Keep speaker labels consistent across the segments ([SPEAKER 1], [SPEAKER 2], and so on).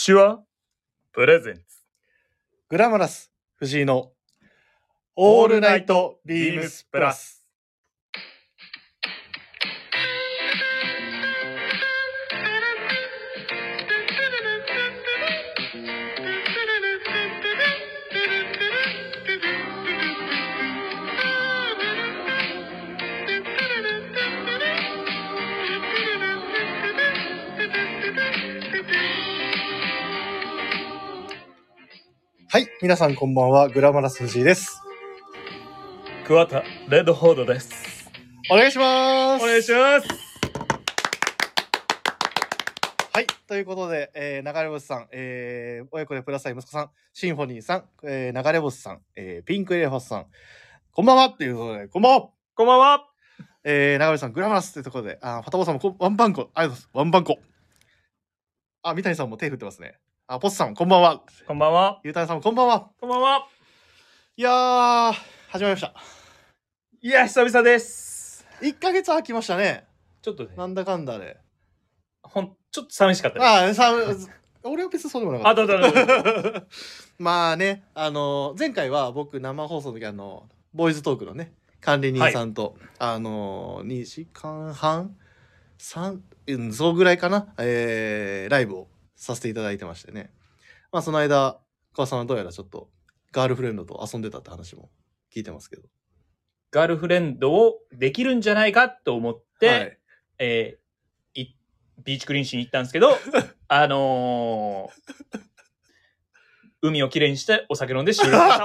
[SPEAKER 1] 手話プレゼンツ
[SPEAKER 2] グラマラス藤井のオールナイトビームスプラス。はい、皆さんこんばんは。グラマラス藤井です。
[SPEAKER 1] 桑田レッドホードです。
[SPEAKER 2] お願いします。
[SPEAKER 1] お願いします。
[SPEAKER 2] はい、ということで、流れ星さん、親子でプラスアイ息子さん、シンフォニーさん、流れ星さん、ピンクエレファスさん、こんばんはっていうことで、こんばんは。
[SPEAKER 1] こんばんは。
[SPEAKER 2] 流れさん、グラマラスというところで、ファタボさんもワンバンコ、ありがとうございます。ワンバンコ。三谷さんも手振ってますね。ポスさん、こんばんは。
[SPEAKER 1] こんばんは。
[SPEAKER 2] ゆうたんさんもこんばんは。
[SPEAKER 1] こんばんは。
[SPEAKER 2] いやー、始まりました。
[SPEAKER 1] いや、久々です。
[SPEAKER 2] 1ヶ月空きましたね。
[SPEAKER 1] ちょっとね、
[SPEAKER 2] なんだかんだで。
[SPEAKER 1] ちょっと寂しかったです。
[SPEAKER 2] 俺は別にそうでもなかった。まあね、前回は僕生放送の時ボーイズトークのね、管理人さんと、2時間半そうぐらいかな、ライブをさせていただいてましてね。まあその間、川さんはどうやらちょっとガールフレンドと遊んでたって話も聞いてますけど。
[SPEAKER 1] ガールフレンドをできるんじゃないかと思って、はい、ビーチクリーンしに行ったんですけど、海をきれいにしてお酒飲んで終了しました。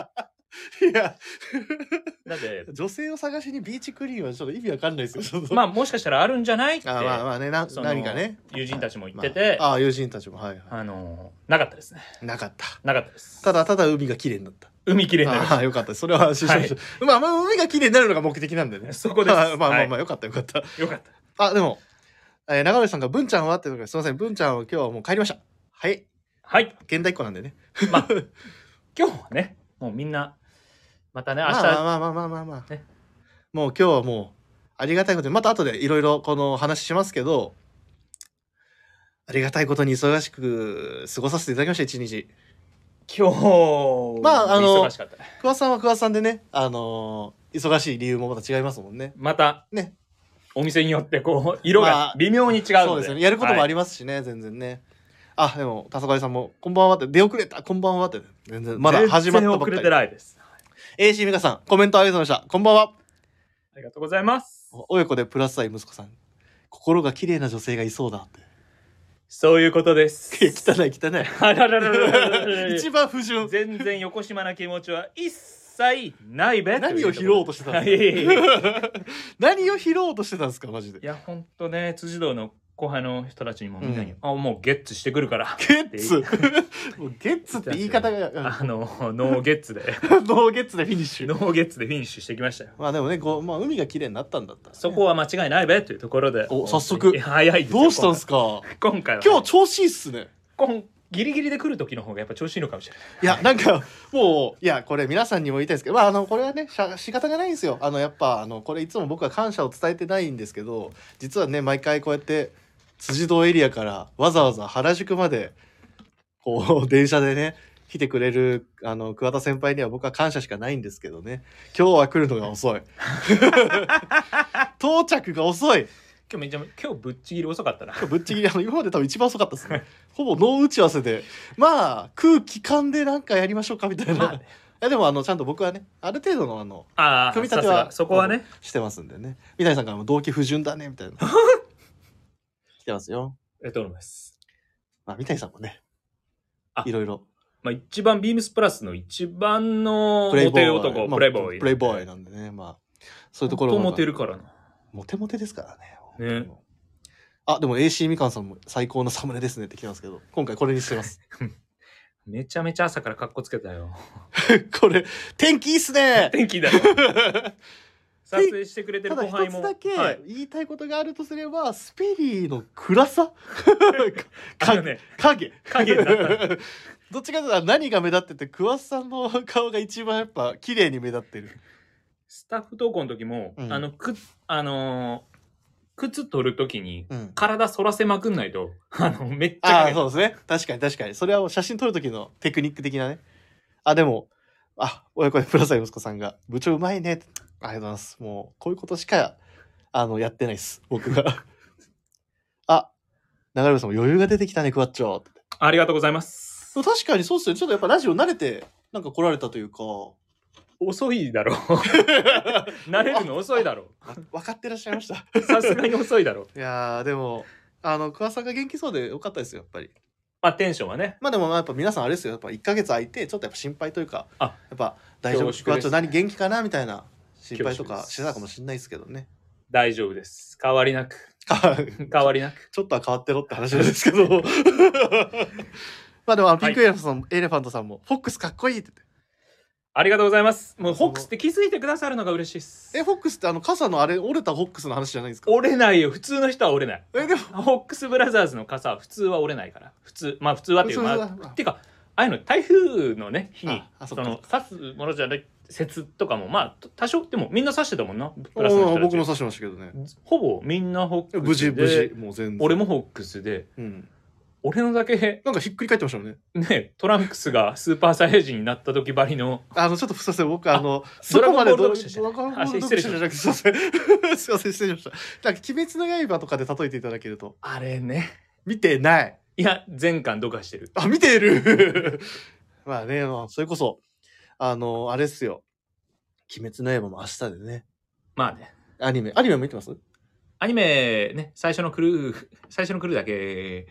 [SPEAKER 2] いや、
[SPEAKER 1] だって
[SPEAKER 2] 女性を探しにビーチクリーンはちょっと意味わかんないですよ。
[SPEAKER 1] まあもしかしたらあるんじゃないって。
[SPEAKER 2] まあね、何かね。
[SPEAKER 1] 友人たちも言ってて。
[SPEAKER 2] 友人たちも、はい。
[SPEAKER 1] なかったですね。
[SPEAKER 2] なかった。
[SPEAKER 1] なかったです。
[SPEAKER 2] ただ海がきれいになった。
[SPEAKER 1] 海きれいになる。
[SPEAKER 2] よかった。それは安心しました。まあ海がきれいになるのが目的なんでね。
[SPEAKER 1] そこです。
[SPEAKER 2] まあよかったよかった。
[SPEAKER 1] よかった。
[SPEAKER 2] でも、長尾さんが文ちゃんはっていうか、すみません、文ちゃんは今日はもう帰りました。はい。
[SPEAKER 1] はい。
[SPEAKER 2] 現代っ子なんでね。
[SPEAKER 1] まあ、今日はね、もうみんな、またね、明日。
[SPEAKER 2] まあ。ね、もう今日はもう、ありがたいことに、また後でいろいろこの話しますけど、ありがたいことに忙しく過ごさせていただきました、一日。
[SPEAKER 1] 今日、忙しかった。
[SPEAKER 2] 桑さんは桑さんでね、忙しい理由もまた違いますもんね。
[SPEAKER 1] また、ね。お店によってこう色が微妙に違うので、
[SPEAKER 2] そうですよね。やることもありますしね、全然ね。でも黄昏さんもこんばんはって、出遅れたこんばんはって、全然まだ始まったばっかり。
[SPEAKER 1] 全然遅れてないです。
[SPEAKER 2] AC 美香さんコメントありがとうございました。こんばんは。
[SPEAKER 1] ありがとうございます。
[SPEAKER 2] 親子でプラスアイ息子さん、心が綺麗な女性がいそうだって。
[SPEAKER 1] そういうことです。
[SPEAKER 2] 汚い。一番不純。
[SPEAKER 1] 全然横島な気持ちは一切ないべ。
[SPEAKER 2] 何を拾おうとしてたんですか。何を拾おうとしてたんですか、マジで。
[SPEAKER 1] いや、ほんとね、辻堂の後輩の人たちにもみんなに、もうゲッツしてくるから。
[SPEAKER 2] ゲッツもうゲッツって言い方が、
[SPEAKER 1] ノーゲッツで。
[SPEAKER 2] ノーゲッツでフィニッシュ。
[SPEAKER 1] ノーゲッツでフィニッシュしてきましたよ。
[SPEAKER 2] まあでもね、海が綺麗になったんだったら、ね。
[SPEAKER 1] そこは間違いないべというところで。
[SPEAKER 2] 早速。
[SPEAKER 1] 早いですよ。
[SPEAKER 2] どうしたんすか
[SPEAKER 1] 今回は。
[SPEAKER 2] 今日調子いいっすね。
[SPEAKER 1] ギリギリで来る時の方がやっぱ調子いいのかもしれない。
[SPEAKER 2] いや、なんか、もう、これ皆さんにも言いたいですけど、これはね、仕方がないんですよ。やっぱ、これいつも僕は感謝を伝えてないんですけど、実はね、毎回こうやって、辻堂エリアからわざわざ原宿まで、こう、電車でね、来てくれる、桑田先輩には僕は感謝しかないんですけどね。今日は来るのが遅い。到着が遅い。
[SPEAKER 1] 今日ぶっちぎり遅かったな。
[SPEAKER 2] ぶっちぎり、今まで多分一番遅かったですね。ほぼノー打ち合わせで、まあ空気感でなんかやりましょうかみたいな。いやでもちゃんと僕はね、ある程度の組み立ては
[SPEAKER 1] そこはね
[SPEAKER 2] してますんでね。三谷さんからも動機不純だねみたいな。来てますよ。
[SPEAKER 1] と思います。
[SPEAKER 2] 三谷さんもね、いろいろ。
[SPEAKER 1] 一番ビームスプラスの一番のモテ男、プレイボーイ。
[SPEAKER 2] プレイボーイなんでね、そういうところも。
[SPEAKER 1] モテるからな。
[SPEAKER 2] モテモテですからね。
[SPEAKER 1] ね。
[SPEAKER 2] でも AC みかんさんも最高のサムネですねって来てますけど、今回これにしてます。
[SPEAKER 1] めちゃめちゃ朝からカッコつけたよ。
[SPEAKER 2] これ天気いいっすね。
[SPEAKER 1] 天気だよ。撮影してくれてる後輩も。
[SPEAKER 2] ただ一つだけ言いたいことがあるとすれば、スペリーの暗さ。影。どっちかというと何が目立ってて、桑さんの顔が一番やっぱ綺麗に目立ってる。
[SPEAKER 1] スタッフ投稿の時も、 靴取るときに
[SPEAKER 2] うん。
[SPEAKER 1] 体反らせまくんないと、めっちゃ
[SPEAKER 2] ああ、そうですね。確かに確かに。それはもう写真撮る時のテクニック的なね。あ、でも、親子でプラサイ息子さんが、部長うまいねって。ありがとうございます。もう、こういうことしか、やってないです。僕が。あ、流れさんも余裕が出てきたね、クワッチョ。
[SPEAKER 1] ありがとうございます。
[SPEAKER 2] 確かにそうっすよね。ちょっとやっぱラジオ慣れて、なんか来られたというか。
[SPEAKER 1] 遅いだろ。慣れるの遅いだろ。
[SPEAKER 2] 分かってらっしゃいました。
[SPEAKER 1] さすがに遅いだろ。
[SPEAKER 2] いやー、でも、桑さんが元気そうでよかったですよ、やっぱり。
[SPEAKER 1] まあテンションはね。
[SPEAKER 2] まあでもやっぱ皆さんあれですよ、やっぱ1ヶ月空いて、ちょっとやっぱ心配というか、
[SPEAKER 1] あ、
[SPEAKER 2] やっぱ大丈夫、
[SPEAKER 1] 恐縮です
[SPEAKER 2] ちょっと何元気かなみたいな心配とか
[SPEAKER 1] 恐縮です
[SPEAKER 2] してたかもしれないですけどね。
[SPEAKER 1] 大丈夫です。変わりなく。変わりなく。
[SPEAKER 2] ちょっとは変わってろって話なんですけど。まあでもピンクエレファントさんも、フォックスかっこいいって言って。
[SPEAKER 1] ありがとうございます。もうフォックスって気づいてくださるのが嬉しいです。
[SPEAKER 2] フォックスって傘のあれ折れたフォックスの話じゃないですか。
[SPEAKER 1] 折れないよ。普通の人は折れない。
[SPEAKER 2] でも
[SPEAKER 1] フォックスブラザーズの傘は普通は折れないから。普通はっていうていうかああいうの台風のね日にその刺すものじゃない説とかも多少でもみんな刺してたもんな。
[SPEAKER 2] 僕も刺してましたけどね。
[SPEAKER 1] ほぼみんなフォックスで
[SPEAKER 2] 無事もう全然。
[SPEAKER 1] 俺もフォックスで。俺のだけ
[SPEAKER 2] なんかひっくり返ってましたもんね。
[SPEAKER 1] ね、トランクスがスーパーサイヤ人になった時ばりの
[SPEAKER 2] ちょっとすいません、僕
[SPEAKER 1] そこまで
[SPEAKER 2] ドラゴンボール読者じゃなくてすいませんすいません失礼しました。なんか鬼滅の刃とかで例えていただけると。
[SPEAKER 1] あれね、
[SPEAKER 2] 見てない。
[SPEAKER 1] いや全巻読破してる。
[SPEAKER 2] 見てるまあね、それこそあれっすよ、鬼滅の刃も明日でね。まあね、アニメも見てます？
[SPEAKER 1] アニメね、最初のクルーだけ。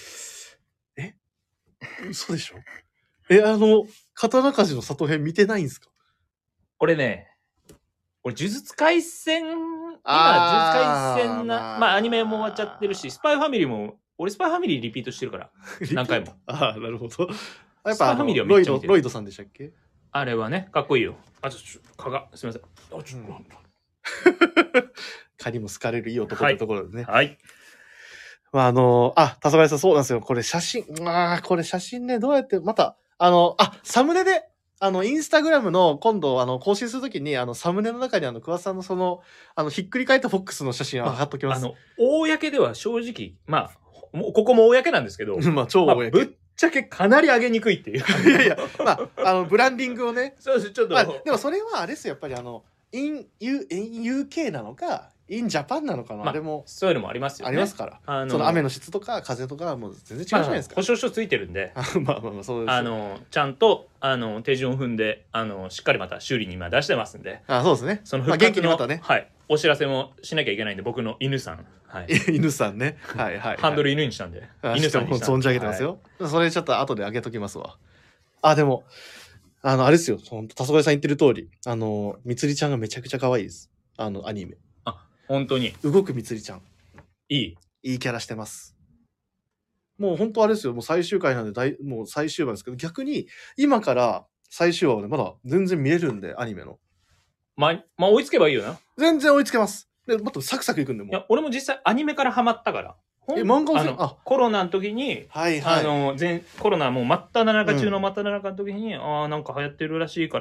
[SPEAKER 2] 嘘でしょ？刀鍛冶の里編見てないんすか？
[SPEAKER 1] 俺ね、呪術廻戦、呪術廻戦アニメも終わっちゃってるし、スパイファミリーも、俺スパイファミリーリピートしてるから、何回も。
[SPEAKER 2] なるほど。やっ
[SPEAKER 1] ぱ
[SPEAKER 2] ロイドさんでしたっけ？
[SPEAKER 1] あれはね、かっこいいよ。すみません。
[SPEAKER 2] 蚊にも好かれるいい男ってところでね。
[SPEAKER 1] はい。
[SPEAKER 2] 黄昏さん、そうなんですよ。これ写真ね、どうやって、また、サムネで、インスタグラムの今度、更新するときに、サムネの中に桑さんのひっくり返ったフォックスの写真を貼っときます。
[SPEAKER 1] 公では正直、もうここも公なんですけど、
[SPEAKER 2] 超公。
[SPEAKER 1] ぶっちゃけかなり上げにくいっていう。
[SPEAKER 2] いやいや、ブランディングをね。
[SPEAKER 1] そうです、ちょっと。
[SPEAKER 2] でもそれはあれですよ、やっぱりin UK なのか、in Japan なのかな、あれも。
[SPEAKER 1] そういうのもありますよね。
[SPEAKER 2] ありますから。その雨の質とか風とかはもう全然違うじゃないですか。
[SPEAKER 1] 保証書ついてるんで。
[SPEAKER 2] そうです。
[SPEAKER 1] ちゃんと、手順を踏んで、しっかりまた修理に今出してますんで。
[SPEAKER 2] そうですね。
[SPEAKER 1] その復活の、またね。はい。お知らせもしなきゃいけないんで、僕の犬さん。はい。
[SPEAKER 2] 犬さんね。はい。
[SPEAKER 1] ハンドル犬にしたんで。
[SPEAKER 2] 犬さんも存じ上げてますよ。それちょっと後で上げときますわ。でも、あれですよ。黄昏さん言ってる通り、みつりちゃんがめちゃくちゃ可愛いです。アニメ。
[SPEAKER 1] 本当に。
[SPEAKER 2] 動くみつりちゃん。いいキャラしてます。もう本当あれですよ。もう最終回なんで、もう最終話ですけど、逆に今から最終話はね、まだ全然見れるんで、アニメの。
[SPEAKER 1] 追いつけばいいよな。
[SPEAKER 2] 全然追いつけます。で、もっとサクサクいくんでも。
[SPEAKER 1] いや、俺も実際アニメからハマったから。
[SPEAKER 2] 漫画
[SPEAKER 1] コロナの時に、コロナもう真っ只中中の真っ只中の時に、なんか流行ってるらしいから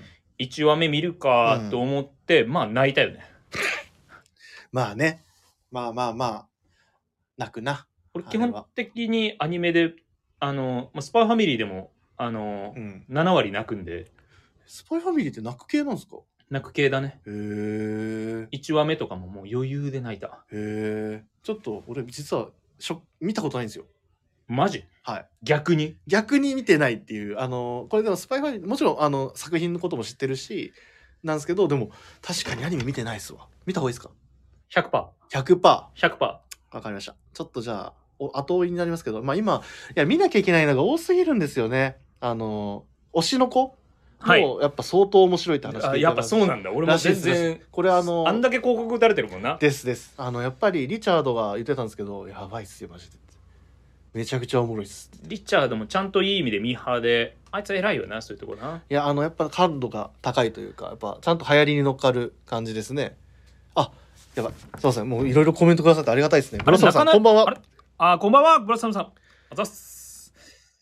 [SPEAKER 1] 、1話目見るかと思って、泣いたよね。
[SPEAKER 2] まあね。まあ。泣くな。
[SPEAKER 1] 俺基本的にアニメで、スパイファミリーでも、7割泣くんで。
[SPEAKER 2] スパイファミリーって泣く系なんですか？
[SPEAKER 1] 泣く系だね。
[SPEAKER 2] へー。
[SPEAKER 1] 1話目とかももう余裕で泣いた。
[SPEAKER 2] へー。ちょっと俺実は見たことないんですよ。
[SPEAKER 1] マジ？
[SPEAKER 2] はい。
[SPEAKER 1] 逆に
[SPEAKER 2] 見てないっていう。これでもスパイファミリー、もちろん作品のことも知ってるし、なんですけど、でも確かにアニメ見てないっすわ。見た方がいいですか？
[SPEAKER 1] 100%。
[SPEAKER 2] 100%。
[SPEAKER 1] 100%。
[SPEAKER 2] わかりました。ちょっとじゃあ、後追いになりますけど、今、見なきゃいけないのが多すぎるんですよね。推しの子もうやっぱ相当面白いって話聞いて
[SPEAKER 1] やっぱそうなんだ。俺も全然。
[SPEAKER 2] これあん
[SPEAKER 1] だけ広告打たれてるもんな。
[SPEAKER 2] です。やっぱりリチャードが言ってたんですけど、やばいっすよ、マジで。めちゃくちゃおもろいっす。
[SPEAKER 1] リチャードもちゃんといい意味でミーハーで、あいつは偉いよな、そういうとこな。
[SPEAKER 2] いや、やっぱ感度が高いというか、やっぱちゃんと流行りに乗っかる感じですね。やばい。すいません。もういろいろコメントくださってありがたいですね。ブラサムさん、こんばんは。
[SPEAKER 1] こんばんは、ブラサムさん。あざっす。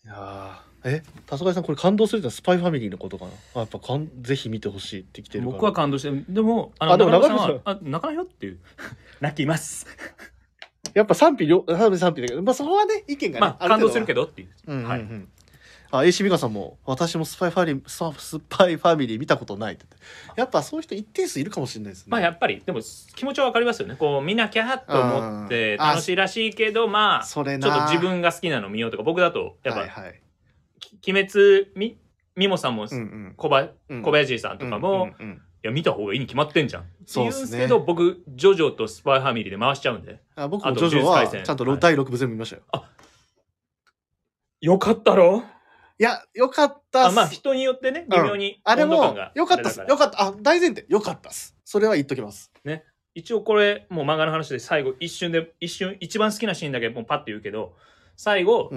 [SPEAKER 2] いや黄昏さんこれ感動するってのはスパイファミリーのことかな。やっぱぜひ見てほしいって来てるから。
[SPEAKER 1] 僕は感動して、でも
[SPEAKER 2] でも
[SPEAKER 1] 中野さんは泣かないよっていう泣きます
[SPEAKER 2] やっぱ賛否だけど、まあそこはね意見がね、
[SPEAKER 1] まあ感動するけどっていう、はい。
[SPEAKER 2] AC 美香さんも私もスパイファミリー見たことないって言って、やっぱそういう人一定数いるかもしれないですね。
[SPEAKER 1] まあやっぱりでも気持ちはわかりますよね。こう見なきゃと思って楽しいらしいけど、まあちょっと自分が好きなの見ようとか、僕だとやっぱ、鬼滅みもさんも小林さんとかも、いや見た方がいいに決まってんじゃんって言うんですけど、僕ジョジョとスパイファミリーで回しちゃうんで。
[SPEAKER 2] 僕もジョジョはちゃんと第6部全部見ましたよ。
[SPEAKER 1] あ、よかったろ。
[SPEAKER 2] いや、よかったっす。
[SPEAKER 1] まあ人によってね、微妙に
[SPEAKER 2] 温度感が。よかったっす。よかった。大前提。よかったっす。それは言っときます。
[SPEAKER 1] ね。一応これ、もう漫画の話で最後、一瞬、一番好きなシーンだけもうパッと言うけど、最後、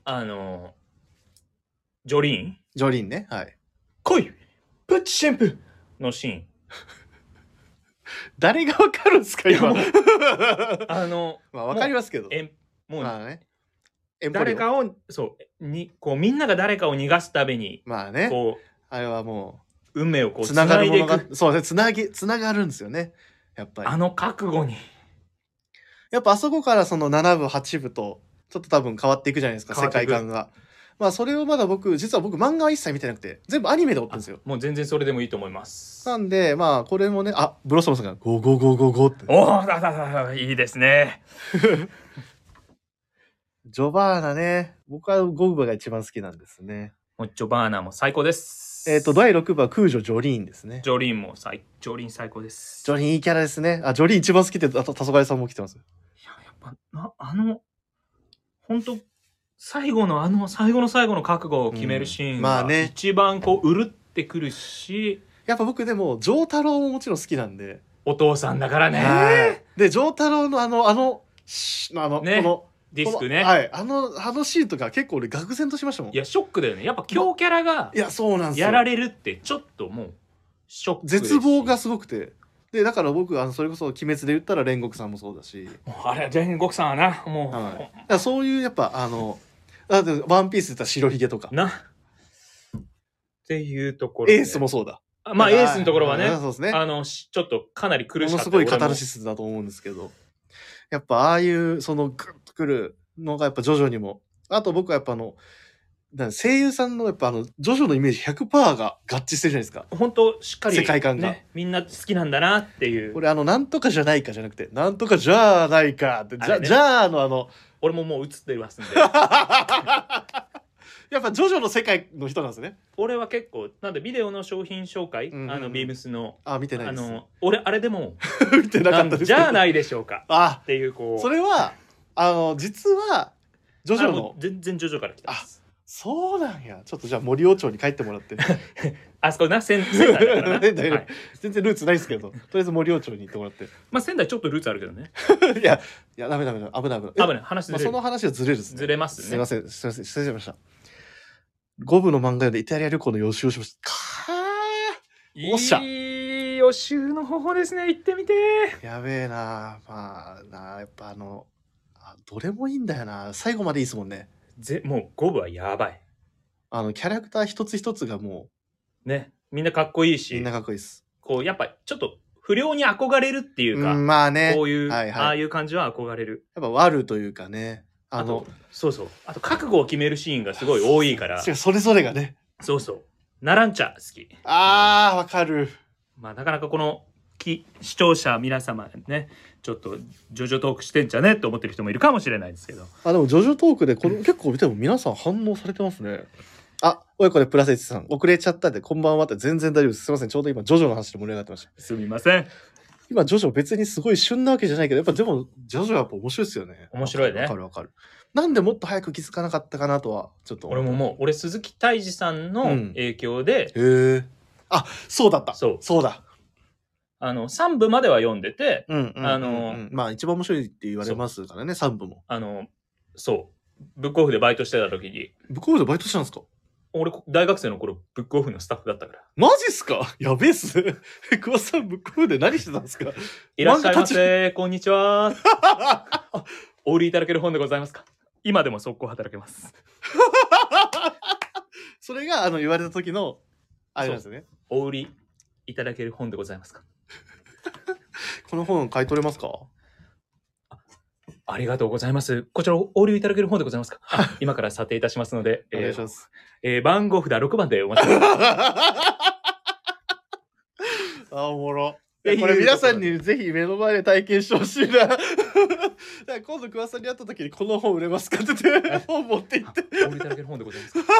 [SPEAKER 1] ジョリーン
[SPEAKER 2] ね。はい。
[SPEAKER 1] 来いプッチシェンプのシーン。
[SPEAKER 2] 誰がわかるんすか今。まあわかりますけど。
[SPEAKER 1] もうね。誰かをこうみんなが誰かを逃がすためにこう
[SPEAKER 2] あれはも
[SPEAKER 1] う運命をこう
[SPEAKER 2] つながるものがそうねつながるんですよね。やっぱり
[SPEAKER 1] 覚悟に
[SPEAKER 2] やっぱあそこからその7部8部とちょっと多分変わっていくじゃないですか、世界観が。まあそれをまだ実は僕漫画は一切見てなくて全部アニメで追ってるんですよ。
[SPEAKER 1] もう全然それでもいいと思います。
[SPEAKER 2] なんでまあこれもね、ブロッサムさんがゴーゴーゴーゴーゴーって
[SPEAKER 1] おおいいですね
[SPEAKER 2] ジョバーナね。僕は5部が一番好きなんですね。
[SPEAKER 1] ジョバーナも最高です。
[SPEAKER 2] 第6部は空女ジョリーンですね。
[SPEAKER 1] ジョリーン最高です。
[SPEAKER 2] ジョリーンいいキャラですね。ジョリーン一番好きって、黄昏さんも来てます。い
[SPEAKER 1] や、やっぱ、本当最後の最後の覚悟を決めるシーンが、一番こう、うるってくるし。
[SPEAKER 2] やっぱ僕でも、丈太郎ももちろん好きなんで。
[SPEAKER 1] お父さんだからね。
[SPEAKER 2] で、丈太郎の
[SPEAKER 1] ね、この、ディスクね。
[SPEAKER 2] はい。あのシーンとか結構俺愕然としましたもん。
[SPEAKER 1] いや、ショックだよね。やっぱ強キャラが、
[SPEAKER 2] いや、そうなんですよ。
[SPEAKER 1] やられるって、ちょっともう、ショック。
[SPEAKER 2] 絶望がすごくて。で、だから僕、それこそ、鬼滅で言ったら煉獄さんもそうだし。
[SPEAKER 1] あれ、煉獄さんはな、も
[SPEAKER 2] う。はい、そういう、やっぱ、だってワンピースで言ったら白ひげとか。
[SPEAKER 1] っていうところ。
[SPEAKER 2] エースもそうだ。
[SPEAKER 1] まあ、エースのところはね、
[SPEAKER 2] そうですね。
[SPEAKER 1] ちょっとかなり苦しかった。
[SPEAKER 2] ものすごいカタルシスだと思うんですけど。やっぱ、ああいう、グッとくるのが、やっぱ、ジョジョにも。あと、僕はやっぱ声優さんのやっぱジョジョのイメージ 100% が合致してるじゃないですか。
[SPEAKER 1] 本当しっかり、
[SPEAKER 2] 世界観が、
[SPEAKER 1] みんな好きなんだなっていう。
[SPEAKER 2] これなんとかじゃないかじゃなくて、なんとかじゃないかって、じゃあの
[SPEAKER 1] 俺ももう映ってますんで。
[SPEAKER 2] やっぱジョジョの世界の人なんですね。
[SPEAKER 1] 俺は結構なんでビデオの商品紹介、ビームスの
[SPEAKER 2] 見てないです。
[SPEAKER 1] 俺あれでも
[SPEAKER 2] 見てなかったです。
[SPEAKER 1] じゃあないでしょうかっていうこう。
[SPEAKER 2] それは実はジョジョの
[SPEAKER 1] 全然ジョジョから来た。
[SPEAKER 2] そうなんや。ちょっとじゃあ森尾町に帰ってもらって。
[SPEAKER 1] あそこな仙台だからな。
[SPEAKER 2] 全然ルーツないですけど、とりあえず森尾町に行ってもらって。
[SPEAKER 1] まあ仙台ちょっとルーツあるけどね。
[SPEAKER 2] いやダメ危ない
[SPEAKER 1] 話ずれる。
[SPEAKER 2] その話はずれるですね。
[SPEAKER 1] ずれますね。
[SPEAKER 2] すいません失礼しました。5部の漫画読んでイタリア旅行の予習をしました。
[SPEAKER 1] おっしゃ。いい予習の方法ですね。行ってみて。
[SPEAKER 2] やべえな。まあやっぱどれもいいんだよな。最後までいいですもんね。
[SPEAKER 1] もう5部はやばい。
[SPEAKER 2] キャラクター一つ一つがも
[SPEAKER 1] うね、みんなかっこいいし、
[SPEAKER 2] みんなかっこいいです。
[SPEAKER 1] こうやっぱちょっと不良に憧れるっていうか、
[SPEAKER 2] まあね、
[SPEAKER 1] こういう、ああいう感じは憧れる。
[SPEAKER 2] やっぱ悪というかね、
[SPEAKER 1] そうそう、あと覚悟を決めるシーンがすごい多いから、
[SPEAKER 2] それぞれがね、
[SPEAKER 1] そうそう、ナランチャ好き。
[SPEAKER 2] わかる。
[SPEAKER 1] まあなかなかこの視聴者皆様ね、ちょっとジョジョトークしてんじゃねって思ってる人もいるかもしれないですけど、
[SPEAKER 2] でもジョジョトークで結構見ても皆さん反応されてますね。親子でプラス1さん遅れちゃったんでこんばんはって全然大丈夫です。すいません、ちょうど今ジョジョの話で盛り上がってました。
[SPEAKER 1] すみません。
[SPEAKER 2] 今ジョジョ別にすごい旬なわけじゃないけど、やっぱでもジョジョはやっぱ面白いですよね。
[SPEAKER 1] 面白いね。
[SPEAKER 2] わかる。なんでもっと早く気づかなかったかなとはちょっと。
[SPEAKER 1] 俺鈴木泰治さんの影響で、
[SPEAKER 2] そうだった。そうだ。
[SPEAKER 1] 3部までは読んでて、
[SPEAKER 2] まあ一番面白いって言われますからね、3部も。
[SPEAKER 1] そうブックオフでバイトしてた時に。
[SPEAKER 2] ブックオフでバイトしたんですか？
[SPEAKER 1] 俺大学生の頃ブックオフのスタッフだったから。
[SPEAKER 2] マジっすか？やべえっす。桑さんブックオフで何してたんですか？
[SPEAKER 1] いらっしゃいませ、こんにちは。お売りいただける本でございますか？今でも速攻働けます。
[SPEAKER 2] それが言われた時のあれなんですよね。
[SPEAKER 1] お売りいただける本でございますか。
[SPEAKER 2] この本買い取れますか。
[SPEAKER 1] ありがとうございます。こちらお売りいただける本でございますか。今から査定いたしますので、
[SPEAKER 2] お願いします。
[SPEAKER 1] 番号札6番でお待ちください。
[SPEAKER 2] おもろ。これ皆さんにぜひ目の前で体験してほしいな。今度桑さんに会った時にこの本売れますかって言って本持って行って。
[SPEAKER 1] お売りいただける本でございますか。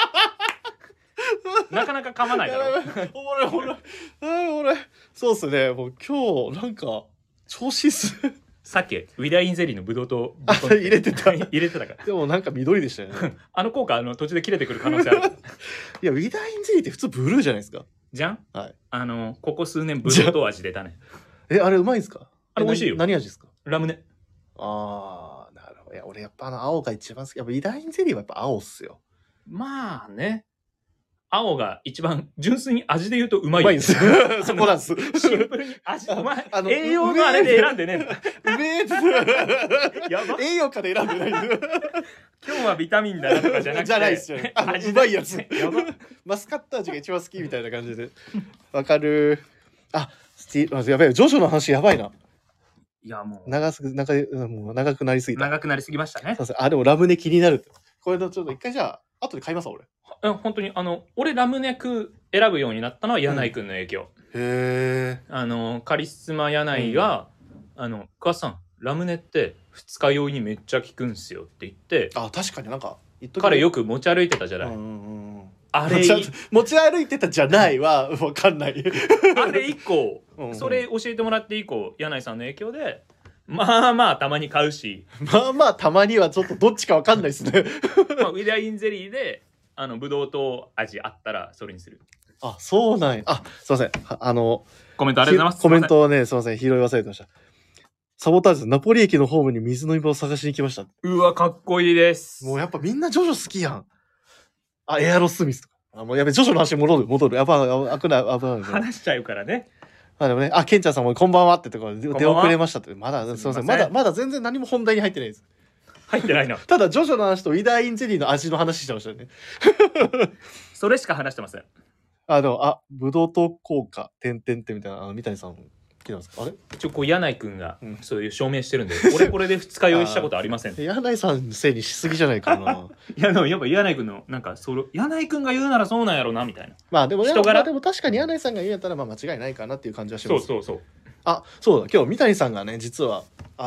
[SPEAKER 1] なかなか噛まないだろ。
[SPEAKER 2] おもろいおもろい。おもろい。そうっすね。もう今日なんか調子いいっす。
[SPEAKER 1] さっきウィダインゼリーのブドウと
[SPEAKER 2] 入れてた
[SPEAKER 1] 入れてたから。
[SPEAKER 2] でもなんか緑でしたよね。
[SPEAKER 1] 効果途中で切れてくる可能性ある。
[SPEAKER 2] いやウィダインゼリーって普通ブルーじゃないですか。
[SPEAKER 1] じゃん。
[SPEAKER 2] はい。
[SPEAKER 1] ここ数年ブドウと味出たね。
[SPEAKER 2] あれうまいんですか。
[SPEAKER 1] あれ美味しいよ。
[SPEAKER 2] 何味ですか。
[SPEAKER 1] ラムネ。
[SPEAKER 2] ああなるほど。いや俺やっぱ青が一番好き。やっぱウィダインゼリーはやっぱ青っすよ。
[SPEAKER 1] まあね。青が一番純粋に味で言うとうまい。
[SPEAKER 2] うまいんです。そこなんです。
[SPEAKER 1] シンプルに味うまい。栄養のあれで選んでねえんだ。
[SPEAKER 2] うめえって。やば。栄養価で選んでない。
[SPEAKER 1] 今日はビタミンだなとかじゃなくて。
[SPEAKER 2] じゃないっすよね。うまいやつ。やば。マスカット味が一番好きみたいな感じで。わかる。やばい。ジョジョの話やばいな。
[SPEAKER 1] いやもう
[SPEAKER 2] 長くなりすぎた。
[SPEAKER 1] 長くなりすぎましたね。
[SPEAKER 2] でもラムネ気になる。これのちょっと一回じゃあ後で買いますわ俺。
[SPEAKER 1] 本当に俺ラムネ選ぶようになったのは柳井くんの影響。
[SPEAKER 2] へえ。
[SPEAKER 1] カリスマ柳井が桑さんラムネって二日酔いにめっちゃ効くんすよって言って。
[SPEAKER 2] 確かになんか
[SPEAKER 1] 彼よく持ち歩いてたじゃない。あれ
[SPEAKER 2] 持ち歩いてたじゃないは分かんない。
[SPEAKER 1] あれ以降それ教えてもらって以降柳井さんの影響でまあまあたまに買うし。
[SPEAKER 2] まあまあたまにはちょっとどっちか分かんないですね。
[SPEAKER 1] ウィダインゼリーでブドウと味あったらそれにする。
[SPEAKER 2] そうなんや。すいません。
[SPEAKER 1] コメントありがとうございます。
[SPEAKER 2] コメントをね、すいません。拾い忘れてました。サボタージュ、ナポリ駅のホームに水飲み場を探しに来ました。
[SPEAKER 1] うわ、かっこいいです。
[SPEAKER 2] もうやっぱみんなジョジョ好きやん。エアロスミスとか。もうやべ、ジョジョの話戻る。やっぱ、危ない。
[SPEAKER 1] 話しちゃうからね。
[SPEAKER 2] でもね、ケンちゃんさんもこんばんはってところで出遅れましたって。まだ、すいません。まだ全然何も本題に入ってないです。
[SPEAKER 1] 入ってないの。
[SPEAKER 2] ただジョジョの話とウィダーインゼリーの味の話してましたよね。
[SPEAKER 1] それしか話してません。
[SPEAKER 2] ブドウ糖効果点みたいな三谷さん聞いてますか。あれ
[SPEAKER 1] 一応柳井くんがそういう証明してるんで、俺これで二日酔いしたことありません。
[SPEAKER 2] 柳井さんのせいにしすぎじゃないかな。
[SPEAKER 1] やっぱ柳井くんのなんか柳井くんが言うならそうなんやろなみたいな。
[SPEAKER 2] でも人柄でも確かに柳井さんが言うんやったら間違いないかなっていう感じはします。
[SPEAKER 1] そう。
[SPEAKER 2] そうだ、今日三谷さんがね実は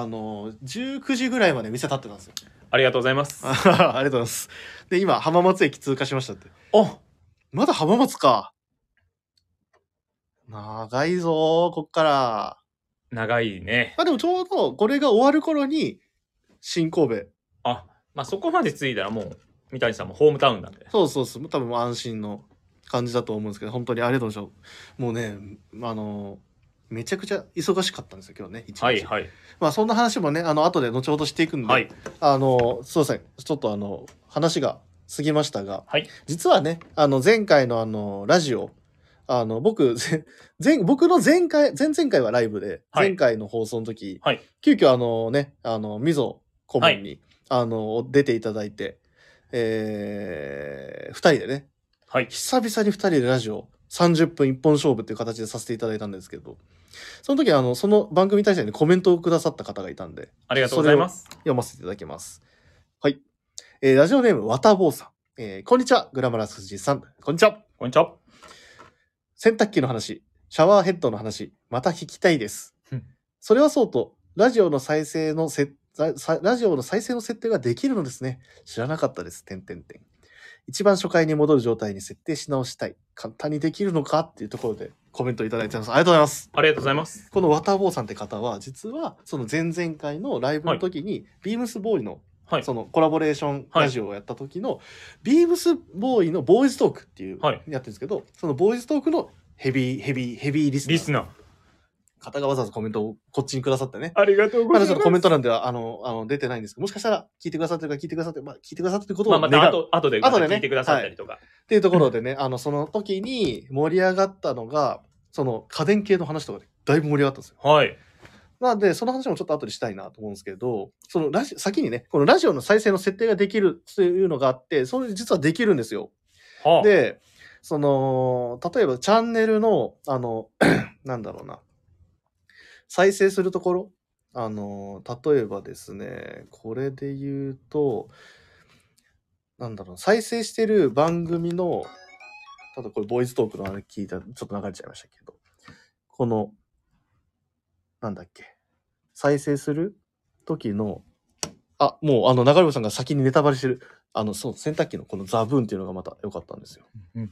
[SPEAKER 2] 19時ぐらいまで店立ってたんですよ。
[SPEAKER 1] ありがとうございます。
[SPEAKER 2] ありがとうございます。で今浜松駅通過しましたって。まだ浜松か。長いぞこっから。
[SPEAKER 1] 長いね。
[SPEAKER 2] でもちょうどこれが終わる頃に新神戸。
[SPEAKER 1] そこまで着いたらもう三谷さんもホームタウンなんで。
[SPEAKER 2] そう多分もう安心の感じだと思うんですけど、本当にありがとうございます。もうねめちゃくちゃ忙しかったんですよ今日ね一日。
[SPEAKER 1] はい。
[SPEAKER 2] そんな話もね後で後ほどしていくんで、そうですね、ちょっと話が過ぎましたが、実はね前回のラジオ僕の前々回はライブで、前回の放送の時、急遽みぞ顧問に、出ていただいて、2人でね、久々に2人でラジオ30分一本勝負っていう形でさせていただいたんですけど、その時その番組に対してコメントをくださった方がいたんで、
[SPEAKER 1] ありがとうございます。
[SPEAKER 2] 読ませていただきます。はい。ラジオネームわたぼうさん、こんにちはグラマラス藤井さん、こんにちは。洗濯機の話、シャワーヘッドの話、また聞きたいです。それはそうと、ラジオの再生の設定ができるのですね。知らなかったです。一番初回に戻る状態に設定し直したい。簡単にできるのかっていうところでコメントいただいてます。ありがとうございます。
[SPEAKER 1] ありがとうございます。
[SPEAKER 2] このわたぼうさんって方は、実はその前々回のライブの時に、ビームスボーイのそのコラボレーションラジオをやった時の、ビームスボーイのボーイズトークっていうやってるんですけど、そのボーイズトークのヘビーリスナー方がわざわざコメントをこっちにくださってね。
[SPEAKER 1] ありがとうございます。
[SPEAKER 2] ちょっとコメント欄では出てないんですけど、もしかしたら聞いてくださってるか聞いてくださってることを
[SPEAKER 1] また後で聞いてくださったりとか、
[SPEAKER 2] っていうところでね、その時に盛り上がったのがその家電系の話とかでだいぶ盛り上がったんですよ。でその話もちょっと後でしたいなと思うんですけど、その先にねこのラジオの再生の設定ができるというのがあって、それ実はできるんですよ。 で、その、例えばチャンネルの、なんだろうな、再生するところ、例えばですね、これで言うと、なんだろう、再生してる番組の、ただこれボイストークのあれ聞いた、ちょっと流れちゃいましたけど、この、なんだっけ、再生する時の、もう流れさんが先にネタバレしてる、そう、洗濯機のこのザブーンっていうのがまた良かったんですよ。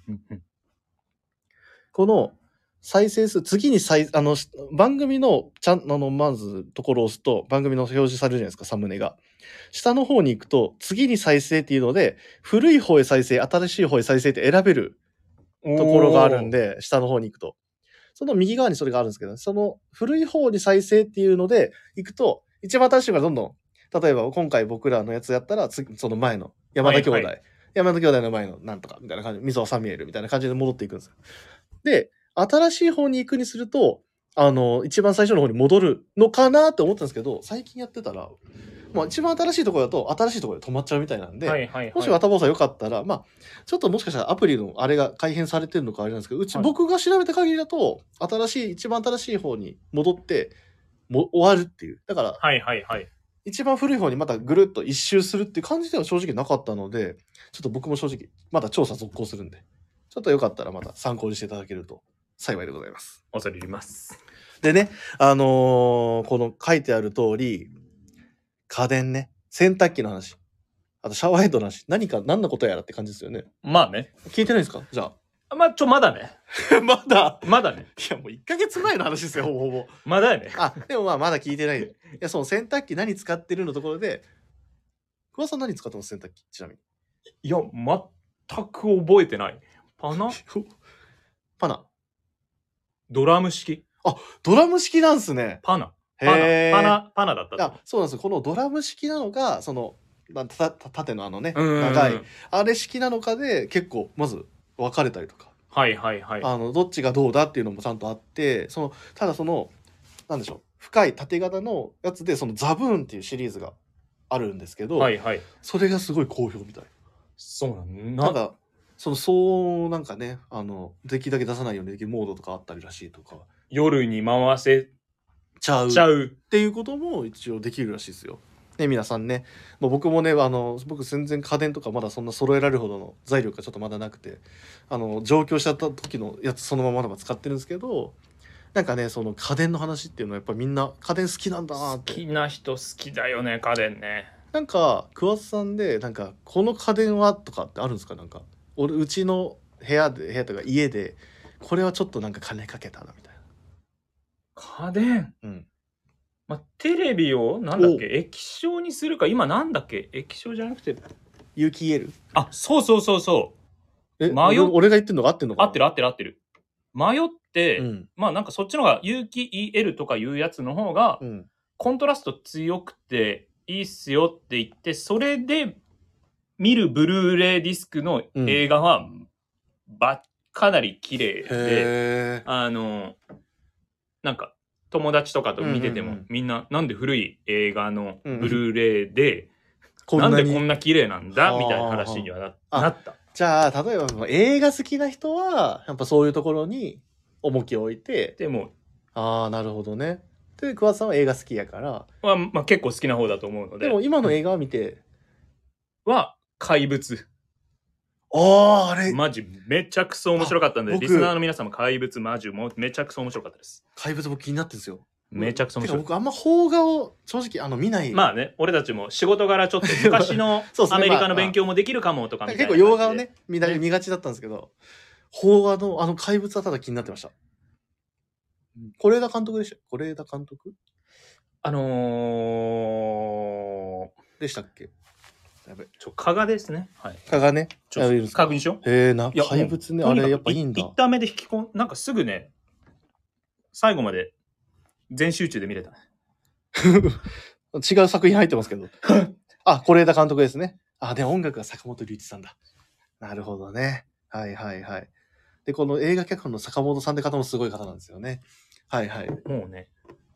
[SPEAKER 2] この再生数、次に番組のまずところを押すと、番組の表示されるじゃないですか、サムネが。下の方に行くと、次に再生っていうので、古い方へ再生、新しい方へ再生って選べるところがあるんで、下の方に行くと。その右側にそれがあるんですけど、その古い方に再生っていうので行くと、一番新しいのがどんどん、例えば今回僕らのやつやったら、その前の山田兄弟、山田兄弟の前のなんとかみたいな感じ、溝尾サミュエルみたいな感じで戻っていくんですよ。で、新しい方に行くにすると、一番最初の方に戻るのかなって思ったんですけど、最近やってたら、一番新しいところだと、新しいところで止まっちゃうみたいなんで、もし渡坊さんよかったら、ちょっともしかしたらアプリのあれが改変されてるのかあれなんですけど、僕が調べた限りだと、一番新しい方に戻って、終わるっていう。だから、一番古い方にまたぐるっと一周するっていう感じでは正直なかったので、ちょっと僕も正直、まだ調査続行するんで、ちょっとよかったらまた参考にしていただけると幸いでございます。
[SPEAKER 1] 恐れ入ります。
[SPEAKER 2] でね、この書いてある通り、家電ね、洗濯機の話、あとシャワーヘッドの話、何のことやらって感じですよね。
[SPEAKER 1] まあね。
[SPEAKER 2] 聞いてないですか？じゃあ。
[SPEAKER 1] まだね。まだね。
[SPEAKER 2] いや、もう1ヶ月前の話ですよ、ほぼ。
[SPEAKER 1] まだやね。
[SPEAKER 2] でもまだ聞いてない。いや、その洗濯機何使ってるのところで、桑さん何使ってます洗濯機、ちなみに。
[SPEAKER 1] いや、全く覚えてない。パナドラム式。
[SPEAKER 2] ドラム式なんすね。
[SPEAKER 1] パナだった。
[SPEAKER 2] そうなんですよ。このドラム式なのが、その、縦の長い、あれ式なのかで結構、まず分かれたりとか。どっちがどうだっていうのもちゃんとあって、ただなんでしょう、深い縦型のやつで、そのザブーンっていうシリーズがあるんですけど、それがすごい好評みたい。
[SPEAKER 1] そう
[SPEAKER 2] なんか、そうなんかね、できるだけ出さないようにできるモードとかあったりらしいとか。
[SPEAKER 1] 夜に回せ
[SPEAKER 2] ちゃうっていうことも一応できるらしいですよ。ね、皆さんね、僕もね、僕全然家電とかまだそんな揃えられるほどの財力がちょっとまだなくて、上京しちゃった時のやつそのまま使ってるんですけど、なんかね、その家電の話っていうのはやっぱみんな家電好きなんだなって。
[SPEAKER 1] 好きな人好きだよね、家電ね。
[SPEAKER 2] なんか桑田さんでこの家電はとかってあるんですか？うちの部屋とか家でこれはちょっと金かけたなみたいな。
[SPEAKER 1] 家電。テレビをなんだっけ、液晶にするか、今なんだっけ、液晶じゃなくて
[SPEAKER 2] 有機 EL？
[SPEAKER 1] そう
[SPEAKER 2] 俺が言ってるのが合ってるのかな？
[SPEAKER 1] 合ってる。迷って、そっちの方が有機 EL とかいうやつの方が、コントラスト強くていいっすよって言って、それで見るブルーレイディスクの映画は、かなり綺麗で、友達とかと見てても、みんななんで古い映画のブルーレイで、なんでこんな綺麗なんだみたいな話にはなった。
[SPEAKER 2] じゃあ、例えば映画好きな人は、やっぱそういうところに重きを置いて。
[SPEAKER 1] でも、
[SPEAKER 2] なるほどね。で、桑田さんは映画好きやから。
[SPEAKER 1] 結構好きな方だと思うので。
[SPEAKER 2] でも今の映画を見て。
[SPEAKER 1] 怪物。
[SPEAKER 2] あれ
[SPEAKER 1] マジめちゃくそ面白かったんで、リスナーの皆様、怪物マジめちゃくそ面白かったです。
[SPEAKER 2] 怪物僕気になってるんですよ。
[SPEAKER 1] めちゃくちゃ面白い。
[SPEAKER 2] 僕あんま邦画を正直見ない。
[SPEAKER 1] まあね、俺たちも仕事柄ちょっと昔のアメリカの勉強もできるかもとかみたいな。
[SPEAKER 2] 結構洋画をね、見がちだったんですけど、邦画の怪物はただ気になってました。是枝監督でした。是枝監督でしたっけ？
[SPEAKER 1] やべ、加賀ですね。はい。
[SPEAKER 2] 加賀ね。
[SPEAKER 1] 確認しよ
[SPEAKER 2] う。怪物ね、あれやっぱいいんだ。
[SPEAKER 1] 一旦目で引き込ん、すぐね、最後まで全集中で見れた。
[SPEAKER 2] 違う作品入ってますけど。是枝監督ですね。で、音楽が坂本龍一さんだ。なるほどね。はい。で、この映画脚本の坂本さんって方もすごい方なんですよね。はい。
[SPEAKER 1] もうね、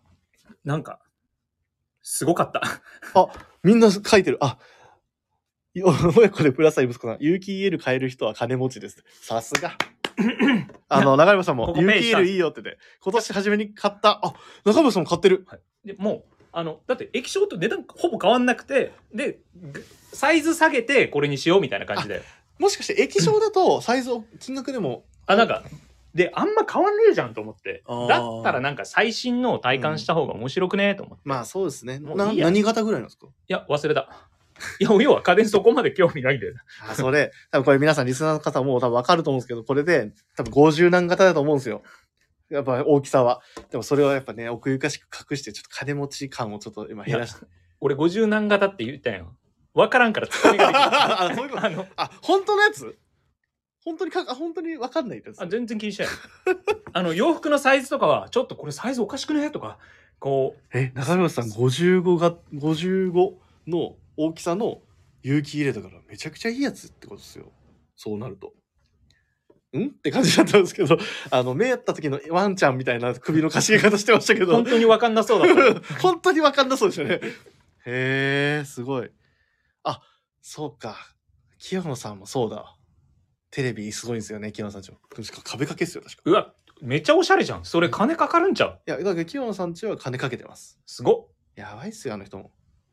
[SPEAKER 1] すごかった。
[SPEAKER 2] みんな書いてる。 親子でプラスアイ息子さん、有機 EL 買える人は金持ちです。さすが。中山さんも、有機 EL いいよってね、今年初めに買った。あ、中山さんも買ってる。
[SPEAKER 1] はい、でもう、だって液晶と値段ほぼ変わんなくて、で、サイズ下げてこれにしようみたいな感じで。
[SPEAKER 2] もしかして液晶だとサイズ、金額でも。
[SPEAKER 1] なんか、で、あんま変わんねえじゃんと思って。だったらなんか最新の体感した方が面白くねえと思って。
[SPEAKER 2] まあそうですね。何型ぐらいなんですか？
[SPEAKER 1] いや、忘れた。いや、要は家電そこまで興味ないんだよ
[SPEAKER 2] な。それ、多分これ皆さんリスナーの方も多分わかると思うんですけど、これで多分50何型だと思うんですよ。やっぱ大きさは。でもそれをやっぱね、奥ゆかしく隠して、ちょっと金持ち感をちょっと今減らして。
[SPEAKER 1] 俺50何型って言ったんよ。わからんからツッコミができる。
[SPEAKER 2] そういうこと。本当のやつ？本当にわかんないです。
[SPEAKER 1] 全然気にしない。洋服のサイズとかは、ちょっとこれサイズおかしくねとか、こう。
[SPEAKER 2] 中村さん55の大きさの有機入れだからめちゃくちゃいいやつってことですよ。そうなると。って感じだったんですけど、目やった時のワンちゃんみたいな首のかしげ方してましたけど。
[SPEAKER 1] 本当にわかんなそうだった。
[SPEAKER 2] 本当にわかんなそうでしたね。へー、すごい。あ、そうか。清野さんもそうだ。テレビすごいんですよね、清野さんちも。壁掛けっすよ、確か。
[SPEAKER 1] うわ、めっちゃおしゃれじゃん。それ金かかるんちゃう？
[SPEAKER 2] いや、だから清野さんちは金かけてます。
[SPEAKER 1] すごっ。
[SPEAKER 2] やばいっすよ、あの人も。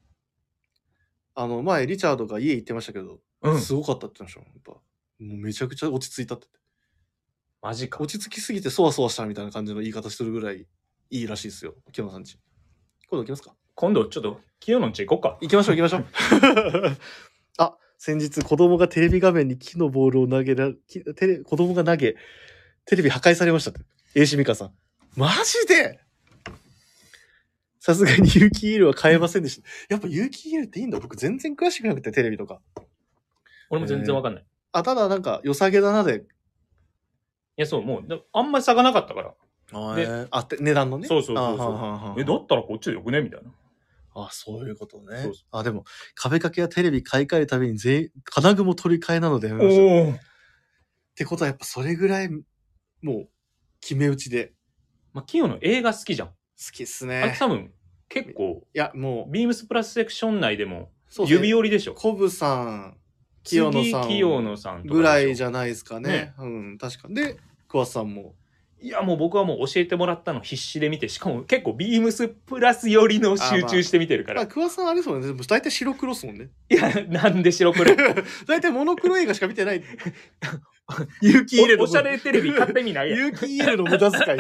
[SPEAKER 2] 前、リチャードが家行ってましたけど、すごかったって言ってました。やっぱもうめちゃくちゃ落ち着いたって。
[SPEAKER 1] マジか。
[SPEAKER 2] 落ち着きすぎてそわそわしたみたいな感じの言い方するぐらいいいらしいですよ、清野さんち。今度行きますか？
[SPEAKER 1] 今度ちょっと清野んち行こっか。
[SPEAKER 2] 行きましょう。あ、先日子供がテレビ画面に木のボールを子供が投げ、テレビ破壊されましたって。AC ミカさん。マジで？さすがに有機 EL は買えませんでした。やっぱ有機 EL っていいんだ。僕全然詳しくなくて、テレビとか。
[SPEAKER 1] 俺も全然わかんない。
[SPEAKER 2] ただなんか良さげだなで。
[SPEAKER 1] いや、そう、もう、あんまり差がなかったから。
[SPEAKER 2] 値段のね。
[SPEAKER 1] そう。だったらこっちでよくねみたいな。
[SPEAKER 2] そういうことね。でも、壁掛けやテレビ買い替えるたびに金具も取り替えなのでやめました。ってことはやっぱそれぐらい、もう、決め打ちで。
[SPEAKER 1] 清野映画好きじゃん。好
[SPEAKER 2] きっすね。
[SPEAKER 1] 多分、結構、
[SPEAKER 2] いや、もう、
[SPEAKER 1] ビームスプラスセクション内でも、指折りでしょ。
[SPEAKER 2] コブさん、清野さんぐらいじゃないですかね。確かに。で、桑田さんも。
[SPEAKER 1] いや、もう僕はもう教えてもらったの必死で見て、しかも結構ビームスプラス寄りの集中して見てるから。
[SPEAKER 2] 桑田さんあれですもんね。大体白黒っすもんね。
[SPEAKER 1] いや、なんで白黒？
[SPEAKER 2] 大体モノクロ映画しか見てない。
[SPEAKER 1] 有機 EL のおしゃれテレビ買ってみないや。
[SPEAKER 2] 有機 EL の無駄遣い。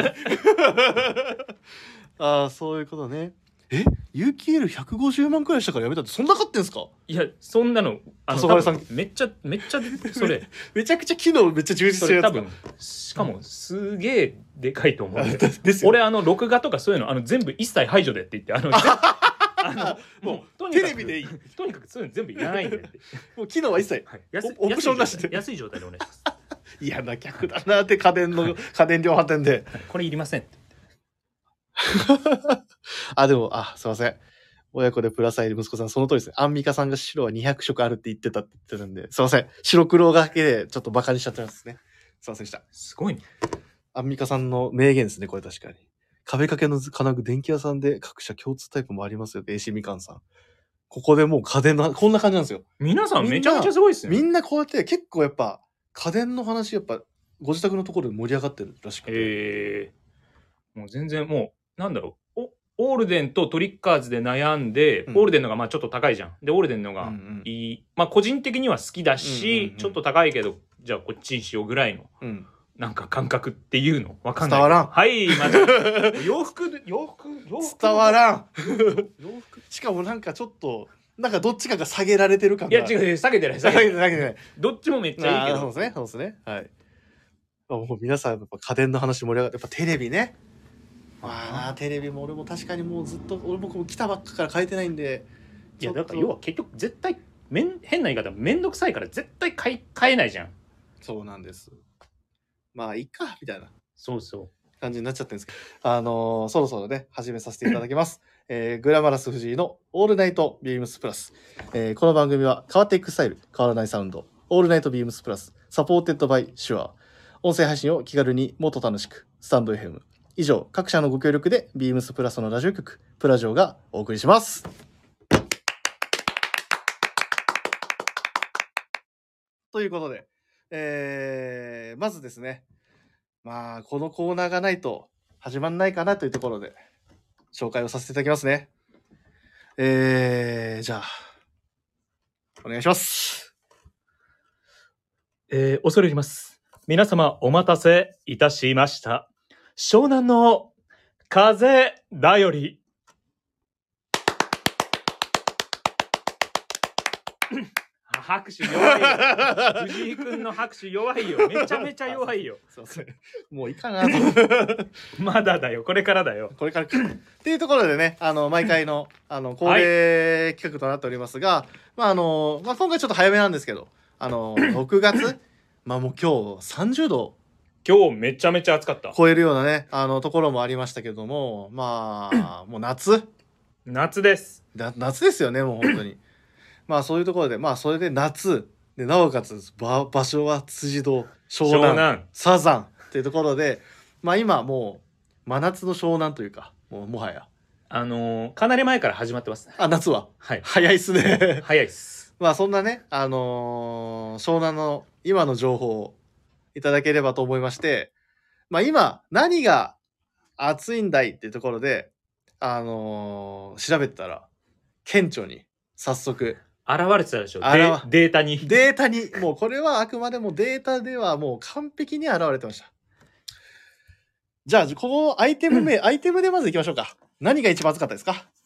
[SPEAKER 2] そういうことね。有機 EL150 万くらいしたからやめたってそんな買ってんすか？い
[SPEAKER 1] や、そんなの、めっちゃ、それ。
[SPEAKER 2] めちゃくちゃ機能めっちゃ充実してるやつ。
[SPEAKER 1] 多分、しかもすげえでかいと思う。俺、録画とかそういうの、全部一切排除でって言って、
[SPEAKER 2] もう、テレビでいい。
[SPEAKER 1] とにかくそういうの全部いらないんでって。
[SPEAKER 2] もう機能は一切。オプションなしで。
[SPEAKER 1] 安い状態でお願いします。
[SPEAKER 2] 嫌な客だなって家電量販店で。
[SPEAKER 1] これいりませんって。
[SPEAKER 2] でも、すいません。親子でプラスアイル息子さん、その通りですね。アンミカさんが白は200色あるって言ってるんで、すいません。白黒だけでちょっとバカにしちゃってますね。すいませんでした。
[SPEAKER 1] すごいね。
[SPEAKER 2] アンミカさんの名言ですね、これ確かに。壁掛けの金具、電気屋さんで各社共通タイプもありますよ。AC みかんさん。ここでもう家電の、こんな感じなんですよ。
[SPEAKER 1] 皆さんめちゃめちゃすごいっすね。
[SPEAKER 2] みんなこうやって結構やっぱ、家電の話やっぱ、ご自宅のところで盛り上がってるらしくて。
[SPEAKER 1] もう全然もう、なんだろう。オールデンとトリッカーズで悩んで、オールデンのがちょっと高いじゃん。で、オールデンのがいい。個人的には好きだし、ちょっと高いけど、じゃあこっちにしようぐらいの、なんか感覚っていうのわかんない。
[SPEAKER 2] 伝わらん。
[SPEAKER 1] はい、洋服。
[SPEAKER 2] 伝わらん。しかもなんかちょっと、なんかどっちかが下げられてる感が。
[SPEAKER 1] いや違う、下げてない。どっちもめっちゃいいけど。
[SPEAKER 2] そうですね。はい。もう皆さんやっぱ家電の話盛り上がって、やっぱテレビね。テレビも俺も確かにもうずっと俺も来たばっかから変えてないんで。
[SPEAKER 1] いやだから要は結局絶対変な言い方めんどくさいから絶対変えないじゃん。
[SPEAKER 2] そうなんです。いいかみたいな感じになっちゃってるんですけど、そろそろね始めさせていただきます。グラマラス藤井のオールナイトビームスプラス。この番組は変わっていくスタイル、変わらないサウンド、オールナイトビームスプラス、サポーテッドバイシュア。音声配信を気軽にもっと楽しく、スタンド FM。以上、各社のご協力で、ビームスプラスのラジオ局、プラジオがお送りします。 ということで、まずですね、まあ、このコーナーがないと始まんないかなというところで、紹介をさせていただきますね。じゃあ、お願いします。
[SPEAKER 1] 恐れ入ります。皆様お待たせいたしました。湘南の風だより。拍手弱いよ。藤井くんの拍手弱いよ。めちゃめちゃ弱いよ。
[SPEAKER 2] そうそう。もういいかなと。
[SPEAKER 1] まだだよ。これからだよ。
[SPEAKER 2] これからか。っていうところでね、毎回の、恒例企画となっておりますが、まあ、今回ちょっと早めなんですけど、6月、まあもう今日30度。
[SPEAKER 1] 今日めちゃめちゃ暑かった。
[SPEAKER 2] 超えるようなね、ところもありましたけども、まあ、もう夏
[SPEAKER 1] です。
[SPEAKER 2] 夏ですよね、もう本当に。まあそういうところで、まあそれで夏、でなおかつ場所は辻堂、湘南、サザンっていうところで、まあ今もう真夏の湘南というか、もはや。
[SPEAKER 1] かなり前から始まってますね。
[SPEAKER 2] 夏は。
[SPEAKER 1] はい。
[SPEAKER 2] 早いっすね。
[SPEAKER 1] 早いっす。
[SPEAKER 2] まあそんなね、湘南の今の情報をいただければと思いまして、まあ今何が暑いんだいっていうところで、調べてたら、顕著に早速、
[SPEAKER 1] 現れてたでしょ。データに。
[SPEAKER 2] もうこれはあくまでもデータではもう完璧に現れてました。じゃあ、このアイテムでまずいきましょうか。何が一番暑かったですか？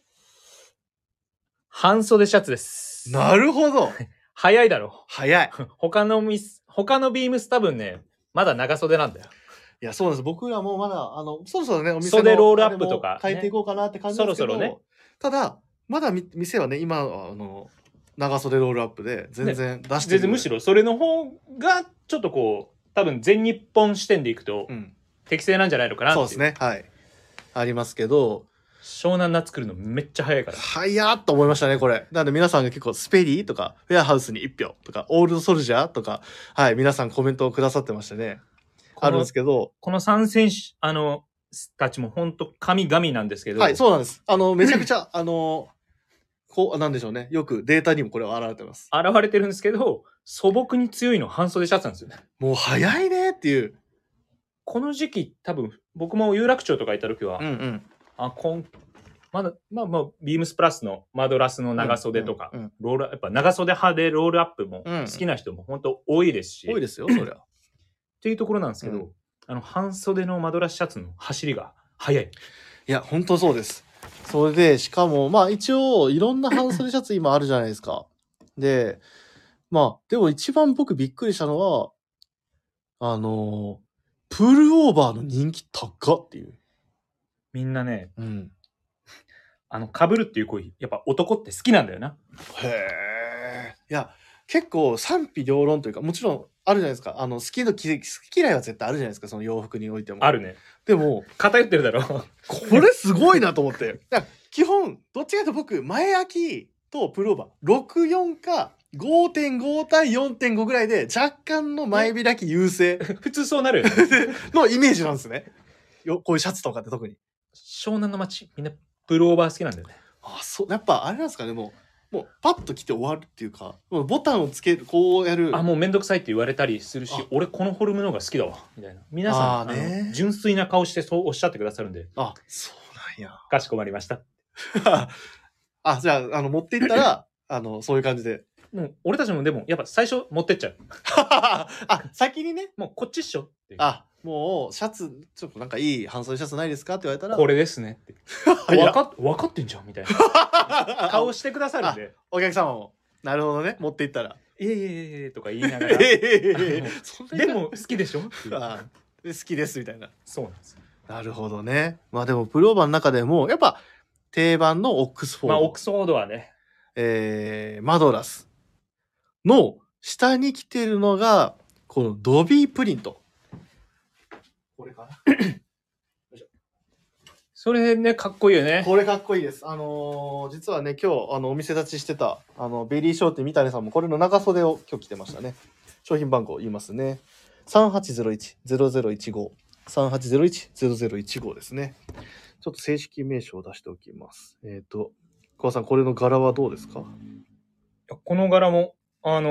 [SPEAKER 1] 半袖シャツです。
[SPEAKER 2] なるほど。
[SPEAKER 1] 早いだろ。
[SPEAKER 2] 早い。
[SPEAKER 1] 他のビームス多分ね、まだ長袖なんだよ。
[SPEAKER 2] いや、そうなんです。僕らもまだ、そろそろね、お店の
[SPEAKER 1] 袖ロールアップとか、
[SPEAKER 2] 変えていこうかなって感じですけど、そろそろね。ただ、まだ店はね、今、長袖ロールアップで全然出してる、
[SPEAKER 1] 全然むしろそれの方が、ちょっとこう、多分全日本視点でいくと、適正なんじゃないのかなっていう。
[SPEAKER 2] そうですね。はい。ありますけど、
[SPEAKER 1] 湘南夏来るのめっちゃ早いから。
[SPEAKER 2] 早っと思いましたね、これ。なので皆さんが結構スペリーとか、フェアハウスに1票とか、オールドソルジャーとか、はい、皆さんコメントをくださってましてね。あるんですけど。
[SPEAKER 1] この3選手、たちも本当神々なんですけど。
[SPEAKER 2] はい、そうなんです。めちゃくちゃ、なんでしょうね。よくデータにもこれは現れてます。
[SPEAKER 1] 現れてるんですけど、素朴に強いの半袖シャツなんですよね。
[SPEAKER 2] もう早いねっていう。
[SPEAKER 1] この時期、多分、僕も有楽町とか行った時は、まあ、ビームスプラスのマドラスの長袖とか、やっぱ長袖派でロールアップも好きな人も本当多いですし。
[SPEAKER 2] 多いですよ、そりゃ。
[SPEAKER 1] っていうところなんですけど、半袖のマドラスシャツの走りが速い。い
[SPEAKER 2] や、本当そうです。それで、しかも、まあ一応、いろんな半袖シャツ今あるじゃないですか。で、まあ、でも一番僕びっくりしたのは、プルオーバーの人気高っていう。
[SPEAKER 1] みんなね、被るっていう行為、やっぱ男って好きなんだよな。
[SPEAKER 2] へえ。いや、結構賛否両論というか、もちろんあるじゃないですか。好き嫌いは絶対あるじゃないですか、その洋服においても。
[SPEAKER 1] あるね。
[SPEAKER 2] でも、
[SPEAKER 1] 偏ってるだろ。
[SPEAKER 2] これすごいなと思って。基本、どっちかというと僕、前開きとプルオーバー、64か 5.5 対 4.5 ぐらいで、若干の前開き優勢。
[SPEAKER 1] 普通そうなるよね。
[SPEAKER 2] のイメージなんですね。こういうシャツとかって特に。
[SPEAKER 1] 湘南の街、みんなプルオーバー好きなんだよね。
[SPEAKER 2] あ、そう。やっぱあれなんですかね、もうパッと着て終わるっていうか、ボタンをつける、こうやる。
[SPEAKER 1] もうめんどくさいって言われたりするし、俺このフォルムの方が好きだわ、みたいな。皆さん、純粋な顔してそうおっしゃってくださるんで。
[SPEAKER 2] あ、そうなんや。
[SPEAKER 1] かしこまりました。
[SPEAKER 2] じゃあ、持っていったら、そういう感じで。
[SPEAKER 1] もう、俺たちもでも、やっぱ最初持ってっちゃう。
[SPEAKER 2] 先にね。
[SPEAKER 1] もうこっちっしょって。
[SPEAKER 2] もう、シャツ、ちょっとなんかいい半袖シャツないですかって言われたら。
[SPEAKER 1] これですねって。分かってんじゃんみたいな。顔してくださるんで。
[SPEAKER 2] お客様も。なるほどね。持っていったら。
[SPEAKER 1] とか言いながら。でも、好きでしょ
[SPEAKER 2] 好きです、みたいな。
[SPEAKER 1] そうなんですよ。
[SPEAKER 2] なるほどね。まあでも、プローバーの中でも、やっぱ、定番のオックスフォード。
[SPEAKER 1] オックスフォードはね。
[SPEAKER 2] マドラスの下に来てるのが、このドビープリント。これかな
[SPEAKER 1] それね、かっこいいよね。
[SPEAKER 2] これかっこいいです。実はね、今日、お店立ちしてた、ベリーショーテ三谷さんもこれの長袖を今日着てましたね。商品番号言いますね。3801-0015。3801-0015ですね。ちょっと正式名称を出しておきます。小川さん、これの柄はどうですか？
[SPEAKER 1] この柄も、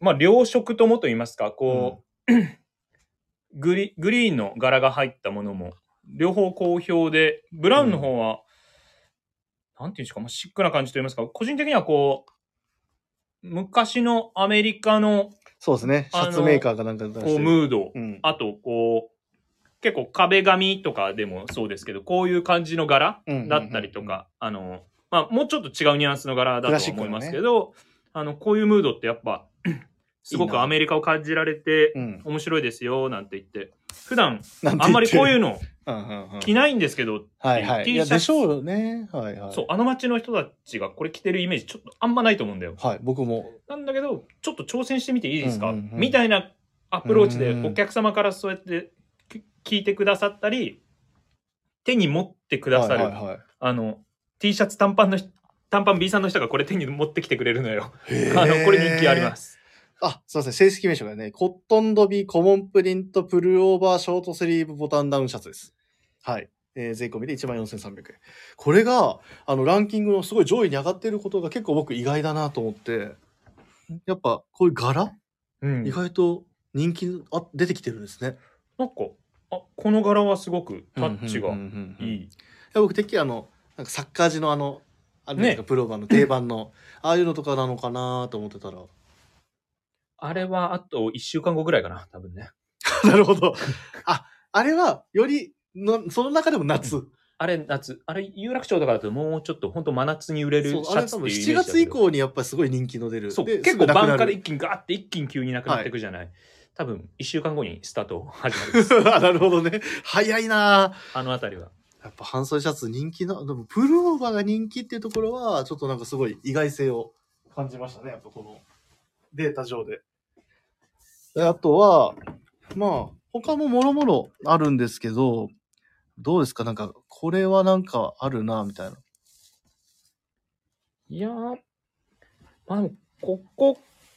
[SPEAKER 1] まあ、両色ともと言いますか、こう、グリーンの柄が入ったものも、両方好評で、ブラウンの方は、なんていうんですか、まあ、シックな感じと言いますか、個人的にはこう、昔のアメリカの、
[SPEAKER 2] そうですね、シャツメーカーがなんか出して
[SPEAKER 1] こう、ムード、あと、こう、結構壁紙とかでもそうですけど、こういう感じの柄だったりとか、まあ、もうちょっと違うニュアンスの柄だとは思いますけど、こういうムードってやっぱ、すごくアメリカを感じられて、面白いですよ、なんて言って。普段、あんまりこういうの着ないんですけど、
[SPEAKER 2] はいはい。T シャツ。でしょうね。はいはい。
[SPEAKER 1] そう、あの街の人たちがこれ着てるイメージちょっとあんまないと思うんだよ。
[SPEAKER 2] はい、僕も。
[SPEAKER 1] なんだけど、ちょっと挑戦してみていいですか、みたいなアプローチでお客様からそうやって聞いてくださったり、手に持ってくださる、T シャツ短パン B さんの人がこれ手に持ってきてくれるのよ。これ人気あります。
[SPEAKER 2] あ、すいません。正式名称がね、コットンドビーコモンプリントプルオーバーショートスリーブボタンダウンシャツです。はい。税込みで14,300円。これが、ランキングのすごい上位に上がっていることが結構僕意外だなと思って、やっぱこういう柄、意外と人気出てきてるんですね。
[SPEAKER 1] なんか、この柄はすごくタッチがいい。
[SPEAKER 2] 僕、てっきりなんかサッカー地のあれプローバーの定番の、ああいうのとかなのかなと思ってたら。
[SPEAKER 1] あれはあと1週間後ぐらいかな、多分ね。
[SPEAKER 2] なるほど。あれは、よりその中でも夏。
[SPEAKER 1] あれ、夏。あれ、有楽町とかだともうちょっと本当真夏に売れるシャツっていうイメージだけど。
[SPEAKER 2] 7月以降にやっぱりすごい人気の出る。
[SPEAKER 1] そう、結構晩から一気にガーって一気に急になくなっていくじゃない。多分、1週間後にスタート始まります。
[SPEAKER 2] なるほどね。早いな
[SPEAKER 1] あのあたりは。
[SPEAKER 2] やっぱ半袖シャツ人気でもプルオーバーが人気っていうところは、ちょっとなんかすごい意外性を感じましたね。やっぱこのデータ上で。あとは、まあ、他ももろもろあるんですけど、どうですかなんか、これはなんかあるな、みたいな。
[SPEAKER 1] いやー、まあ、ここ、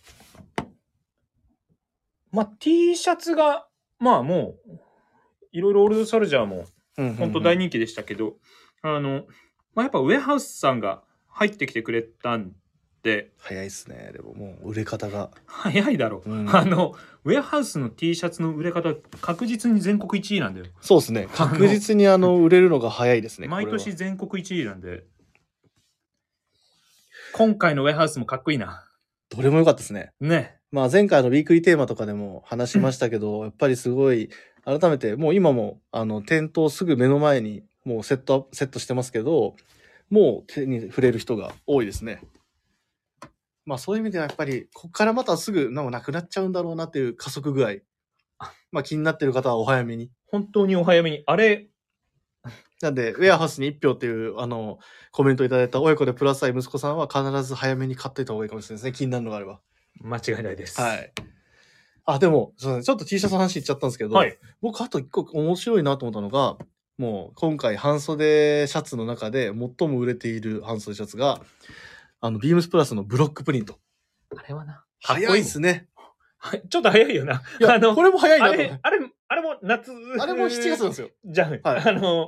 [SPEAKER 1] まあ、T シャツが、まあもう、いろいろオールドソルジャーも、本当大人気でしたけど、まあ、やっぱウェハウスさんが入ってきてくれたんで。
[SPEAKER 2] 早いっすね。でももう売れ方が。
[SPEAKER 1] 早いだろう。ウェハウスの T シャツの売れ方、確実に全国1位なんだよ。
[SPEAKER 2] そうですね。確実に売れるのが早いですね。
[SPEAKER 1] 毎年全国1位なんで。今回のウェハウスもかっこいいな。
[SPEAKER 2] どれも良かったですね。
[SPEAKER 1] ね。
[SPEAKER 2] まあ前回のウィークリーテーマとかでも話しましたけど、やっぱりすごい、改めて、もう今も、店頭すぐ目の前に、もうセットしてますけど、もう手に触れる人が多いですね。まあそういう意味ではやっぱり、こっからまたすぐなくなっちゃうんだろうなっていう加速具合。まあ気になってる方はお早めに。
[SPEAKER 1] 本当にお早めに。あれ、
[SPEAKER 2] なんで、ウェアハウスに1票っていう、コメントいただいた親子でプラス愛息子さんは必ず早めに買っていた方がいいかもしれないですね。気になるのがあれば。
[SPEAKER 1] 間違いないです。
[SPEAKER 2] はい。でも、ちょっと T シャツの話言っちゃったんですけど、はい、僕あと一個面白いなと思ったのが、もう今回半袖シャツの中で最も売れている半袖シャツが、ビームスプラスのブロックプリント。
[SPEAKER 1] あれはな。
[SPEAKER 2] 早いっすね。
[SPEAKER 1] ちょっと早いよな。
[SPEAKER 2] いや、これも早いなと思って。
[SPEAKER 1] あれも夏。
[SPEAKER 2] あれも7月なんですよ。
[SPEAKER 1] じゃん。はい、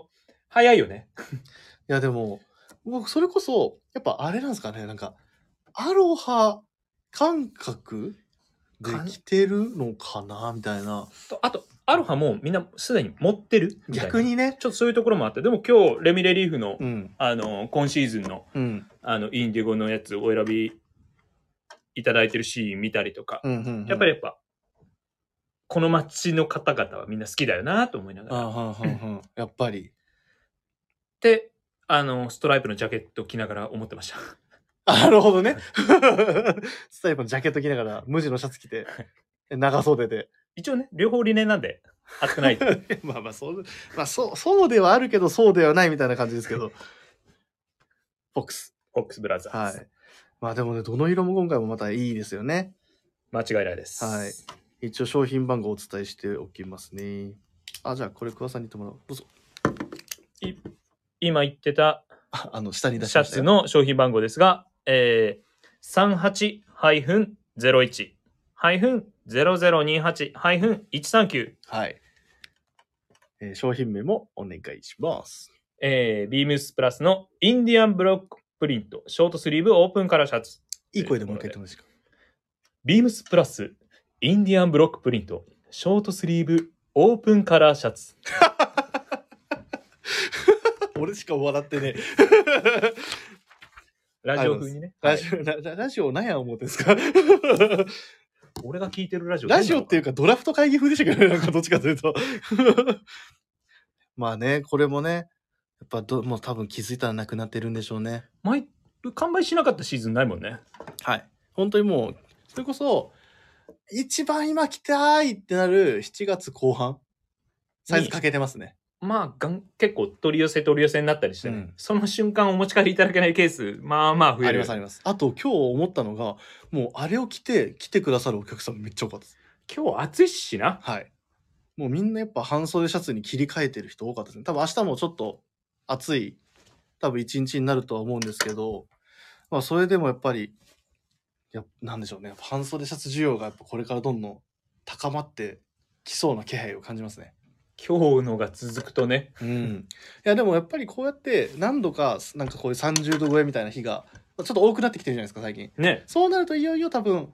[SPEAKER 1] 早いよね。
[SPEAKER 2] いや、でも、僕それこそ、やっぱあれなんですかね、なんか、アロハ感覚できてるのかなみたいな。
[SPEAKER 1] あと、アロハもみんなすでに持ってる
[SPEAKER 2] 逆にね。
[SPEAKER 1] ちょっとそういうところもあって、でも今日、レミレリーフの、今シーズンの、インディゴのやつお選びいただいてるシーン見たりとか、やっぱりこの街の方々はみんな好きだよなと思いながら。
[SPEAKER 2] やっぱり。
[SPEAKER 1] で、ストライプのジャケット着ながら思ってました。
[SPEAKER 2] なるほどね。ストライプのジャケット着ながら、無地のシャツ着て、長袖で。
[SPEAKER 1] 一応ね、両方理念なんで、熱くない。
[SPEAKER 2] そうではあるけど、そうではないみたいな感じですけど。フォックス
[SPEAKER 1] ブラザーズ。
[SPEAKER 2] はい。まあでもね、どの色も今回もまたいいですよね。
[SPEAKER 1] 間違いないです。
[SPEAKER 2] はい。一応商品番号をお伝えしておきますね。じゃあこれ桑さんに言ってもらおう。どうぞ。
[SPEAKER 1] 今言ってた
[SPEAKER 2] 下に出しました
[SPEAKER 1] シャツの商品番号ですが、38-0028-139。
[SPEAKER 2] はい。商品名もお願いします。
[SPEAKER 1] ビームスプラスのインディアンブロックプリントショートスリーブオープンカラーシャツ。
[SPEAKER 2] いい声でもう一回言ってもいいですか？
[SPEAKER 1] ビームスプラスインディアンブロックプリントショートスリーブオープンカラーシャツ。
[SPEAKER 2] 俺しか笑ってね。
[SPEAKER 1] ラジオ風にね。
[SPEAKER 2] ラジオ何や思ってんですか？
[SPEAKER 1] 俺が聞いてるラジ
[SPEAKER 2] オっていうかドラフト会議風でしたけどね、なんかどっちかというと。まあね、これもね、やっぱもう多分気づいたらなくなってるんでしょうね。
[SPEAKER 1] 完売しなかったシーズンないもんね。
[SPEAKER 2] はい。本当にもう、それこそ、一番今着たいってなる7月後半、サイズかけてますね。
[SPEAKER 1] まあ、結構取り寄せになったりしてね、その瞬間お持ち帰りいただけないケース、まあまあ増える。
[SPEAKER 2] ありますあります。あと今日思ったのが、もうあれを着てくださるお客さんめっちゃ多かったです。
[SPEAKER 1] 今日暑いしな。
[SPEAKER 2] はい。もうみんなやっぱ半袖シャツに切り替えてる人多かったですね。多分明日もちょっと暑い、多分一日になるとは思うんですけど、まあそれでもやっぱり、なんでしょうね。半袖シャツ需要がやっぱこれからどんどん高まってきそうな気配を感じますね。
[SPEAKER 1] 今日のが続くとね。
[SPEAKER 2] うん。いやでもやっぱりこうやって何度かなんかこういう30度超えみたいな日がちょっと多くなってきてるじゃないですか最近。
[SPEAKER 1] ね。
[SPEAKER 2] そうなるといよいよ多分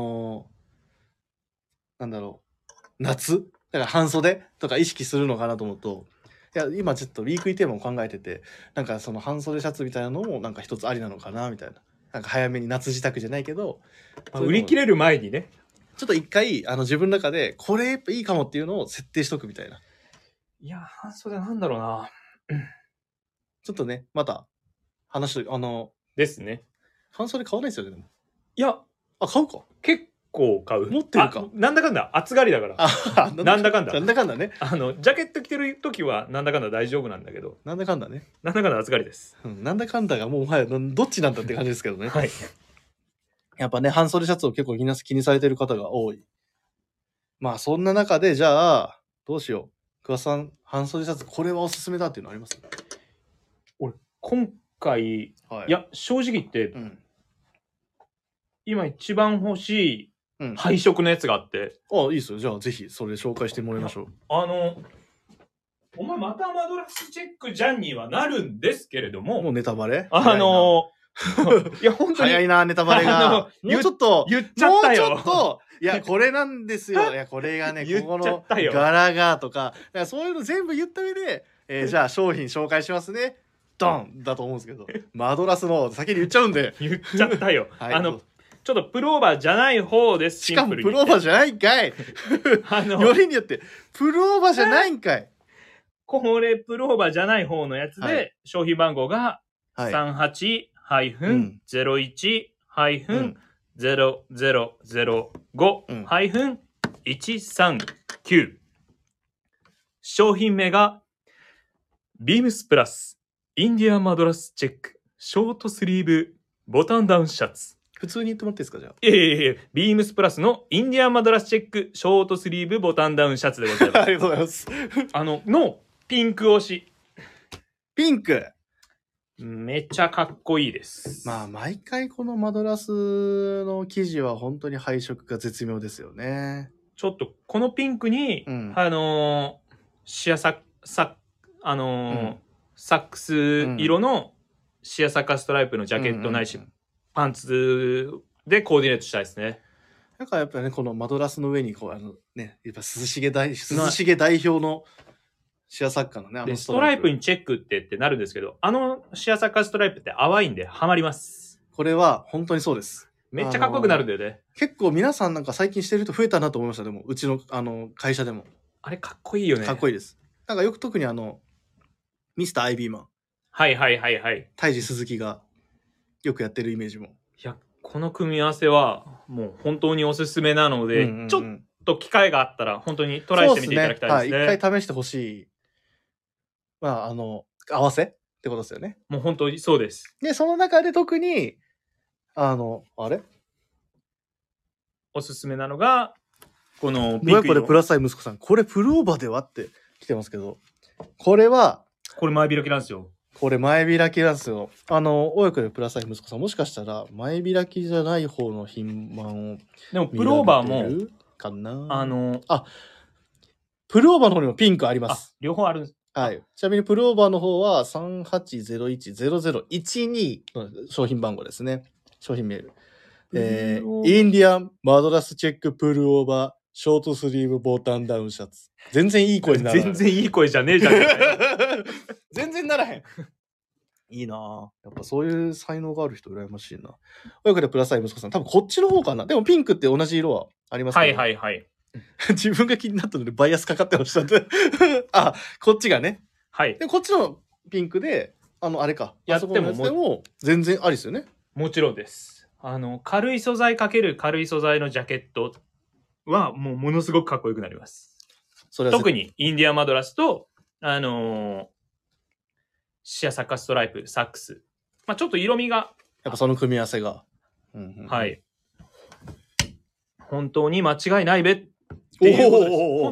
[SPEAKER 2] なんだろう、夏だから半袖とか意識するのかなと思うと、いや今ちょっとウィークリーテーマを考えてて、なんかその半袖シャツみたいなのもなんか一つありなのかなみたいな。なんか早めに夏支度じゃないけど、
[SPEAKER 1] 売り切れる前にね。
[SPEAKER 2] ちょっと一回自分の中でこれいいかもっていうのを設定しとくみたいな。
[SPEAKER 1] いや、半袖なんだろうな。
[SPEAKER 2] ちょっとね、また話
[SPEAKER 1] ですね。
[SPEAKER 2] 半袖買わないですよね、でも。
[SPEAKER 1] いや、
[SPEAKER 2] 買うか。
[SPEAKER 1] 結構買う。
[SPEAKER 2] 持ってるか。
[SPEAKER 1] なんだかんだ暑がりだから。なんだかんだ。
[SPEAKER 2] なんだかんだね。
[SPEAKER 1] ジャケット着てる時はなんだかんだ大丈夫なんだけど。
[SPEAKER 2] なんだかんだね。
[SPEAKER 1] なんだかんだ暑がりです。
[SPEAKER 2] なんだかんだがもうもはやどっちなんだって感じですけどね。
[SPEAKER 1] はい。
[SPEAKER 2] やっぱね、半袖シャツを結構みんな気にされてる方が多い。まあそんな中でじゃあどうしよう。桑さん、半袖シャツこれはおすすめだっていうのあります？
[SPEAKER 1] 俺今回、いや正直言って、今一番欲しい配色のやつがあって。
[SPEAKER 2] いいですよ。じゃあぜひそれ紹介してもらいましょう。
[SPEAKER 1] お前またマドラスチェックじゃんにはなるんですけれども。
[SPEAKER 2] もうネタバレ？
[SPEAKER 1] いや本当に
[SPEAKER 2] 早いなネタバレが。もうちょっと
[SPEAKER 1] 言っちゃったよ。
[SPEAKER 2] もうちょっといやこれなんですよ。いやこれがねここの柄がとか、そういうの全部言った上で、じゃあ商品紹介しますね。ドンだと思うんですけど、マドラスの先に言っちゃうんで。
[SPEAKER 1] 言っちゃったよ。ちょっとプルオーバーじゃない方です。
[SPEAKER 2] しかもプルオーバーじゃないんかい。よりによってプルオーバーじゃないんかい。
[SPEAKER 1] これプルオーバーじゃない方のやつで、商品番号が 38-0005-139。商品名がビームスプラスインディアンマドラスチェックショートスリーブボタンダウンシャツ。
[SPEAKER 2] 普通に言ってもらっていいですか？じゃあ。
[SPEAKER 1] ビームスプラスのインディアンマドラスチェックショートスリーブボタンダウンシャツでございます。
[SPEAKER 2] ありがとうございます。
[SPEAKER 1] のピンク推し。
[SPEAKER 2] ピンク
[SPEAKER 1] めっちゃかっこいいです。
[SPEAKER 2] まあ毎回このマドラスの生地は本当に配色が絶妙ですよね。
[SPEAKER 1] ちょっとこのピンクに、シアサックス色のシアサッカーストライプのジャケットないし、パンツでコーディネートしたいですね。
[SPEAKER 2] なんかやっぱりね、このマドラスの上にこうやっぱ涼しげ代表のシアサッカーのね、
[SPEAKER 1] ストライプにチェックってなるんですけど、シアサッカーストライプって淡いんでハマります。
[SPEAKER 2] これは本当にそうです。
[SPEAKER 1] めっちゃかっこよくなるんだよね。
[SPEAKER 2] 結構皆さんなんか最近してる人増えたなと思いました。でもうちの会社でも
[SPEAKER 1] あれかっこいいよね。
[SPEAKER 2] かっこいいです。なんかよく特にミスターアイビーマン、
[SPEAKER 1] はい
[SPEAKER 2] タイジ鈴木がよくやってるイメージも。
[SPEAKER 1] いやこの組み合わせはもう本当におすすめなので、ちょっと機会があったら本当にトライしてみていただきたいですね。
[SPEAKER 2] 一回試してほしい。まあ合わせってことですよね。
[SPEAKER 1] もう本当にそうです。
[SPEAKER 2] でその中で特にあれ
[SPEAKER 1] おすすめなのがこの
[SPEAKER 2] ピンク色。これプラスサイ息子さん、これプルオーバーではって来てますけど、これ
[SPEAKER 1] 前開きなんですよ。
[SPEAKER 2] これ前開きなんですよ。親子でプラスサイ息子さん、もしかしたら前開きじゃない方の品番を
[SPEAKER 1] でもプルオーバーも
[SPEAKER 2] かな。プルオーバーの方にもピンクあります。
[SPEAKER 1] 両方あるんです。
[SPEAKER 2] はい。ちなみにプルオーバーの方は38010012の商品番号ですね。商品メール。 インディアンマドラスチェックプルオーバーショートスリーブボタンダウンシャツ。全然いい声にならない。
[SPEAKER 1] 全然いい声じゃねえじゃん。
[SPEAKER 2] 全然ならへん。いいなぁ。やっぱそういう才能がある人羨ましいな。親子でプラスアイ息子さん。多分こっちの方かな。でもピンクって同じ色はありますけど。
[SPEAKER 1] はいはいはい。
[SPEAKER 2] 自分が気になったのでバイアスかかってましたって。あ、こっちがね。
[SPEAKER 1] はい。
[SPEAKER 2] で、こっちのピンクで、あれか。
[SPEAKER 1] やって
[SPEAKER 2] も全然ありですよね。
[SPEAKER 1] もちろんです。軽い素材かける軽い素材のジャケットはもうものすごくかっこよくなります。特にインディアンマドラスと、シアサッカーストライプ、サックス。まあちょっと色味が。
[SPEAKER 2] やっぱその組み合わせが。
[SPEAKER 1] はい。本当に間違いないべっていうことです。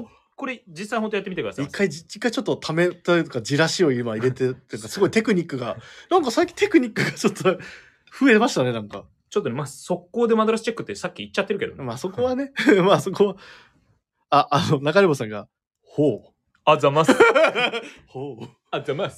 [SPEAKER 1] これ実際本当やってみてください。
[SPEAKER 2] 一回ちょっとためというかじらしを今入れてっていうかすごいテクニックがなんか最近テクニックがちょっと増えましたねなんか。
[SPEAKER 1] ちょっとねまあ速攻でマドラスチェックってさっき言っちゃってるけどね。
[SPEAKER 2] まあそこはねまあそこは中山さんがほう
[SPEAKER 1] あざます
[SPEAKER 2] ほう
[SPEAKER 1] あざます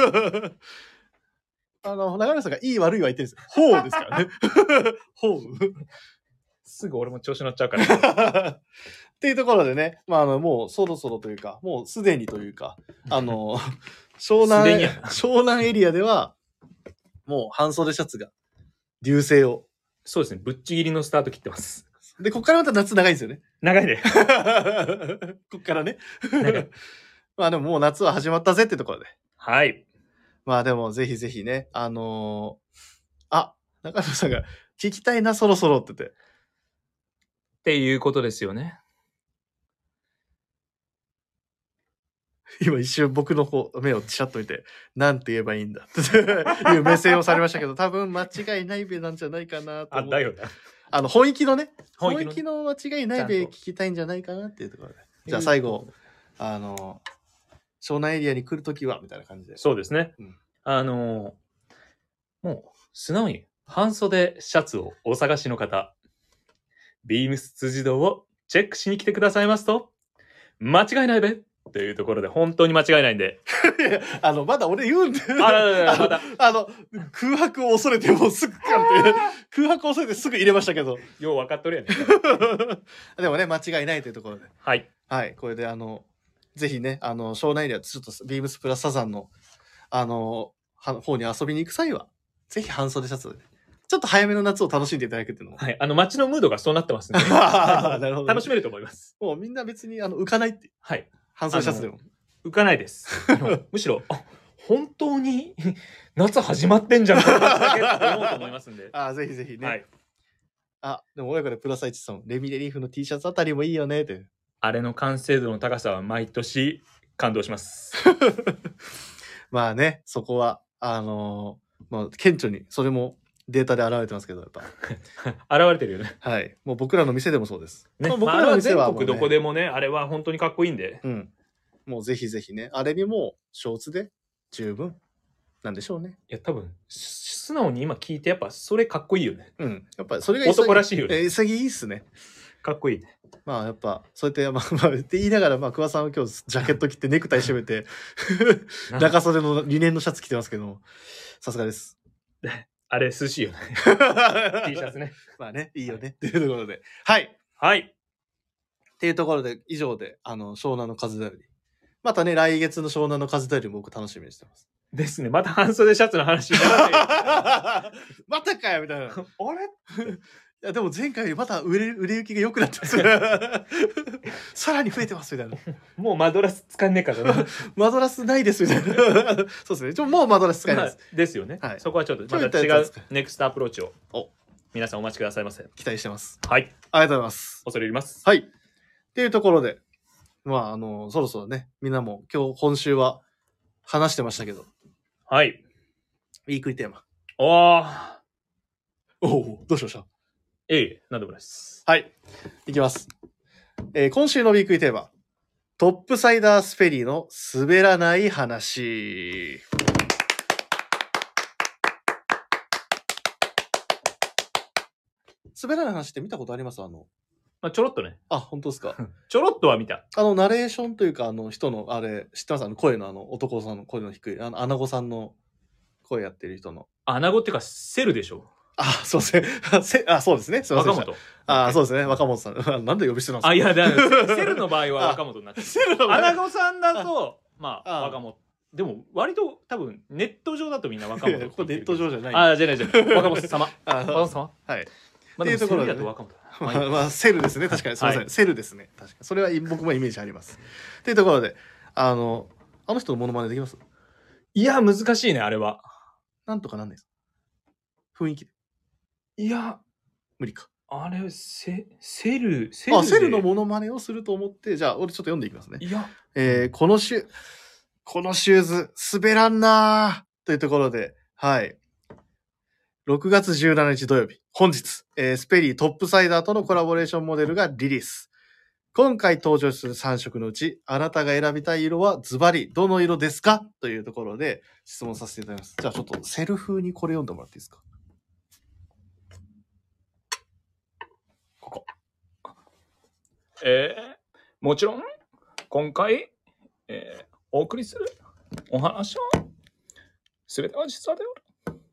[SPEAKER 2] 中山さんがいい悪いは言ってるんですよ。ほうですからねほう
[SPEAKER 1] すぐ俺も調子乗っちゃうから
[SPEAKER 2] っていうところでね、まあもうそろそろというか、もうすでにというか、湘南エリアでは、もう半袖シャツが流星を。
[SPEAKER 1] そうですね、ぶっちぎりのスタート切ってます。
[SPEAKER 2] で、こっからまた夏長いんですよね。
[SPEAKER 1] 長いね。
[SPEAKER 2] こっからね。まあでももう夏は始まったぜってところで。
[SPEAKER 1] はい。
[SPEAKER 2] まあでもぜひぜひね、中山さんが聞きたいな、そろそろって言って。
[SPEAKER 1] っていうことですよね。
[SPEAKER 2] 今一瞬僕の目をチラッと見て、なんて言えばいいんだっていう目線をされましたけど、多分間違いないべなんじゃないかなと思って。
[SPEAKER 1] だよね。
[SPEAKER 2] 本域のね、本域の間違いないべ聞きたいんじゃないかなっていうところで。じゃあ最後、湘南エリアに来るときは、みたいな感じで。
[SPEAKER 1] そうですね。もう、素直に半袖シャツをお探しの方、ビームス辻堂をチェックしに来てくださいますと、間違いないべというところで本当に間違いないんで。
[SPEAKER 2] まだ俺言うんだよ。
[SPEAKER 1] まだ。
[SPEAKER 2] 空白を恐れてもうすぐかって、空白を恐れてすぐ入れましたけど。
[SPEAKER 1] よう分かっとるやね
[SPEAKER 2] でもね、間違いないというところで。
[SPEAKER 1] はい。
[SPEAKER 2] はい。これでぜひね、湘南エリア、ちょっとビームスプラスサザンの、方に遊びに行く際は、ぜひ半袖シャツで、ちょっと早めの夏を楽しんでいただくっていうのも。
[SPEAKER 1] はい。街のムードがそうなってますね。
[SPEAKER 2] なるほど、ね。
[SPEAKER 1] 楽しめると思います。
[SPEAKER 2] もうみんな別に浮かないって。
[SPEAKER 1] はい。
[SPEAKER 2] 半袖シャツでも。
[SPEAKER 1] 浮かないです。むしろ、本当に夏始まってんじゃん、これだけって思うと思いますんで。
[SPEAKER 2] ぜひぜひね。
[SPEAKER 1] はい。
[SPEAKER 2] でも親子でプラス1さん、レミレリーフの T シャツあたりもいいよねって。
[SPEAKER 1] あれの完成度の高さは毎年感動します。
[SPEAKER 2] まあね、そこは、顕著に、それもデータで現れてますけど、やっぱ。
[SPEAKER 1] 現れてるよね。
[SPEAKER 2] はい。もう僕らの店でもそうです。
[SPEAKER 1] ね、僕らの店は、全国どこでもね、あれは本当にかっこいいんで。
[SPEAKER 2] うん。もうぜひぜひね、あれにもショーツで十分なんでしょうね。
[SPEAKER 1] いや、多分、素直に今聞いて、やっぱそれかっこいいよね。
[SPEAKER 2] うん。やっぱそれが
[SPEAKER 1] 男らしいよね。
[SPEAKER 2] 潔いっすね。
[SPEAKER 1] かっこいいね。
[SPEAKER 2] まあやっぱ、そうやって、って言いながら、桑さんは今日ジャケット着てネクタイ締めて、長袖のリネンのシャツ着てますけど、さすがです。
[SPEAKER 1] あれ、涼しいよね。T シャツね。
[SPEAKER 2] まあね、いいよね。っていうところで。はい。
[SPEAKER 1] はい。
[SPEAKER 2] っていうところで、以上で、湘南の風だより。またね、来月の湘南の風だよりも僕楽しみにしてます。
[SPEAKER 1] ですね。また半袖シャツの話にならない。
[SPEAKER 2] またかよみたいな。あれいやでも前回よりまた売れ行きが良くなってますさらに増えてますみたいな。
[SPEAKER 1] もうマドラス使んねえからな。
[SPEAKER 2] マドラスないですみたいな。そうですね。もうマドラス使えないです。
[SPEAKER 1] ですよね。はい、そこはちょっとまた違うネクストアプローチを皆さんお待ちくださいませ。
[SPEAKER 2] 期待してます。
[SPEAKER 1] はい。
[SPEAKER 2] ありがとうございます。
[SPEAKER 1] 恐れ入ります。
[SPEAKER 2] はい。っていうところで、まあそろそろね、みんなも今週は話してましたけど。
[SPEAKER 1] はい。
[SPEAKER 2] ウィークリーテーマ。おどうしました？
[SPEAKER 1] なんでもないです。
[SPEAKER 2] はい。いきます。今週のウィークリーテーマ。トップサイダースペリーの滑らない話。滑らない話って見たことあります？ち
[SPEAKER 1] ょろっとね。
[SPEAKER 2] 本当ですか。
[SPEAKER 1] ちょろっとは見た。
[SPEAKER 2] ナレーションというか、人の、あれ、知ってます？声の男さんの声の低い、アナゴさんの声やってる人の。
[SPEAKER 1] アナゴっていうか、セルでしょ。
[SPEAKER 2] あ、そうですね。そうですね。すいません。
[SPEAKER 1] 若本。
[SPEAKER 2] そうですね。若本さん。なんで呼び捨てなんですか？
[SPEAKER 1] いや、セルの場合は若本になっちゃう。
[SPEAKER 2] セルの場合
[SPEAKER 1] アナゴさんだと、まあ、若本。でも、割と多分、ネット上だとみんな若本って言ってる。
[SPEAKER 2] ネット上じゃない。
[SPEAKER 1] じゃない。若本様。若本様。
[SPEAKER 2] はい。
[SPEAKER 1] まあ、でもセルだと若本。
[SPEAKER 2] まあ、セルですね。確かに。すみません。セルですね。確かに。それは僕もイメージあります。っていうところで、あの人のモノマネできます？
[SPEAKER 1] いや、難しいね、あれは。
[SPEAKER 2] なんとかなんないですか？雰囲気で。
[SPEAKER 1] いや、
[SPEAKER 2] 無理か。
[SPEAKER 1] あれ、セル
[SPEAKER 2] のモノマネをすると思って、じゃあ、俺ちょっと読んでいきますね。
[SPEAKER 1] いや、
[SPEAKER 2] このシューズ、滑らんなーというところで、はい。6月17日土曜日、本日、スペリートップサイダーとのコラボレーションモデルがリリース。今回登場する3色のうち、あなたが選びたい色はズバリどの色ですかというところで質問させていただきます。じゃあちょっとセル風にこれ読んでもらっていいですか？ここ。
[SPEAKER 1] もちろん、今回、お送りするお話は、すべては実話である。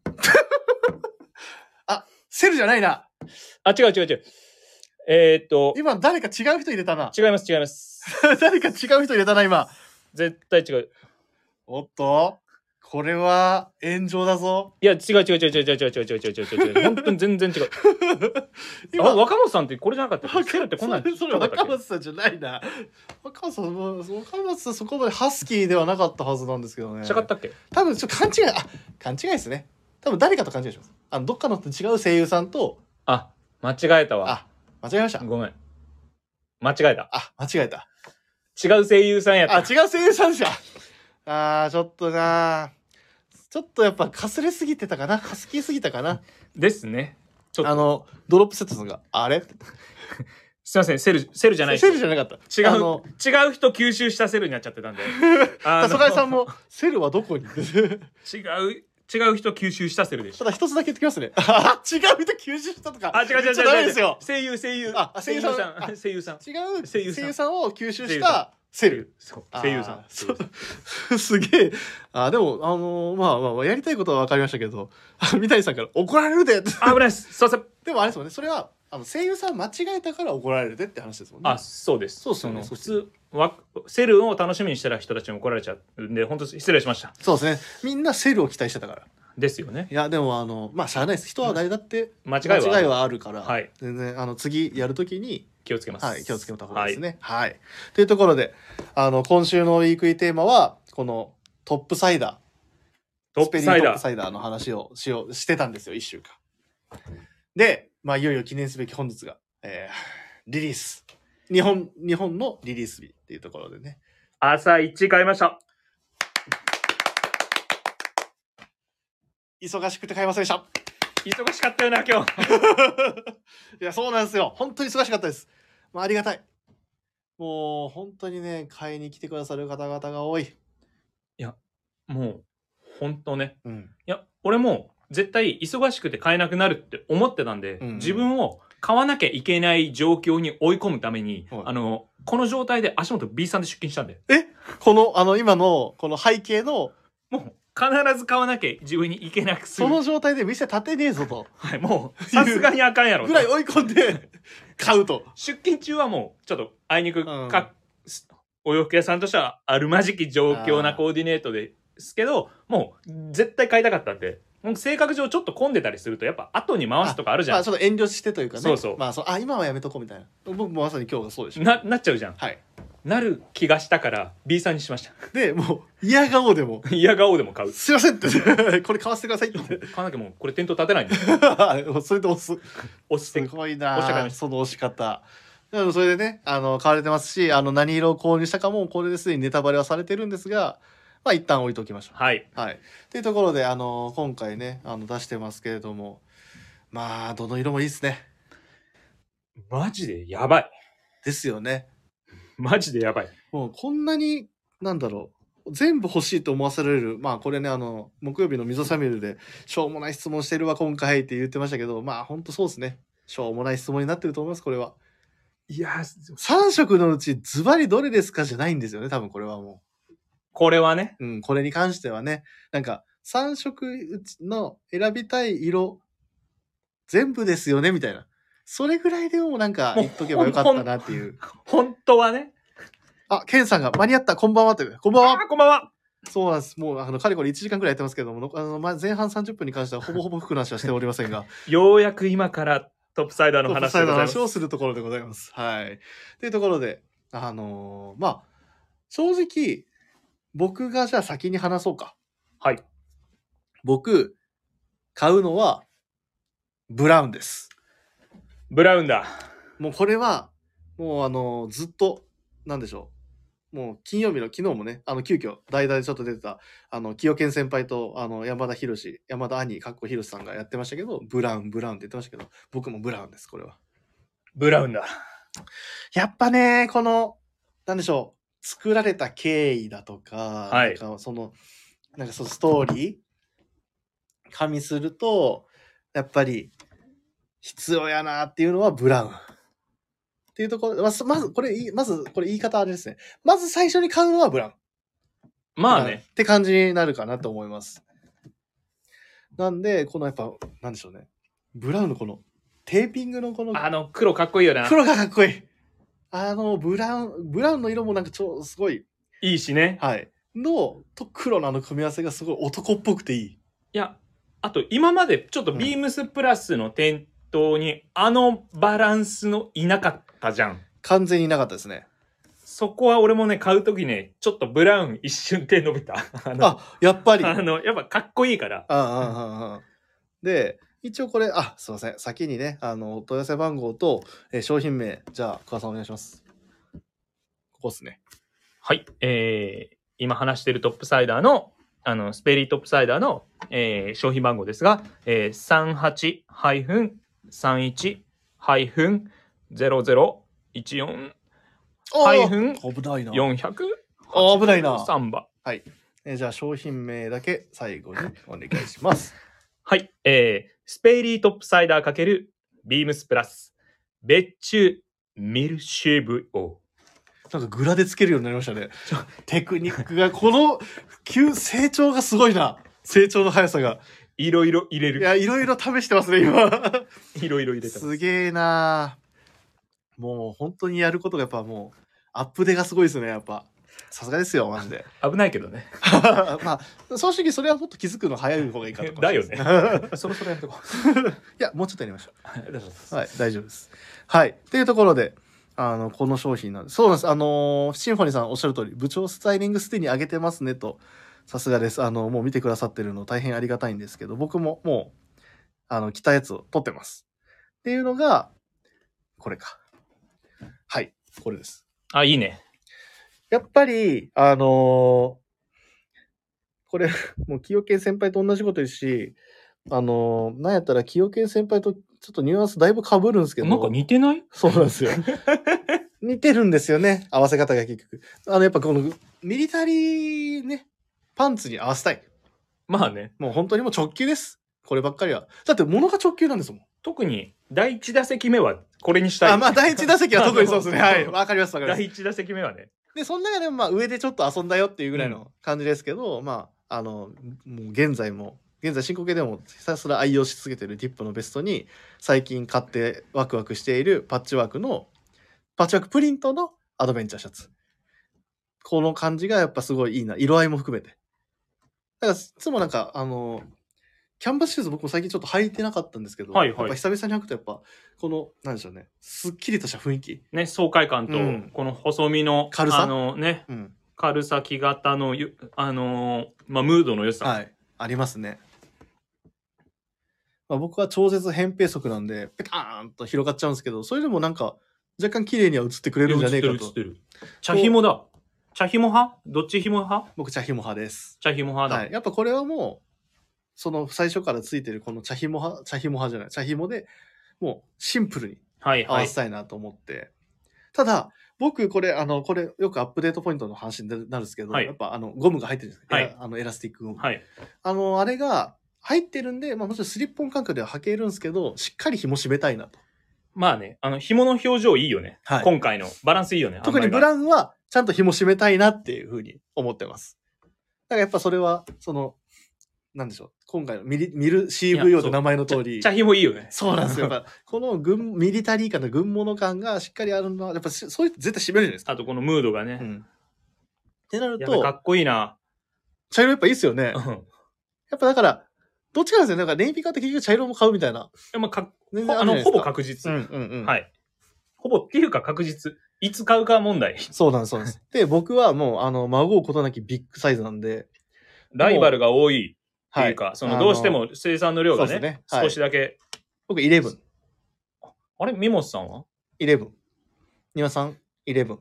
[SPEAKER 2] セルじゃないな。
[SPEAKER 1] 違う。
[SPEAKER 2] 今誰か違う人入れたな。
[SPEAKER 1] 違います。
[SPEAKER 2] 誰か違う人入れたな、今。
[SPEAKER 1] 絶対違う。
[SPEAKER 2] おっとこれは炎上だぞ。
[SPEAKER 1] いや、違う。本当に全然違う。若本さんってこれじゃなかったっけ？セルってこんなん
[SPEAKER 2] それ若本さんじゃないな。若本さんそこまでハスキーではなかったはずなんですけどね。
[SPEAKER 1] 違ったっけ？
[SPEAKER 2] 多分ちょっと勘違いですね。多分誰かと勘違いします。どっかの違う声優さんと。
[SPEAKER 1] 間違えたわ。
[SPEAKER 2] 間違えました。
[SPEAKER 1] ごめん。間違えた。
[SPEAKER 2] 間違えた。
[SPEAKER 1] 違う声優さんやった。
[SPEAKER 2] 違う声優さんじゃ。ちょっとな。ちょっとやっぱかすれすぎてたかな。ハスキーすぎたかな。
[SPEAKER 1] ですね。
[SPEAKER 2] ちょっとドロップセットさんがあれ
[SPEAKER 1] すいません、セルじゃない。
[SPEAKER 2] セルじゃなかった。
[SPEAKER 1] 違う人吸収したセルになっちゃってたんで。
[SPEAKER 2] 坂井さんもセルはどこに
[SPEAKER 1] 違う人吸収したセルでした。
[SPEAKER 2] ただ一つだけ言ってきますね。違う人吸収したとか。
[SPEAKER 1] 違う。
[SPEAKER 2] ダメですよ。
[SPEAKER 1] 声優さん。違う声
[SPEAKER 2] 優さんを吸収したセル。
[SPEAKER 1] 声優さ
[SPEAKER 2] ん。すげえ。でも、まあ、やりたいことは分かりましたけど、三谷さんから怒られるで。
[SPEAKER 1] 危ないです。そうそう。
[SPEAKER 2] でもあれですもんね、それは、声優さん間違えたから怒られるでって話ですもんね。
[SPEAKER 1] そうです。
[SPEAKER 2] そうですよね。
[SPEAKER 1] 普通、セルを楽しみにしてた人たちに怒られちゃうんで、本当失礼しました。
[SPEAKER 2] そうですね。みんなセルを期待してたから。
[SPEAKER 1] ですよね。
[SPEAKER 2] いや、でも、しゃあないです。人は誰だって
[SPEAKER 1] 間違いは
[SPEAKER 2] あるから、全然、次やるときに、
[SPEAKER 1] 気をつけます。
[SPEAKER 2] はい、気をつけた方がいいですね。はい。というところで、今週のウィークリーテーマは、このトップサイダー。トップサイダーの話をしてたんですよ、1週間。で、いよいよ記念すべき本日が、リリース。日本のリリース日っていうところでね。
[SPEAKER 1] 朝一買いました。
[SPEAKER 2] 忙しくて買いませんでした。
[SPEAKER 1] 忙しかったよな、今日。
[SPEAKER 2] いや、そうなんですよ。本当に忙しかったです。ありがたい。もう、本当にね、買いに来てくださる方々が多い。い
[SPEAKER 1] や、もう、本当ね。
[SPEAKER 2] い
[SPEAKER 1] や、俺も絶対忙しくて買えなくなるって思ってたんで、自分を買わなきゃいけない状況に追い込むために、この状態で足元 B さんで出勤したんで。
[SPEAKER 2] 今の、この背景の、
[SPEAKER 1] もう、必ず買わなきゃ自分に行けなくする。
[SPEAKER 2] その状態で店立てねえぞと。
[SPEAKER 1] はい、もう、さすがにあかんやろ。
[SPEAKER 2] ぐらい追い込んで、買うと。
[SPEAKER 1] 出勤中はもう、ちょっと、あいにくお洋服屋さんとしてはあるまじき状況なコーディネートですけど、もう、絶対買いたかったんで、もう性格上ちょっと混んでたりすると、やっぱ後に回すとかあるじゃん。
[SPEAKER 2] ちょっと遠慮してというかね。
[SPEAKER 1] そう。
[SPEAKER 2] 今はやめとこうみたいな。僕もまさに今日がそうでしょ。
[SPEAKER 1] なっちゃうじゃん。
[SPEAKER 2] はい。
[SPEAKER 1] なる気がしたから B さんにしました。
[SPEAKER 2] で、もう嫌顔でも
[SPEAKER 1] 買う。
[SPEAKER 2] すいませんってこれ買わせてくださいって買
[SPEAKER 1] わなきゃもうこれ店頭立てないんで
[SPEAKER 2] それで押してすごいなその押し方。それでね買われてますし何色を購入したかもこれですでにネタバレはされてるんですが一旦置いときましょう。はいっていうところで今回ね出してますけれどもどの色もいいですね。
[SPEAKER 1] マジでやばい
[SPEAKER 2] ですよね。
[SPEAKER 1] マジでやばい。
[SPEAKER 2] もうこんなに全部欲しいと思わせられるこれね木曜日の溝サミュエルでしょうもない質問してるわ今回って言ってましたけどほんとそうですね。しょうもない質問になってると思いますこれは。いや3色のうちズバリどれですかじゃないんですよね多分これはもう。
[SPEAKER 1] これはね。
[SPEAKER 2] これに関してはね3色の選びたい色全部ですよねみたいな。それぐらいでもなんか言っとけばよかったなっていう。
[SPEAKER 1] 本当はね。
[SPEAKER 2] あ、ケンさんが間に合った、こんばんはって。こんばんは。
[SPEAKER 1] こんばんは。
[SPEAKER 2] そうなんです。もう、かれこれ1時間くらいやってますけども、前半30分に関してはほぼほぼ服の話はしておりませんが。
[SPEAKER 1] ようやく今からトップサイダーの話でございます。トップサイダーの
[SPEAKER 2] 話をするところでございます。はい。というところで、まあ、正直、僕がじゃあ先に話そうか。
[SPEAKER 1] はい。
[SPEAKER 2] 僕、買うのは、ブラウンです。
[SPEAKER 1] ブラウンだ。
[SPEAKER 2] もうこれは、もうずっと、なんでしょう。もう金曜日の昨日もね、急遽代打でちょっと出てた、清健先輩と、山田兄、かっこひろしさんがやってましたけど、ブラウンって言ってましたけど、僕もブラウンです、これは。
[SPEAKER 1] ブラウンだ。
[SPEAKER 2] やっぱね、この、なんでしょう、作られた経緯だとか、
[SPEAKER 1] はい、
[SPEAKER 2] なんかそのストーリー、加味すると、やっぱり、必要やなっていうのはブラウン。っていうところ、まずこれ言い方あれですね。まず最初に買うのはブラウン。
[SPEAKER 1] まあね。
[SPEAKER 2] って感じになるかなと思います。なんで、このやっぱ、なんでしょうね。ブラウンのこの、テーピングのこの。
[SPEAKER 1] 黒かっこいいよな。
[SPEAKER 2] 黒がかっこいい。ブラウンの色もなんかすごい。
[SPEAKER 1] いいしね。
[SPEAKER 2] はい。と黒の組み合わせがすごい男っぽくていい。
[SPEAKER 1] いや、あと今までちょっとビームスプラスの店頭にバランスのいなかったじゃん。
[SPEAKER 2] 完全にいなかったですね。
[SPEAKER 1] そこは俺もね、買うときね、ちょっとブラウン一瞬手伸びた。
[SPEAKER 2] やっぱり。
[SPEAKER 1] やっぱかっこいいから。
[SPEAKER 2] で、一応これ、すいません。先にね、お問い合わせ番号と、商品名、じゃあ、桑さんお願いします。ここですね。
[SPEAKER 1] はい。今話しているトップサイダーの、スペリートップサイダーの、商品番号ですが、38-31-0014-3
[SPEAKER 2] 危ないな。
[SPEAKER 1] 400?
[SPEAKER 2] 危ないな。
[SPEAKER 1] 3番。
[SPEAKER 2] はい。じゃあ商品名だけ最後にお願いします。
[SPEAKER 1] はい。スペイリートップサイダー×ビームスプラス別注ミルシェブオ。
[SPEAKER 2] なんかグラでつけるようになりましたね。テクニックが、この成長がすごいな。成長の速さが。
[SPEAKER 1] いろいろ入れる。
[SPEAKER 2] いや、いろいろ試してますね、今。
[SPEAKER 1] いろいろ入れてます。
[SPEAKER 2] すげえな。もう本当にやることがやっぱもう、アップデがすごいですね、やっぱ。さすがですよ、マジで。
[SPEAKER 1] 危ないけどね。
[SPEAKER 2] まあ、正直それはもっと気づくの早い方がいいかとか。
[SPEAKER 1] だよね。そろそろやめとこ
[SPEAKER 2] う。いや、もうちょっとやりましょう。はい、大丈夫です。はい。っていうところで、この商品なんです。そうなんです。シンフォニーさんおっしゃる通り、部長スタイリングすでに上げてますねと、さすがです。もう見てくださってるの大変ありがたいんですけど、僕ももう、着たやつを撮ってます。っていうのが、これか。はい、これです。
[SPEAKER 1] いいね。
[SPEAKER 2] やっぱり、これ、もう、清健先輩と同じことですし、なんやったら、清健先輩とちょっとニュアンスだいぶ被るんですけど。
[SPEAKER 1] なんか似てない？
[SPEAKER 2] そうなんですよ。似てるんですよね。合わせ方が結局。やっぱこの、ミリタリーね、パンツに合わせたい。
[SPEAKER 1] まあね。
[SPEAKER 2] もう本当にもう直球です。こればっかりは。だって物が直球なんですもん。
[SPEAKER 1] 特に、第1打席目はこれにしたい。
[SPEAKER 2] まあ第1打席は特にそうですね。はい。わかります。
[SPEAKER 1] 第1打席目はね。
[SPEAKER 2] で、その中でもまあ上でちょっと遊んだよっていうぐらいの感じですけど、まあ、もう現在進行形でもひたすら愛用し続けてるディップのベストに、最近買ってワクワクしているパッチワークプリントのアドベンチャーシャツ。この感じがやっぱすごいいいな。色合いも含めて。だからいつもなんか、キャンバスシューズ僕も最近ちょっと履いてなかったんですけど、
[SPEAKER 1] はい、
[SPEAKER 2] やっぱ久々に履くとやっぱ、この、なんでしょうね、すっきりとした雰囲気。
[SPEAKER 1] ね、爽快感と、この細身の、
[SPEAKER 2] 軽さ
[SPEAKER 1] 軽さ、木型の、ムードの良さ。
[SPEAKER 2] はい、ありますね。僕は超絶扁平足なんで、ペターンと広がっちゃうんですけど、それでもなんか、若干綺麗には映ってくれるんじゃねえかと。
[SPEAKER 1] 映ってる。茶紐だ。茶紐派？どっち紐派？
[SPEAKER 2] 僕茶紐派です。
[SPEAKER 1] 茶紐派だ。
[SPEAKER 2] はい。やっぱこれはもう、その最初からついてるこの茶紐で、もうシンプルに合わせたいなと思って。ただ、僕これよくアップデートポイントの話になるんですけど、やっぱゴムが入ってるんですよ。エラスティックゴム。あれが入ってるんで、もちろんスリッポン感覚では履けるんですけど、しっかり紐締めたいなと。
[SPEAKER 1] まあね、紐の表情いいよね。今回のバランスいいよね。
[SPEAKER 2] 特にブラウンはちゃんと紐締めたいなっていうふうに思ってます。だからやっぱそれは、 なんでしょう。今回のミル CVO って名前の通り。
[SPEAKER 1] 茶紐いいよね。
[SPEAKER 2] そうなんですよ。やっぱ、このミリタリー感と軍物感がしっかりあるのは、やっぱそういう絶対締めるじゃないですか。
[SPEAKER 1] あとこのムードがね。
[SPEAKER 2] ってなると。
[SPEAKER 1] かっこいいな。
[SPEAKER 2] 茶色やっぱいいっすよね。やっぱだから、どっちかなんですよね。なんかネイビーカーって結局茶色も買うみたいな。
[SPEAKER 1] まあ、ほぼ確実。はい。ほぼっていうか確実。いつ買うか問題。
[SPEAKER 2] そうなんです、そうです。で、僕はもう、孫うことなきビッグサイズなんで。
[SPEAKER 1] ライバルが多いっていうか、どうしても生産の量がね、少しだけ。
[SPEAKER 2] 僕、11。
[SPEAKER 1] あれミモスさんは
[SPEAKER 2] ?11。庭さん、11。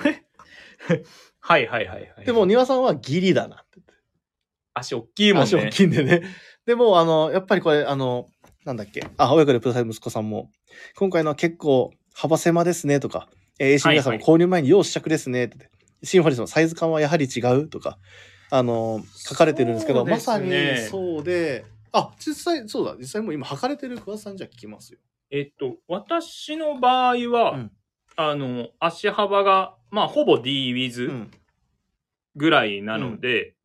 [SPEAKER 1] はい。
[SPEAKER 2] でも、庭さんはギリだなって。
[SPEAKER 1] 足大きいもんね。
[SPEAKER 2] 足大きいんでね。でも、やっぱりこれ、なんだっけ。親子でください息子さんも。今回のは結構幅狭ですねとか、AC 皆さんも購入前に要試着ですねって。シンフォニーのサイズ感はやはり違うとか、書かれてるんですけど、まさにそうで、実際、そうだ、実際もう今履かれてる桑田さんじゃ聞きますよ。
[SPEAKER 1] 私の場合は、足幅が、まあ、ほぼ D ウィズぐらいなので、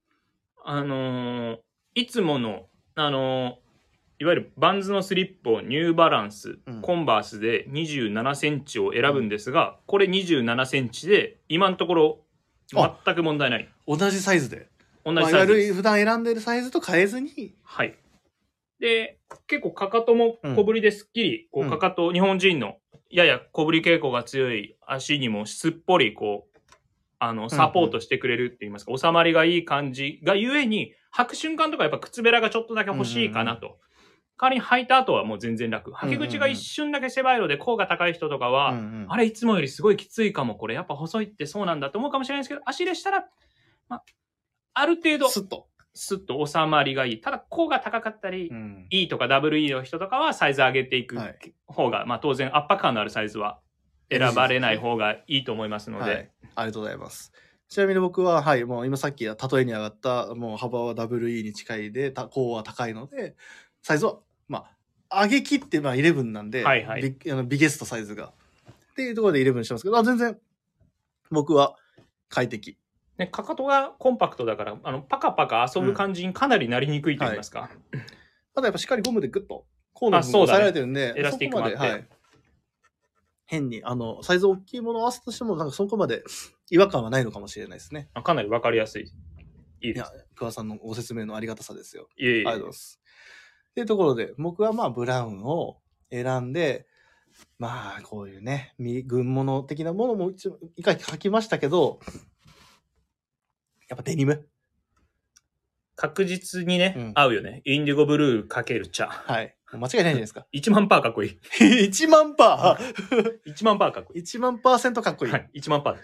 [SPEAKER 1] いつもの、いわゆるバンズのスリップをニューバランス、コンバースで27センチを選ぶんですが、これ27センチで、今のところ全く問題ない。
[SPEAKER 2] 同じサイズで。
[SPEAKER 1] 同じサイズです。
[SPEAKER 2] 普段選んでるサイズと変えずに。
[SPEAKER 1] はい。で、結構かかとも小ぶりですっきり、かかと、日本人のやや小ぶり傾向が強い足にもすっぽりサポートしてくれるって言いますか、収まりがいい感じがゆえに、履く瞬間とかやっぱ靴べらがちょっとだけ欲しいかなと。代わりに履いた後はもう全然楽。履き口が一瞬だけ狭いので、甲が高い人とかは、あれいつもよりすごいきついかも、これやっぱ細いってそうなんだと思うかもしれないですけど、足でしたら、ある程度、スッと収まりがいい。ただ、甲が高かったり、E とか WE の人とかはサイズ上げていく方が、当然圧迫感のあるサイズは選ばれない方がいいと思いますので。
[SPEAKER 2] ありがとうございます。ちなみに僕は、もう今さっき例えに上がった、もう幅は WE に近いで、甲は高いので、サイズは、上げ切って、11なんで、ビゲストサイズが。っていうところで11してますけど、全然、僕は快適。
[SPEAKER 1] ね、かかとがコンパクトだから、パカパカ遊ぶ感じにかなりなりにくいと言いますか。
[SPEAKER 2] ただやっぱしっかりゴムでグッと、コーナーに押さえられてるんで、
[SPEAKER 1] エラスティックもあって。
[SPEAKER 2] 変に、サイズ大きいものを合わせとしても、なんかそこまで違和感はないのかもしれないですね。
[SPEAKER 1] かなりわかりやすい。いいです。
[SPEAKER 2] 桑さんのご説明のありがたさですよ。
[SPEAKER 1] いえいえ。
[SPEAKER 2] ありがとうございます。っていうところで、僕はブラウンを選んで、こういうね、軍物的なものもいかに書きましたけど、やっぱデニム。
[SPEAKER 1] 確実にね、合うよね。インディゴブルーかける茶。
[SPEAKER 2] はい。間違いないじゃないですか。
[SPEAKER 1] 1万パーかっこいい。
[SPEAKER 2] 1万パ
[SPEAKER 1] ー ?1 万パーかっこいい。
[SPEAKER 2] 1万%かっこいい。
[SPEAKER 1] はい、1万パーです。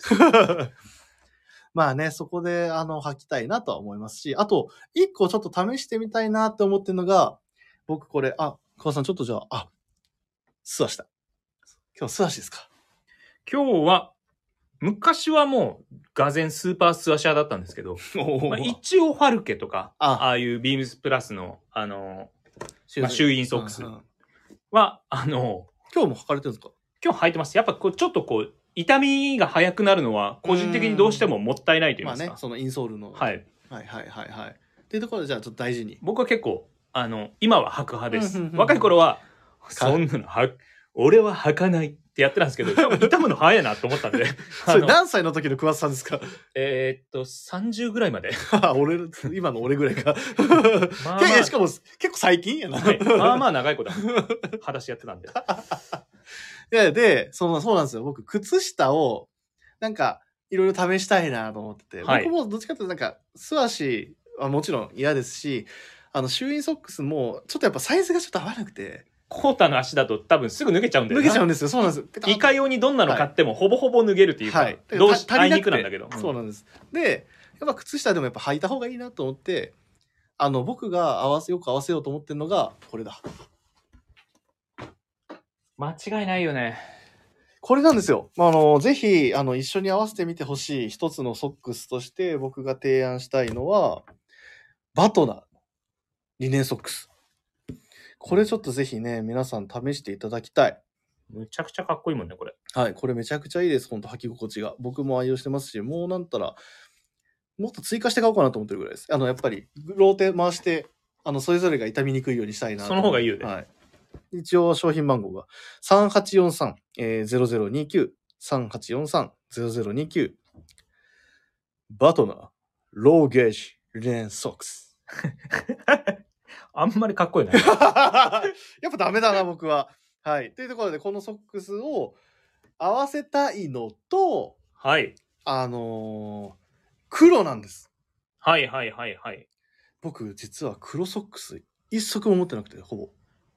[SPEAKER 2] ね、そこで、履きたいなとは思いますし、あと、1個ちょっと試してみたいなって思ってるのが、僕これ、桑さんちょっとじゃあ、素足だ。今日素足ですか？
[SPEAKER 1] 今日は、昔はもう、がぜんスーパー素足派だったんですけど、一応ファルケとか、ああいうビームスプラスの、シューインソックスは、今日
[SPEAKER 2] も履かれてるんですか？
[SPEAKER 1] 今日履いてます。やっぱちょっと痛みが早くなるのは、個人的にどうしてももったいないと言いますか。
[SPEAKER 2] そのインソールの。はい。っていうところで、じゃあちょっと大事に。
[SPEAKER 1] 僕は結構、今は履く派です。若い頃は、そんなの俺は履かないってやってたんですけど、多分痛むの早いなと思ったんで。
[SPEAKER 2] それ何歳の時の桑田さんですか
[SPEAKER 1] ？30ぐらいまで。
[SPEAKER 2] 今の俺ぐらいか。しかも結構最近やな。
[SPEAKER 1] まあ長いこと裸足やってたんで。
[SPEAKER 2] で、そうなんですよ。僕、靴下を、なんか、いろいろ試したいなと思ってて、僕もどっちかというとなんか、素足はもちろん嫌ですし、シューインソックスも、ちょっとやっぱサイズがちょっと合わなくて、
[SPEAKER 1] コータの足だと多分すぐ脱げちゃうんだよね。
[SPEAKER 2] 脱げちゃうんですよ。そうなんです。
[SPEAKER 1] いかようにどんなの買ってもほぼほぼ脱げるっていうか、どうしあいにくなんだけど。
[SPEAKER 2] そうなんです。で、やっぱ靴下でもやっぱ履いた方がいいなと思って、僕がよく合わせようと思ってるのが、これだ。
[SPEAKER 1] 間違いないよね。
[SPEAKER 2] これなんですよ。ぜひ、一緒に合わせてみてほしい一つのソックスとして僕が提案したいのは、バトナーリネンソックス。これちょっとぜひね、皆さん試していただきたい。
[SPEAKER 1] むちゃくちゃかっこいいもんね、これ。
[SPEAKER 2] はい、これめちゃくちゃいいです。ほんと履き心地が。僕も愛用してますし、もうなんたら、もっと追加して買おうかなと思ってるぐらいです。やっぱり、ローテ回してそれぞれが傷みにくいようにしたいなと。
[SPEAKER 1] その方がいいよね。
[SPEAKER 2] はい。一応商品番号が3843-0029、3843-0029、バトナー、ローゲージ、レーンソックス。
[SPEAKER 1] あんまりかっこいいな。
[SPEAKER 2] やっぱダメだな、僕は。はい。というところで、このソックスを合わせたいのと、
[SPEAKER 1] はい。
[SPEAKER 2] 黒なんです。
[SPEAKER 1] はいはいはいはい。
[SPEAKER 2] 僕、実は黒ソックス一足も持ってなくて、ほぼ。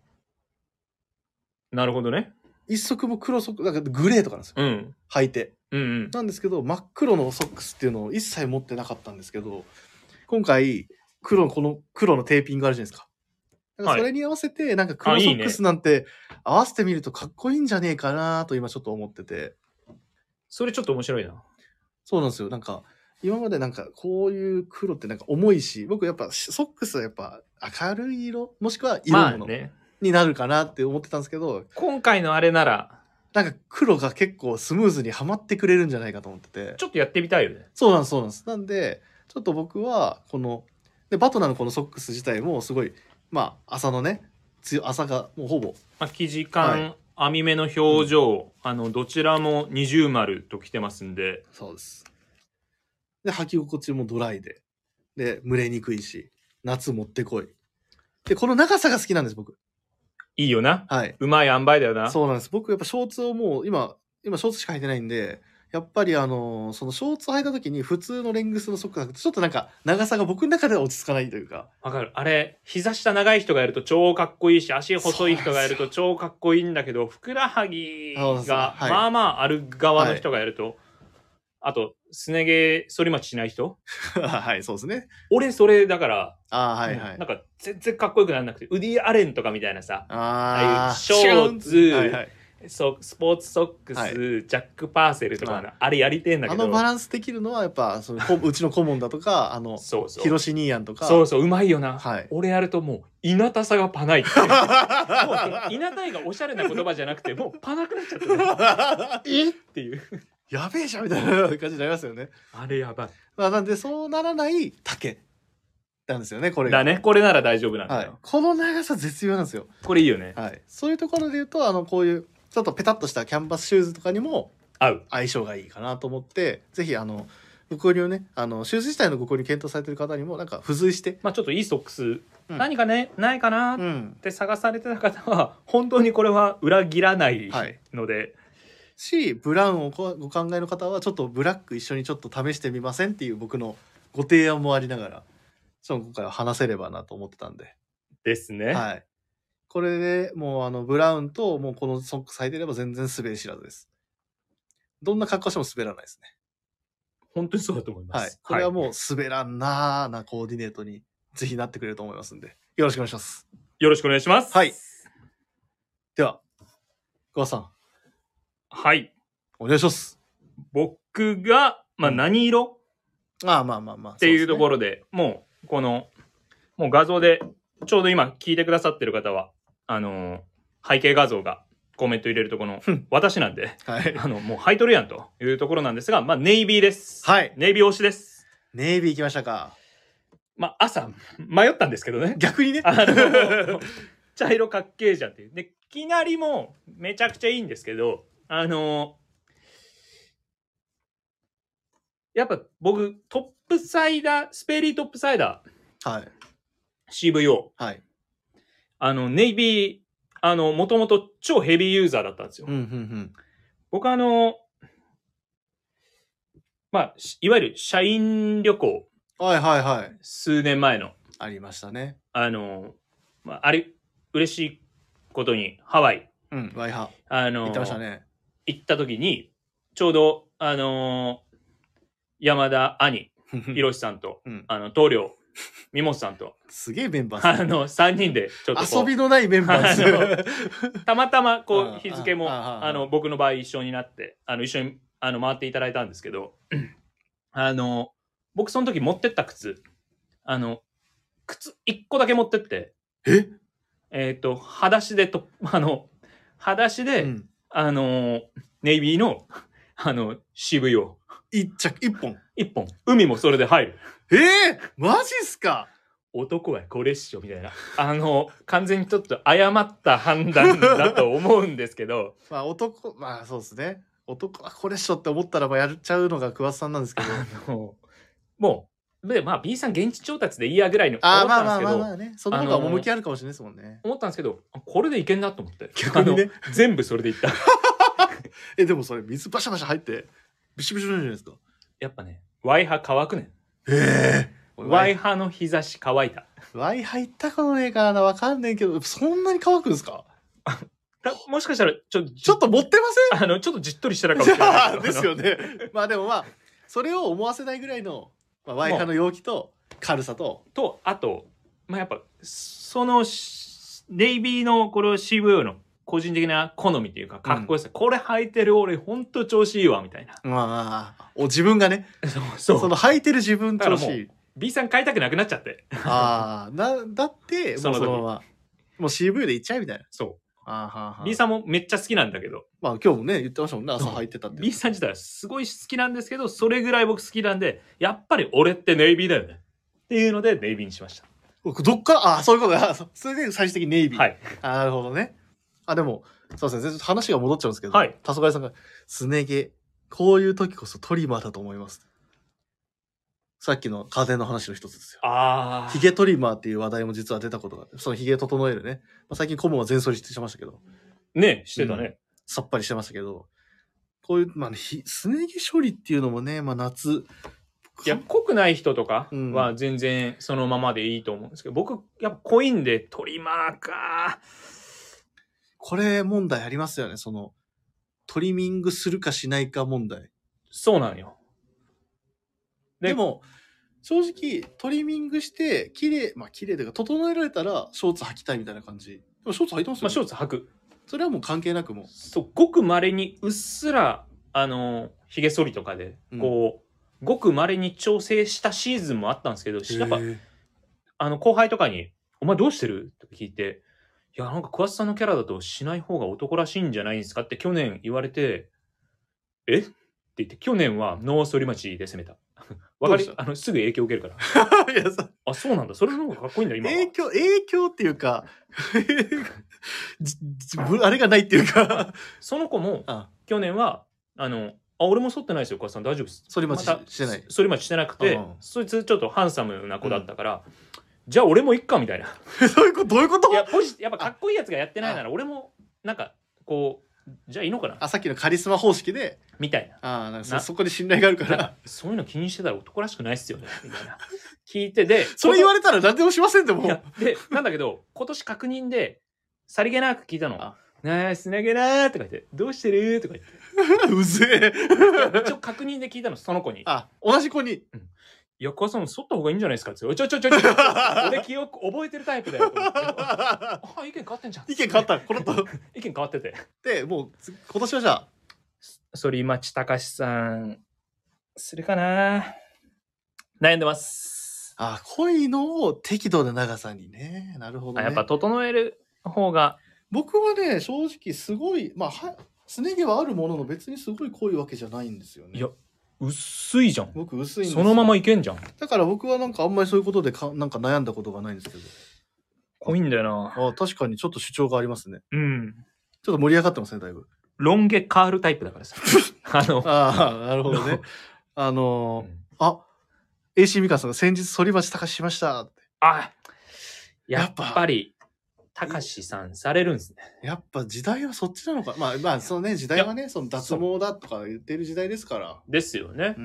[SPEAKER 1] なるほどね。
[SPEAKER 2] 一足も黒ソックス、だからグレーとかなんですよ。
[SPEAKER 1] うん。
[SPEAKER 2] 履いて。
[SPEAKER 1] うんうん。
[SPEAKER 2] なんですけど、真っ黒のソックスっていうのを一切持ってなかったんですけど、今回、この黒のテーピングあるじゃないですか。だからそれに合わせて、なんか黒ソックスなんて合わせてみるとかっこいいんじゃねえかなと今ちょっと思ってて。
[SPEAKER 1] それちょっと面白いな。
[SPEAKER 2] そうなんですよ。なんか、今までなんかこういう黒ってなんか重いし、僕やっぱソックスはやっぱ明るい色、もしくは色物になるかなって思ってたんですけど、
[SPEAKER 1] 今回のあれなら、
[SPEAKER 2] なんか黒が結構スムーズにはまってくれるんじゃないかと思ってて。
[SPEAKER 1] ちょっとやってみたいよね。
[SPEAKER 2] そうなんです、そうなんです。なんで、ちょっと僕は、で、バトナーのこのソックス自体もすごい、まあ、朝のね、朝がもうほぼ。
[SPEAKER 1] まあ、生地感、網目の表情、どちらも二重丸ときてますんで。
[SPEAKER 2] そうです。で、履き心地もドライで。で、蒸れにくいし、夏もってこい。で、この長さが好きなんです、僕。
[SPEAKER 1] いいよな。
[SPEAKER 2] はい。
[SPEAKER 1] うまい塩梅だよな。
[SPEAKER 2] そうなんです。僕やっぱショーツをもう、今ショーツしか履いてないんで、やっぱりそのショーツ履いた時に普通のレングスのソックだとちょっとなんか長さが僕の中では落ち着かないというか。
[SPEAKER 1] わかる。あれ、膝下長い人がやると超かっこいいし、足細い人がやると超かっこいいんだけど、ふくらはぎがまあまあある側の人がやると、あと、すね毛反り待ちしない人
[SPEAKER 2] はい、そうですね。
[SPEAKER 1] 俺それだから、
[SPEAKER 2] はいはい。
[SPEAKER 1] なんか全然かっこよくならなくて、ウディ・アレンとかみたいなさ、ああいうショーツ、
[SPEAKER 2] はいはい、
[SPEAKER 1] スポーツソックス、ジャック・パーセルとかあれやりてえんだけど、
[SPEAKER 2] バランスできるのはやっぱうちの顧問だとかヒロシニーヤンとか、
[SPEAKER 1] そうそううまいよな、
[SPEAKER 2] はい、
[SPEAKER 1] 俺やるともういなたさがパないってもういなたいがおしゃれな言葉じゃなくてもうパなくなっちゃってえっていう
[SPEAKER 2] やべえじゃんみたいな感じになりますよね。
[SPEAKER 1] あれやばい。
[SPEAKER 2] なんでそうならない丈なんですよね、これ
[SPEAKER 1] だね、これなら大丈夫なんだよ、
[SPEAKER 2] この長さ絶妙なんですよ。
[SPEAKER 1] これいいよね。
[SPEAKER 2] そういうところで言うとこういうちょっとペタッとしたキャンバスシューズとかにも相性がいいかなと思って、ぜひご購入ね、シューズ自体のご購入検討されてる方にもなんか付随して、
[SPEAKER 1] まあちょっといいソックス、何かねないかなって探されてた方は、本当にこれは裏切らないので、
[SPEAKER 2] ブラウンをご考えの方はちょっとブラック一緒にちょっと試してみませんっていう僕のご提案もありながら、今回は話せればなと思ってたんで。
[SPEAKER 1] ですね。
[SPEAKER 2] はい。これでもうブラウンともうこのソックス履いてれば全然滑り知らずです。どんな格好しても滑らないですね。
[SPEAKER 1] 本当にそうだと思います。
[SPEAKER 2] はい。これはもう滑らんなーなコーディネートにぜひなってくれると思いますんで、よろしくお願いします。
[SPEAKER 1] よろしくお願いします。
[SPEAKER 2] はい。では、桑さん。
[SPEAKER 1] はい。
[SPEAKER 2] お願いします。
[SPEAKER 1] 僕が、まあ何色、
[SPEAKER 2] まあ。
[SPEAKER 1] っていうところで、もう、もう画像で、ちょうど今聞いてくださってる方は、背景画像がコメント入れるとこの、私なんで、もう履いとるやんというところなんですが、まあネイビーです。
[SPEAKER 2] はい。
[SPEAKER 1] ネイビー推しです。
[SPEAKER 2] ネイビー行きましたか。
[SPEAKER 1] まあ朝、迷ったんですけどね。
[SPEAKER 2] 逆にね。
[SPEAKER 1] 茶色かっけえじゃんっていう。で、きなりもめちゃくちゃいいんですけど、やっぱ僕、トップサイダー、スペリートップサイダ
[SPEAKER 2] ー、はい。
[SPEAKER 1] CVO。
[SPEAKER 2] はい。
[SPEAKER 1] ネイビー、もともと超ヘビーユーザーだったんですよ。僕まあ、いわゆる社員旅行。数年前の。
[SPEAKER 2] ありましたね。
[SPEAKER 1] まあ、嬉しいことに、ハワイ。
[SPEAKER 2] ワイハ。行ってましたね。
[SPEAKER 1] 行った時に、ちょうど、山田兄、ひろしさんと、棟梁、三本さんと。
[SPEAKER 2] すげえメンバー
[SPEAKER 1] 3人で、ちょっと
[SPEAKER 2] 遊びのないメンバー
[SPEAKER 1] たまたま、日付も、僕の場合一緒になって、一緒に、回っていただいたんですけど、僕その時持ってった靴、靴1個だけ持ってって、裸足で裸足で、ネイビーの、CVO。
[SPEAKER 2] 一本。
[SPEAKER 1] 海もそれで入る。
[SPEAKER 2] マジっすか。
[SPEAKER 1] 男はこれっしょみたいな完全にちょっと誤った判断だと思うんですけど
[SPEAKER 2] まあまあそうですね、男はこれっしょって思ったらやっちゃうのが桑田さんなんですけど
[SPEAKER 1] もうでB さん現地調達でいいやぐらいの
[SPEAKER 2] 思ったんですけど、まあね、その方が趣あるかもしれないですもんね。
[SPEAKER 1] 思ったんですけどこれでいけんなと思って
[SPEAKER 2] 逆にね
[SPEAKER 1] 全部それでいった
[SPEAKER 2] でもそれ水バシャバシャ入ってビシビシなんじゃないですか。
[SPEAKER 1] やっぱね Y 派乾くねん。Y 派の日差し乾いた。
[SPEAKER 2] Y 入ったことねえからな、わかんねえけど、そんなに乾くんですか？
[SPEAKER 1] もしかしたらちょ
[SPEAKER 2] っと持ってません？
[SPEAKER 1] ちょっとじっとりしてたかもしれない
[SPEAKER 2] ですよね。まあでもそれを思わせないぐらいの、Y 派の陽気と軽さと
[SPEAKER 1] あとやっぱそのネイビーのこれを CVO の個人的な好みっていうかかっこよさ、これ履いてる俺ほんと調子いいわみたいな。
[SPEAKER 2] 自分がねその履いてる自分調子いい。
[SPEAKER 1] B さん買いたくなくなっちゃって。
[SPEAKER 2] だってもうそのままもう CV でいっちゃえみたいな。
[SPEAKER 1] そう。B さんもめっちゃ好きなんだけど。
[SPEAKER 2] まあ今日もね言ってましたもんね、朝履いてたって。
[SPEAKER 1] B さん自体はすごい好きなんですけど、それぐらい僕好きなんで、やっぱり俺ってネイビーだよねっていうのでネイビーにしました。
[SPEAKER 2] どっからそういうことだ。それで最終的にネイビー。
[SPEAKER 1] はい。
[SPEAKER 2] なるほどね。でもそうですね。話が戻っちゃうんですけど、
[SPEAKER 1] はい。
[SPEAKER 2] 黄昏さんがすね毛こういう時こそトリマーだと思います。さっきの家電の話の一つですよ。ヒゲトリマーっていう話題も実は出たことがあって、そのヒゲ整えるね。最近顧問は全剃りしてましたけど。
[SPEAKER 1] ね、してたね、
[SPEAKER 2] さっぱりしてましたけど、こういうすね毛処理っていうのもね、夏。
[SPEAKER 1] いや濃くない人とかは全然そのままでいいと思うんですけど、僕やっぱ濃いんでトリマーか。
[SPEAKER 2] これ問題ありますよね。そのトリミングするかしないか問題。
[SPEAKER 1] そうなのよ。
[SPEAKER 2] でも正直トリミングして綺麗というか整えられたらショーツ履きたいみたいな感じ。でもショーツ履いてますよね。
[SPEAKER 1] ショーツ履く。
[SPEAKER 2] それはもう関係なくも。
[SPEAKER 1] そうごく稀にうっすらひげ剃りとかでごく稀に調整したシーズンもあったんですけど、やっぱ後輩とかに「お前どうしてる?」って聞いて「いやなんか桑田さんのキャラだとしない方が男らしいんじゃないんですか?」って去年言われて「え？」って言って去年はノー反町で攻めた。すぐ影響受けるからいやそうなんだ、それの方がかっこいいんだ今は。
[SPEAKER 2] 影響っていうかあれがないっていうか
[SPEAKER 1] その子も去年は俺も剃ってないですよ桑田さん大丈夫です、
[SPEAKER 2] 反町してない、
[SPEAKER 1] 反町してなくて、そいつちょっとハンサムな子だったから、じゃあ俺もいっかみたいな
[SPEAKER 2] どういうこと？
[SPEAKER 1] やっぱかっこいいやつがやってないなら俺もなんかこうじゃあいいのかな。
[SPEAKER 2] さっきのカリスマ方式で
[SPEAKER 1] みたいな。
[SPEAKER 2] なんかそこで信頼があるから
[SPEAKER 1] そういうの気にしてたら男らしくないっすよねみたいな聞いてで
[SPEAKER 2] それ言われたら何でもしませんでも。
[SPEAKER 1] でなんだけど今年確認でさりげなく聞いたの「ねえすね毛な」とか言って「どうしてる?」とか言って
[SPEAKER 2] うぜ
[SPEAKER 1] え一応確認で聞いたのその子に。
[SPEAKER 2] 同じ子に
[SPEAKER 1] いや、桑田さん、剃った方がいいんじゃないですかって。俺記憶覚えてるタイプだよ。意見変わってんじゃん。
[SPEAKER 2] 意見変わった。このと
[SPEAKER 1] 意見変わってて。
[SPEAKER 2] で、もう、今年はじゃあ。
[SPEAKER 1] 反町隆史さん、するかな悩んでます。
[SPEAKER 2] 濃いのを適度な長さにね。なるほどね。
[SPEAKER 1] やっぱ整える方が。
[SPEAKER 2] 僕はね、正直すごい、すね毛はあるものの別にすごい濃いわけじゃないんですよね。
[SPEAKER 1] いや。薄いじゃん。
[SPEAKER 2] 僕薄いんですよ。
[SPEAKER 1] そのままいけんじゃん。
[SPEAKER 2] だから僕はなんかあんまりそういうことでなんか悩んだことがないんですけど。
[SPEAKER 1] 濃いんだよな。
[SPEAKER 2] 確かにちょっと主張がありますね。
[SPEAKER 1] うん。
[SPEAKER 2] ちょっと盛り上がってますね、だいぶ。
[SPEAKER 1] ロン毛カールタイプだからさ。
[SPEAKER 2] なるほどね。AC みかんさんが先日反町隆史しましたって。
[SPEAKER 1] やっぱり。高志さんされるんですね。
[SPEAKER 2] やっぱ時代はそっちなのか。そのね時代はねその脱毛だとか言ってる時代ですから。
[SPEAKER 1] ですよね。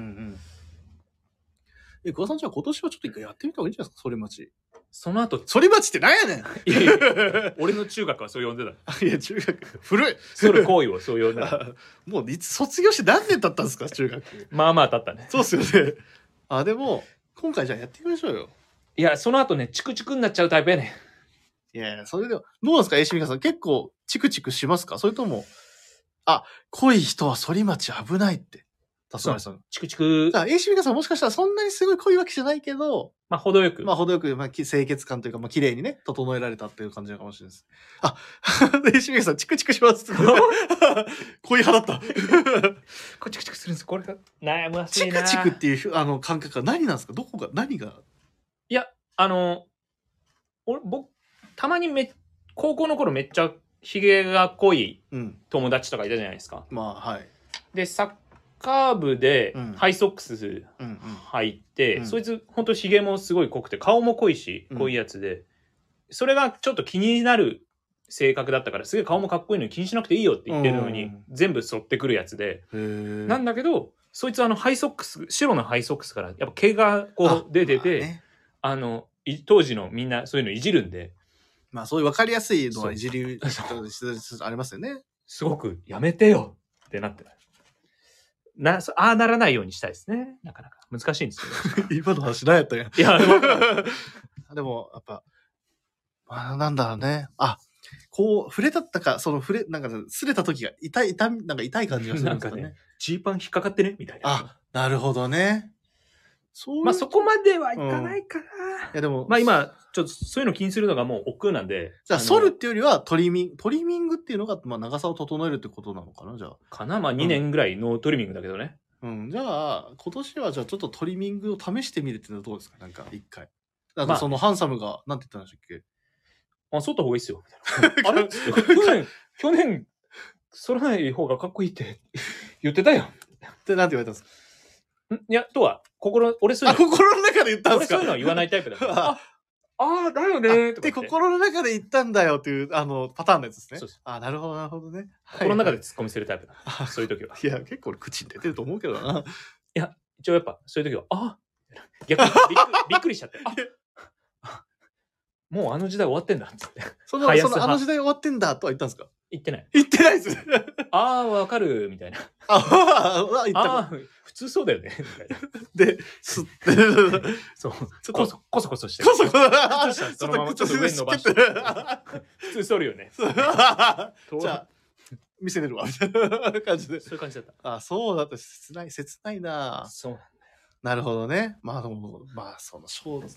[SPEAKER 2] 桑田さんじゃあ今年はちょっと一回やってみた方がいいんじゃないですか反町。
[SPEAKER 1] その後
[SPEAKER 2] 反町ってなんやねん。
[SPEAKER 1] 俺の中学はそう呼んでた。
[SPEAKER 2] いや中学古い。
[SPEAKER 1] それ行為をそう呼んでた。
[SPEAKER 2] もういつ卒業して何年経ったんですか中学。
[SPEAKER 1] まあ経ったね。
[SPEAKER 2] そうっすよね。でも今回じゃあやってみましょうよ。
[SPEAKER 1] いやその後ねチクチクになっちゃうタイプやね。
[SPEAKER 2] いやそれでもどうなんですかACみかんさん結構チクチクしますか？それとも濃い人は反町危ないって田村さん
[SPEAKER 1] チクチク
[SPEAKER 2] ACみかんさんもしかしたらそんなにすごい濃いわけじゃないけど
[SPEAKER 1] 程よく
[SPEAKER 2] 清潔感というか綺麗にね整えられたっていう感じかもしれないです。ACみかんさんチクチクしますって濃い派だった
[SPEAKER 1] これチクチクするんです。これが悩ましいな。
[SPEAKER 2] チクチクっていう感覚は何なんですか？どこが何が？
[SPEAKER 1] いや僕、たまに高校の頃めっちゃひげが濃い友達とかいたじゃないですか。
[SPEAKER 2] まあ、はい。
[SPEAKER 1] で、サッカー部でハイソックス履いて、そいつほんとひげもすごい濃くて、顔も濃いし、濃いやつで、それがちょっと気になる性格だったから、すげえ顔もかっこいいのに気にしなくていいよって言ってるのに、全部沿ってくるやつで、なんだけど、そいつハイソックス、白のハイソックスからやっぱ毛がこう出てて、当時のみんなそういうのいじるんで、
[SPEAKER 2] まあそういう分かりやすいのはいじりありますよね。
[SPEAKER 1] すごくやめてよってなってああならないようにしたいですね。なかなか難しいんですけど。
[SPEAKER 2] 今の話何やったんや。
[SPEAKER 1] いや、
[SPEAKER 2] でもやっぱ、なんだろうね。こう触れたったか、なんか擦れた時がなんか痛い感じがするんですかね。
[SPEAKER 1] ジーパン引っかかってねみたいな。
[SPEAKER 2] なるほどね。
[SPEAKER 1] まあそこまではいかないかな。い
[SPEAKER 2] やでも、
[SPEAKER 1] まあ今、ちょっとそういうの気にするのがもう億劫なんで。
[SPEAKER 2] じゃあ、剃るっていうよりはトリミングっていうのが、まあ長さを整えるってことなのかな、じゃあ。
[SPEAKER 1] かなまあ2年ぐらいノートリミングだけどね。
[SPEAKER 2] じゃあ、今年はじゃあちょっとトリミングを試してみるっていうのはどうですか、なんか一回。なんかそのハンサムが、なんて言ったんでしたっけ？
[SPEAKER 1] 剃った方がいいっすよ。あれ去年、剃らない方がかっこいいって言ってたよ。
[SPEAKER 2] ってなんて言われたんですか？
[SPEAKER 1] いや、俺そういう
[SPEAKER 2] の。心の中で言ったんですか？
[SPEAKER 1] 俺そういうのは言わないタイプだから。だよね
[SPEAKER 2] で、心の中で言ったんだよっていう、パターンのやつですね。そうです。なるほど、なるほどね。
[SPEAKER 1] 心の中で突っ込みするタイプだ。そういう時は。
[SPEAKER 2] いや、結構俺口に出てると思うけどな。い
[SPEAKER 1] や、一応やっぱ、そういう時は、逆にびっくりしちゃって。もうあの時代終わってんだって。
[SPEAKER 2] あの時代終わってんだとは言ったんですか？
[SPEAKER 1] 言ってない。
[SPEAKER 2] 言ってないです。
[SPEAKER 1] わかる、みたいな。
[SPEAKER 2] 言った。
[SPEAKER 1] 普通そうだよね。
[SPEAKER 2] で、
[SPEAKER 1] すって。そう。こそこそして。こそこそ。そのままちょっと上に伸ばして。普通剃るよね。
[SPEAKER 2] じゃあ、見せれるわ、みたいな感じで。
[SPEAKER 1] そういう感じだった。
[SPEAKER 2] そうだった。切ないな。
[SPEAKER 1] そうなんだよ。
[SPEAKER 2] なるほどね。まあでも、その、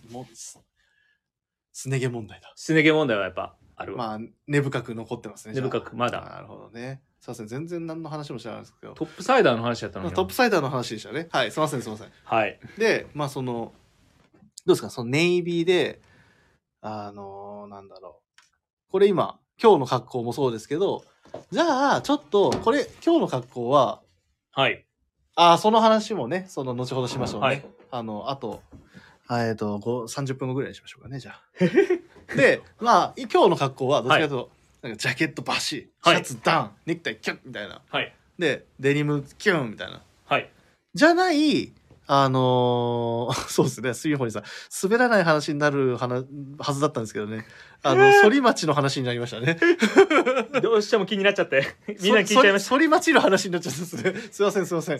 [SPEAKER 2] すね毛問題だ。
[SPEAKER 1] すね毛問題はやっぱあるわ。
[SPEAKER 2] 根深く残ってますね。
[SPEAKER 1] 根深く、まだ。
[SPEAKER 2] なるほどね。すいません。全然何の話も知らないですけど。
[SPEAKER 1] トップサイダーの話だったのに。
[SPEAKER 2] トップサイダーの話でしたね。はい。すいません。
[SPEAKER 1] はい。
[SPEAKER 2] で、どうですか、そのネイビーで、なんだろう。これ今日の格好もそうですけど、じゃあ、ちょっと、今日の格好は、
[SPEAKER 1] はい。
[SPEAKER 2] その話もね、後ほどしましょうね。はい、あと、30分後ぐらいにしましょうかね、じゃあ。で、今日の格好は、どっちかというと、なんかジャケットバシ、シャツダウン、ネクタイキュッみたいな。
[SPEAKER 1] はい。
[SPEAKER 2] で、デニムキュンみたいな。
[SPEAKER 1] はい。
[SPEAKER 2] じゃない、そうですね、杉堀さん、滑らない話になるはずだったんですけどね、反町の話になりましたね。
[SPEAKER 1] どうしても気になっちゃって、みんな聞いちゃいました。
[SPEAKER 2] 反町の話になっちゃったんですね。すいません。
[SPEAKER 1] すいません。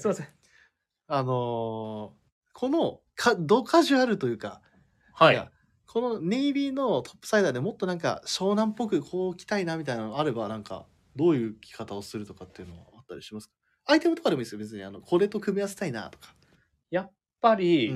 [SPEAKER 2] このドカジュアルというか、
[SPEAKER 1] はい。
[SPEAKER 2] このネイビーのトップサイダーでもっとなんか湘南っぽくこう着たいなみたいなのあれば、なんかどういう着方をするとかっていうのはあったりしますか？アイテムとかでもいいですよ、別に。これと組み合わせたいなとか。
[SPEAKER 1] やっぱり、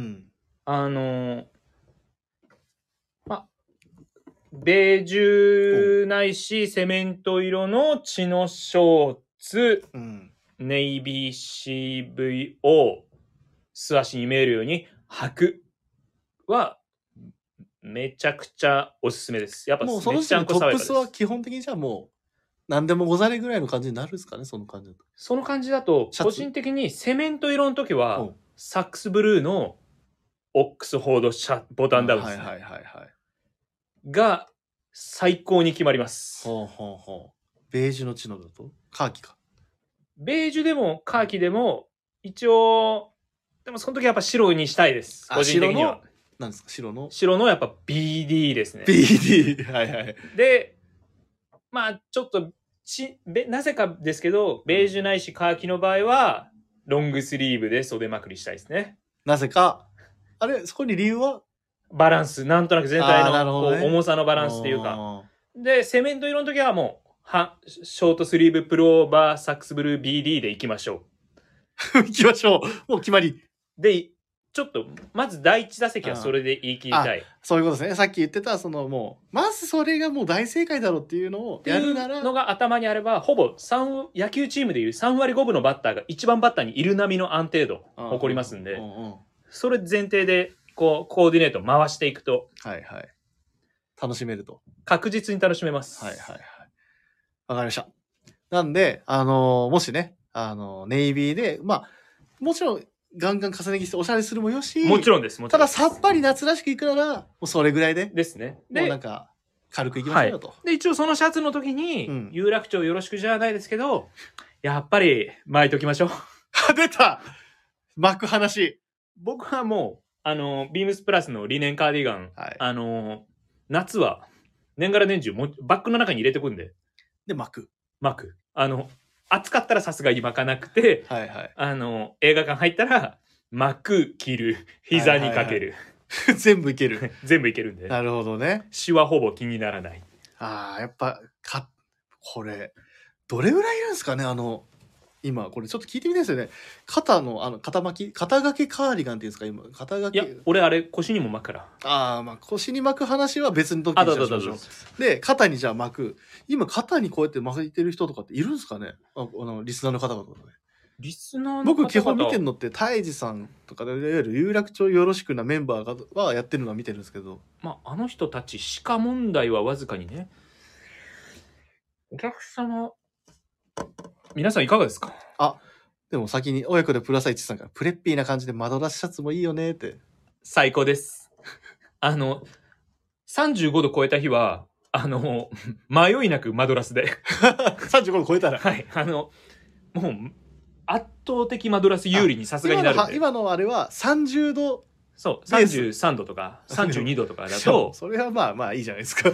[SPEAKER 1] ベージュないしセメント色のチノショーツ、ネイビー CVO 素足に見えるように履くはめちゃくちゃおすすめです。やっぱ
[SPEAKER 2] もうその時点でトップスは基本的にじゃあもう何でもござれぐらいの感じになるんですかね、その感じだと。
[SPEAKER 1] その感じだと個人的にセメント色の時はサックスブルーのオックスフォードボタンダウンですね。が最高に決まります。
[SPEAKER 2] ベージュのチノだとカーキか。
[SPEAKER 1] ベージュでもカーキでも一応でもその時はやっぱ白にしたいです。個人的には。
[SPEAKER 2] なんですか、白
[SPEAKER 1] のやっぱ BD ですね。
[SPEAKER 2] BD。はいはい。
[SPEAKER 1] で、まあちょっとなぜかですけど、ベージュないしカーキの場合はロングスリーブで袖まくりしたいですね。
[SPEAKER 2] なぜか。あれ、そこに理由は？
[SPEAKER 1] バランス。なんとなく全体の重さのバランスっていうか。で、セメント色の時はもう、ショートスリーブプルオーバーサックスブルー BD でいきましょ
[SPEAKER 2] う。行きましょう。もう決まり。
[SPEAKER 1] で、ちょっと、まず第一打席はそれで言い切りたい。
[SPEAKER 2] そういうことですね。さっき言ってた、もう、まずそれがもう大正解だろうっていうのをやるなら。
[SPEAKER 1] っていうのが頭にあれば、ほぼ野球チームでいう3割5分のバッターが一番バッターにいる並みの安定度を誇りますんで、それ前提で、コーディネート回していくと。
[SPEAKER 2] 楽しめると。
[SPEAKER 1] 確実に楽しめます。
[SPEAKER 2] はいはいはい。わかりました。なんで、もしね、ネイビーで、まあ、もちろん、ガンガン重ね着しておしゃれするもよし、
[SPEAKER 1] もちろんです。
[SPEAKER 2] たださっぱり夏らしくいくなら、もうそれぐらいで。
[SPEAKER 1] ですね。
[SPEAKER 2] で、もうなんか、軽くいきましょうよと。
[SPEAKER 1] で、一応そのシャツの時に、有楽町よろしくじゃないですけど、やっぱり巻いときましょう。
[SPEAKER 2] 出た巻く話。
[SPEAKER 1] 僕はもう、ビームスプラスのリネンカーディガン、夏は、年がら年中バッグの中に入れてくんで。
[SPEAKER 2] で、巻く。
[SPEAKER 1] 暑かったらさすがに巻かなくて、
[SPEAKER 2] はいはい、
[SPEAKER 1] 映画館入ったら、巻く、着る、膝にかける。
[SPEAKER 2] 全部いける。
[SPEAKER 1] 全部いけるんで。
[SPEAKER 2] なるほどね。
[SPEAKER 1] シワほぼ気にならない。
[SPEAKER 2] ああ、やっぱ、これ、どれぐらいいるんですかね今、これちょっと聞いてみたいですよね。肩掛けカーディガンっていうんですか今、肩掛け。
[SPEAKER 1] いや、俺あれ腰にも巻くから。
[SPEAKER 2] ああ、まあ腰に巻く話は別の時にしましょう。で、肩にじゃあ巻く。今、肩にこうやって巻いてる人とかっているんですかねリスナーの方々ね。
[SPEAKER 1] リスナーの方
[SPEAKER 2] 々僕基本見てるのって、泰治さんとかで、いわゆる有楽町よろしくなメンバーはやってるのは見てるんですけど。
[SPEAKER 1] まあ、あの人たちしか問題はわずかにね。お客様、皆さんいかがですか？
[SPEAKER 2] でも先に親子でプラス1さんからプレッピーな感じでマドラスシャツもいいよねって。
[SPEAKER 1] 最高です。35度超えた日は、迷いなくマドラスで。
[SPEAKER 2] 35度超えたら
[SPEAKER 1] はい。もう、圧倒的マドラス有利にさすがになるんで。
[SPEAKER 2] 今のあれは30度。
[SPEAKER 1] そう、33度とか32度とかだと。
[SPEAKER 2] それはまあまあいいじゃないですか。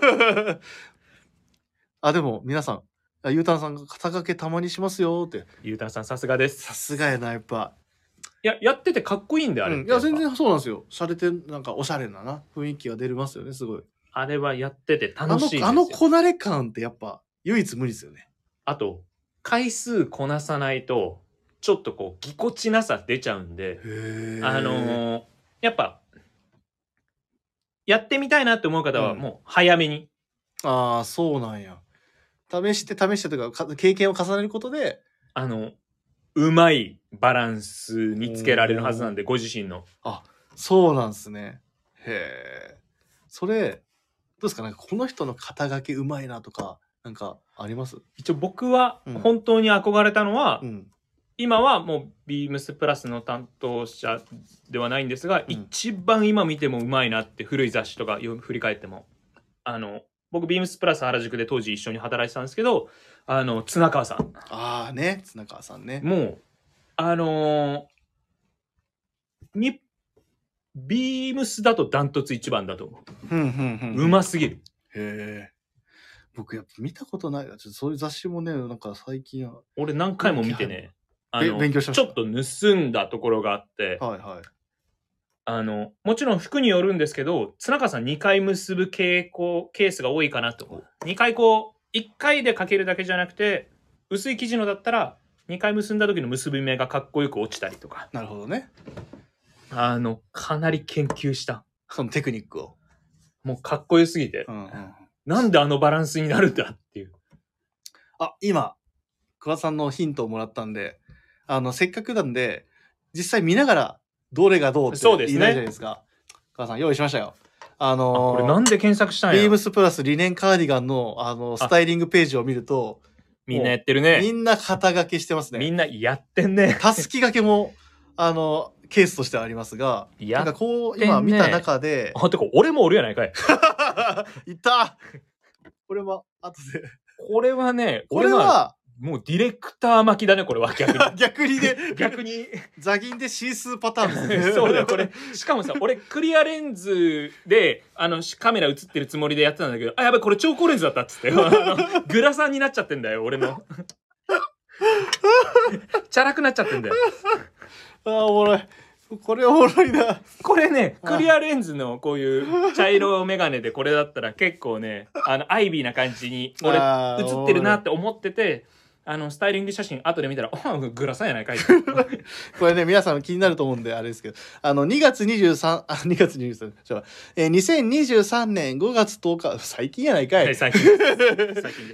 [SPEAKER 2] でも皆さん、ゆうたんさんが肩掛けたまにしますよって。
[SPEAKER 1] ゆうたんさんさすがです。
[SPEAKER 2] さすがやな、やっぱ。
[SPEAKER 1] やっててかっこいいんで、あれ。
[SPEAKER 2] いや、全然そうなんですよ。洒落て、なんかおしゃれな雰囲気が出ますよね、すごい。
[SPEAKER 1] あれはやってて楽しいですよ。
[SPEAKER 2] こなれ感ってやっぱ、唯一無二ですよね。
[SPEAKER 1] あと、回数こなさないと、ちょっとこう、ぎこちなさ出ちゃうんで、やっぱ、やってみたいなって思う方はもう早めに。
[SPEAKER 2] ああ、そうなんや。試してというか、経験を重ねることで、
[SPEAKER 1] うまいバランスにつけられるはずなんで、ご自身の。
[SPEAKER 2] そうなんですね。へえ。それ、どうですかね、この人の肩書きうまいなとか、なんかあります？
[SPEAKER 1] 一応僕は本当に憧れたのは、今はもうビームスプラスの担当者ではないんですが、一番今見てもうまいなって古い雑誌とか振り返っても、僕ビームスプラス原宿で当時一緒に働いてたんですけど、綱川さん。
[SPEAKER 2] 綱川さんね。
[SPEAKER 1] もうビームスだとダントツ一番だと思う。うますぎる。
[SPEAKER 2] へえ。僕やっぱ見たことない。そういう雑誌もね、なんか最近は。
[SPEAKER 1] 俺何回も見てね、
[SPEAKER 2] 勉強しました。
[SPEAKER 1] ちょっと盗んだところがあって、もちろん服によるんですけど、綱川さん2回結ぶケースが多いかなと。2回1回でかけるだけじゃなくて、薄い生地のだったら、2回結んだ時の結び目がかっこよく落ちたりとか。
[SPEAKER 2] なるほどね。
[SPEAKER 1] かなり研究した。
[SPEAKER 2] そのテクニックを。
[SPEAKER 1] もうかっこよすぎて。なんであのバランスになるんだっていう。
[SPEAKER 2] 今、桑田さんのヒントをもらったんで、せっかくなんで、実際見ながら、どれがどうって言いたいじゃないですか。桑田さん、用意しましたよ。
[SPEAKER 1] これなんで検索したんや。
[SPEAKER 2] ビームスプラスリネンカーディガンの、スタイリングページを見ると、
[SPEAKER 1] みんなやってるね。
[SPEAKER 2] みんな肩掛けしてますね。
[SPEAKER 1] みんなやってんね。
[SPEAKER 2] たすき掛けも、ケースとしてはありますが、なんかこう、今見た中で。
[SPEAKER 1] てか、俺もおるやないかい。
[SPEAKER 2] いったこれは、後で。
[SPEAKER 1] これはね、
[SPEAKER 2] これは、
[SPEAKER 1] もうディレクター巻きだね、これは逆に。逆に。
[SPEAKER 2] ザギンでシースーパターンですね。
[SPEAKER 1] そうだよ、これ。しかもさ、俺クリアレンズで、カメラ映ってるつもりでやってたんだけど、やばい、これ超高レンズだったっつって。グラサンになっちゃってんだよ、俺の。チャラくなっちゃってんだよ。
[SPEAKER 2] おもろい。これおもろいな。
[SPEAKER 1] これね、クリアレンズのこういう茶色メガネでこれだったら結構ね、アイビーな感じに俺映ってるなって思ってて、スタイリング写真後で見たら、グラサンやないかい。
[SPEAKER 2] これね、皆さん気になると思うんで、あれですけど、2月23、2023年5月10日、最近やないかい。
[SPEAKER 1] 最近です。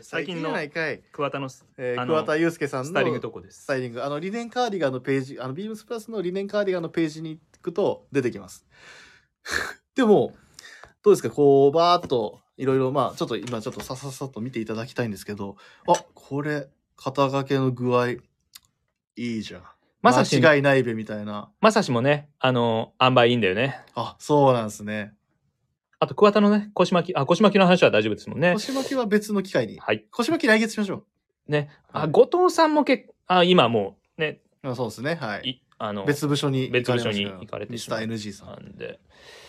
[SPEAKER 2] 最近の
[SPEAKER 1] 桑田の、
[SPEAKER 2] 桑田祐介さんの
[SPEAKER 1] スタイリングとこです。
[SPEAKER 2] スタイリング。リネンカーディガンのページ、ビームスプラスのリネンカーディガンのページに行くと出てきます。でも、 どうですかこう、バーっと、いろいろ、まあ、ちょっと今、ちょっとさっと見ていただきたいんですけど、あ、これ、肩掛けの具合、いいじゃん。まさし、間違いないべみたいな。
[SPEAKER 1] まさしもね、塩梅いいんだよね。
[SPEAKER 2] あ、そうなんですね。
[SPEAKER 1] あと、桑田のね、腰巻きの話は大丈夫ですもんね。
[SPEAKER 2] 腰巻きは別の機会に。
[SPEAKER 1] はい。
[SPEAKER 2] 腰巻き来月しましょ
[SPEAKER 1] う。ね。後藤さんも今もうね。
[SPEAKER 2] そうですね。はい。別部署に
[SPEAKER 1] 行かれて
[SPEAKER 2] しまう。ミスター NG さん。
[SPEAKER 1] なんで。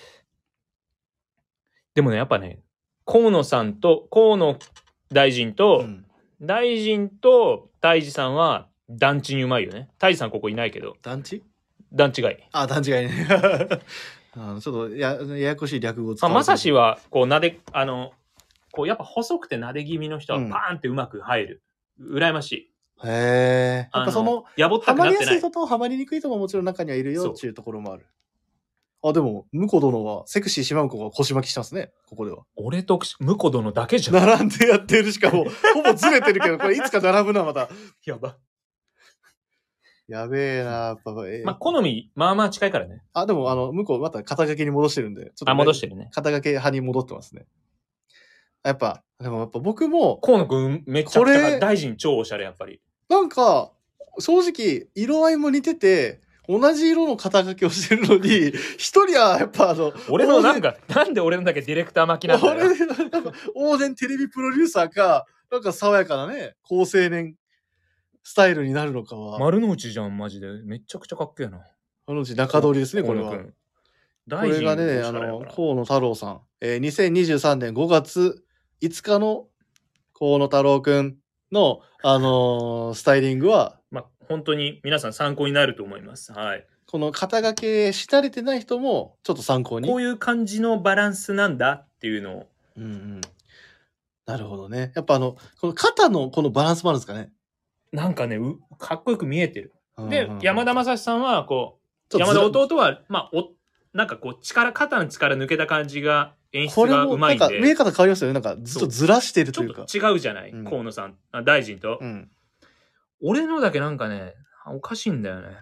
[SPEAKER 1] でもね、やっぱね、河野大臣と、大臣と大治さんは団地にうまいよね。大治さんここいないけど。
[SPEAKER 2] 団地
[SPEAKER 1] 団地外。
[SPEAKER 2] 団地外ね。ちょっとややこしい略語使う。
[SPEAKER 1] まさしは、こう、やっぱ細くて撫で気味の人はパーンってうまく入る。羨ましい。
[SPEAKER 2] へえ。やっぱ
[SPEAKER 1] やぼったくなってない。
[SPEAKER 2] ハマりやすい人とハマりにくい人ももちろん中にはいるよっていうところもある。でも、婿殿は、セクシー島婿が腰巻きしたんですね、ここでは。
[SPEAKER 1] 俺と婿殿だけじゃん。
[SPEAKER 2] 並んでやってるしかも、ほぼずれてるけど、これいつか並ぶな、また。
[SPEAKER 1] やば。
[SPEAKER 2] やべえな、やっぱ。
[SPEAKER 1] 好み、まあまあ近いからね。
[SPEAKER 2] でも、向こうまた肩掛けに戻してるんで。
[SPEAKER 1] ちょっと戻してるね。
[SPEAKER 2] 肩掛け派に戻ってますね。でもやっぱ僕も。
[SPEAKER 1] 河野くんめちゃくちゃ大臣超おしゃれ、やっぱり。
[SPEAKER 2] なんか、正直、色合いも似てて、同じ色の肩掛けをしてるのに、一人はやっぱ
[SPEAKER 1] 俺のなんで俺のだけディレクター巻きなんだよ。
[SPEAKER 2] 往年テレビプロデューサーか、なんか爽やかなね、高青年スタイルになるのかは。
[SPEAKER 1] 丸の内じゃん、マジで。めちゃくちゃかっけえな。
[SPEAKER 2] 丸の内中通りですね、これは。これがね、河野太郎さん。2023年5月5日の河野太郎くんの、スタイリングは、
[SPEAKER 1] 本当に皆さん参考になると思います。はい。
[SPEAKER 2] この肩掛けし慣れてない人もちょっと参考に。
[SPEAKER 1] こういう感じのバランスなんだっていうのを。
[SPEAKER 2] なるほどね。やっぱこの肩のこのバランスもあるんですかね。
[SPEAKER 1] なんかね、かっこよく見えてる。で、山田正史さんは、山田弟は、なんか肩の力抜けた感じが、演出がうまいんで。
[SPEAKER 2] なんか見え方変わりますよね。なんかずっとずらしてるというか。
[SPEAKER 1] ちょっと違うじゃない、河野さん、大臣と。俺のだけなんかね、おかしいんだよね。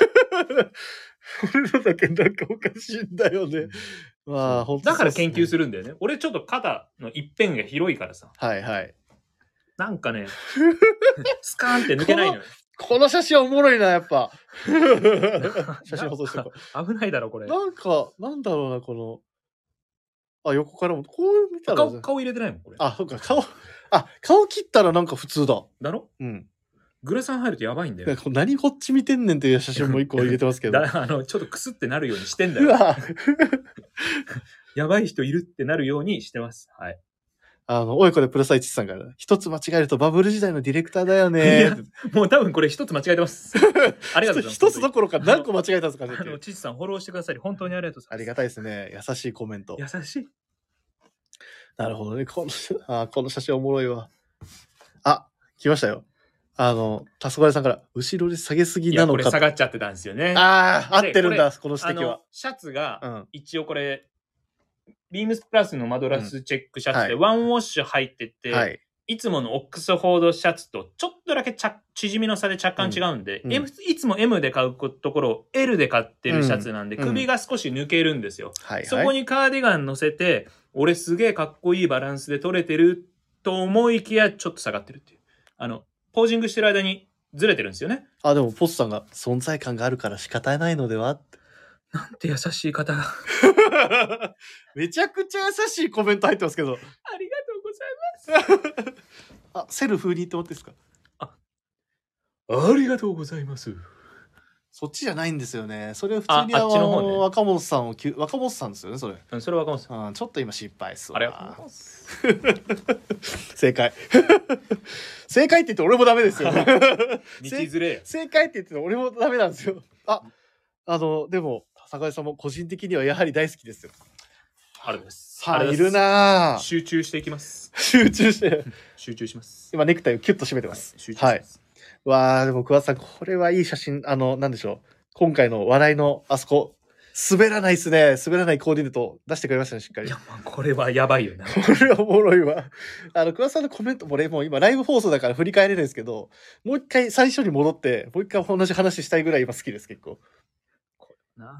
[SPEAKER 2] 俺のだけなんかおかしいんだよね。
[SPEAKER 1] だから研究するんだよね。俺ちょっと肩の一辺が広いからさ。
[SPEAKER 2] はいはい。
[SPEAKER 1] なんかね、スカーンって抜けないのよ。
[SPEAKER 2] この写真おもろいな、やっぱ。写真放送してこ
[SPEAKER 1] う。危ないだろ、これ。
[SPEAKER 2] なんか、なんだろうな、この。横からも、こう見たら。
[SPEAKER 1] 顔入れてないもん、これ。
[SPEAKER 2] そうか、顔切ったらなんか普通だ。
[SPEAKER 1] だろ？グラサン入るとやばいんだよ。
[SPEAKER 2] 何こっち見てんねんっていう写真も一個入れてますけど。
[SPEAKER 1] ちょっとクスってなるようにしてんだよ。やばい人いるってなるようにしてます。はい。
[SPEAKER 2] 親子でプラス1さんから、一つ間違えるとバブル時代のディレクターだよね。
[SPEAKER 1] もう多分これ一つ間違えてます。ありがとうございます。
[SPEAKER 2] 一つどころか何個間違えたんですかね。
[SPEAKER 1] チチさんフォローしてくださり、本当にありがとうございます。
[SPEAKER 2] ありがたいですね。優しいコメント。
[SPEAKER 1] 優しい。
[SPEAKER 2] なるほどね。この写真おもろいわ。来ましたよ。黄昏さんから、後ろで下げすぎなのか。
[SPEAKER 1] これ下がっちゃってたんですよね。
[SPEAKER 2] 合ってるんだ、この指摘は。
[SPEAKER 1] シャツが、一応これ、ビームスプラスのマドラスチェックシャツで、ワンウォッシュ入ってて、いつものオックスフォードシャツとちょっとだけ縮みの差で着感違うんで、いつも M で買うところを L で買ってるシャツなんで、首が少し抜けるんですよ。そこにカーディガン乗せて、俺すげえかっこいいバランスで取れてると思いきや、ちょっと下がってるっていう。ポージングしてる間にずれてるんですよね。
[SPEAKER 2] でもポスさんが存在感があるから仕方ないのではって。
[SPEAKER 1] なんて優しい方が。
[SPEAKER 2] めちゃくちゃ優しいコメント入ってますけど。
[SPEAKER 1] ありがとうござい
[SPEAKER 2] ます。セル風にって思ってですか？
[SPEAKER 1] ありがとうございます。
[SPEAKER 2] そっちじゃないんですよね。それは普通に若本さんですよね、それ。
[SPEAKER 1] それ若本さ
[SPEAKER 2] ん。ちょっと今失敗っすわ。
[SPEAKER 1] ありがとうございます。
[SPEAKER 2] 正解。正解って言って俺もダメですよ。正解って言って俺もダメなんですよ。でも、坂井さんも個人的にはやはり大好きですよ。
[SPEAKER 1] あるです。
[SPEAKER 2] いるなぁ。
[SPEAKER 1] 集中していきます。
[SPEAKER 2] 集中
[SPEAKER 1] します。
[SPEAKER 2] 今ネクタイをキュッと締めてます。
[SPEAKER 1] 集中します。
[SPEAKER 2] でも桑田さん、これはいい写真。なんでしょう。今回の笑いのあそこ、滑らないですね。滑らないコーディネート出してくれましたね、しっかり。
[SPEAKER 1] いや、これはやばいよな。
[SPEAKER 2] これはおもろいわ。桑田さんのコメントもね、もう今ライブ放送だから振り返れないですけど、もう一回最初に戻って、もう一回同じ話したいぐらい今好きです、結構。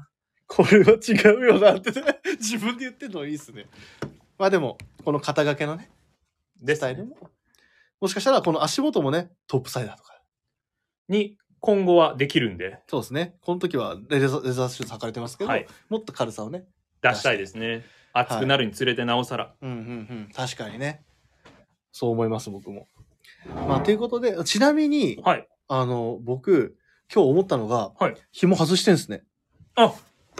[SPEAKER 2] これは違うよなって自分で言ってるのいいっすね。まあでも、この肩掛けのね、スタイルも、もしかしたらこの足元もね、トップサイダーとか
[SPEAKER 1] に今後はできるんで。
[SPEAKER 2] そうですね。この時はレザーシューズ履かれてますけど、もっと軽さをね、
[SPEAKER 1] 出したいですね。熱くなるにつれてなおさら。
[SPEAKER 2] 確かにね。そう思います、僕も。まあ、ということで、ちなみに、僕、今日思ったのが、紐外してんですね。
[SPEAKER 1] あ、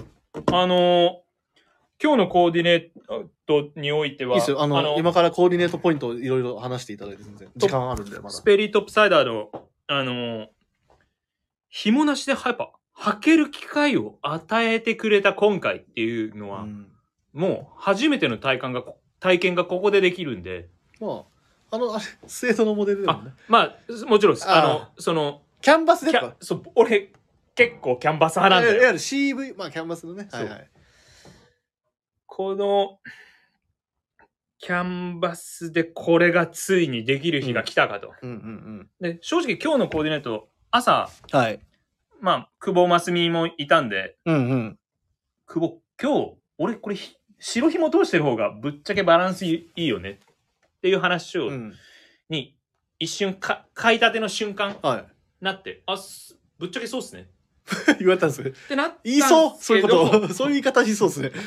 [SPEAKER 1] 今日のコーディネートにおいては、
[SPEAKER 2] いいですよ。今からコーディネートポイントをいろいろ話していただいて全然。時間あるんで、まだ。
[SPEAKER 1] スペリートップサイダーの、紐なしでやっぱ履ける機会を与えてくれた今回っていうのは、もう初めての体験がここでできるんで。
[SPEAKER 2] まあ、スウェードのモデルでもね。
[SPEAKER 1] まあ、もちろんです。
[SPEAKER 2] キャンバスで
[SPEAKER 1] 俺、結構キャンバス派なんだよ。
[SPEAKER 2] いわゆる CV、まあキャンバスのね。はいはい。
[SPEAKER 1] この、キャンバスでこれがついにできる日が来たかと。で、正直今日のコーディネート、朝、まあ、久保真澄もいたんで、久保、今日、俺これ、白紐通してる方がぶっちゃけバランスいいよねっていう話を、に、一瞬買いたての瞬間、なって、ぶっちゃけそうっすね。
[SPEAKER 2] 言われたんですよ。
[SPEAKER 1] ってなったんですけど。
[SPEAKER 2] 言いそうそういうこと。そういう言い方しそうっすね。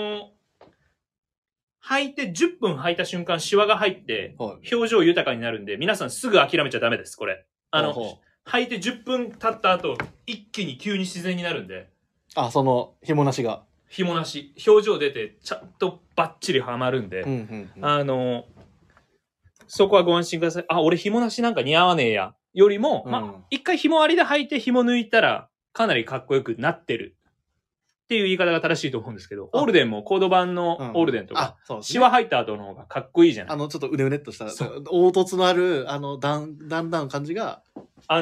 [SPEAKER 1] 履いて10分履いた瞬間、シワが入って、表情豊かになるんで、皆さんすぐ諦めちゃダメです、これ。履いて10分経った後、一気に急に自然になるんで。
[SPEAKER 2] その、紐なしが。
[SPEAKER 1] 紐なし。表情出て、ちゃんとバッチリはまるんで。そこはご安心ください。俺紐なしなんか似合わねえや。よりも、一回紐ありで履いて紐抜いたら、かなりかっこよくなってる。っていう言い方が正しいと思うんですけど、オールデンもコード版のオールデンとか、シワ入った後の方がかっこいいじゃない。
[SPEAKER 2] ちょっとうねうねっとした、凹凸のある、だんだん感じが。
[SPEAKER 1] やっ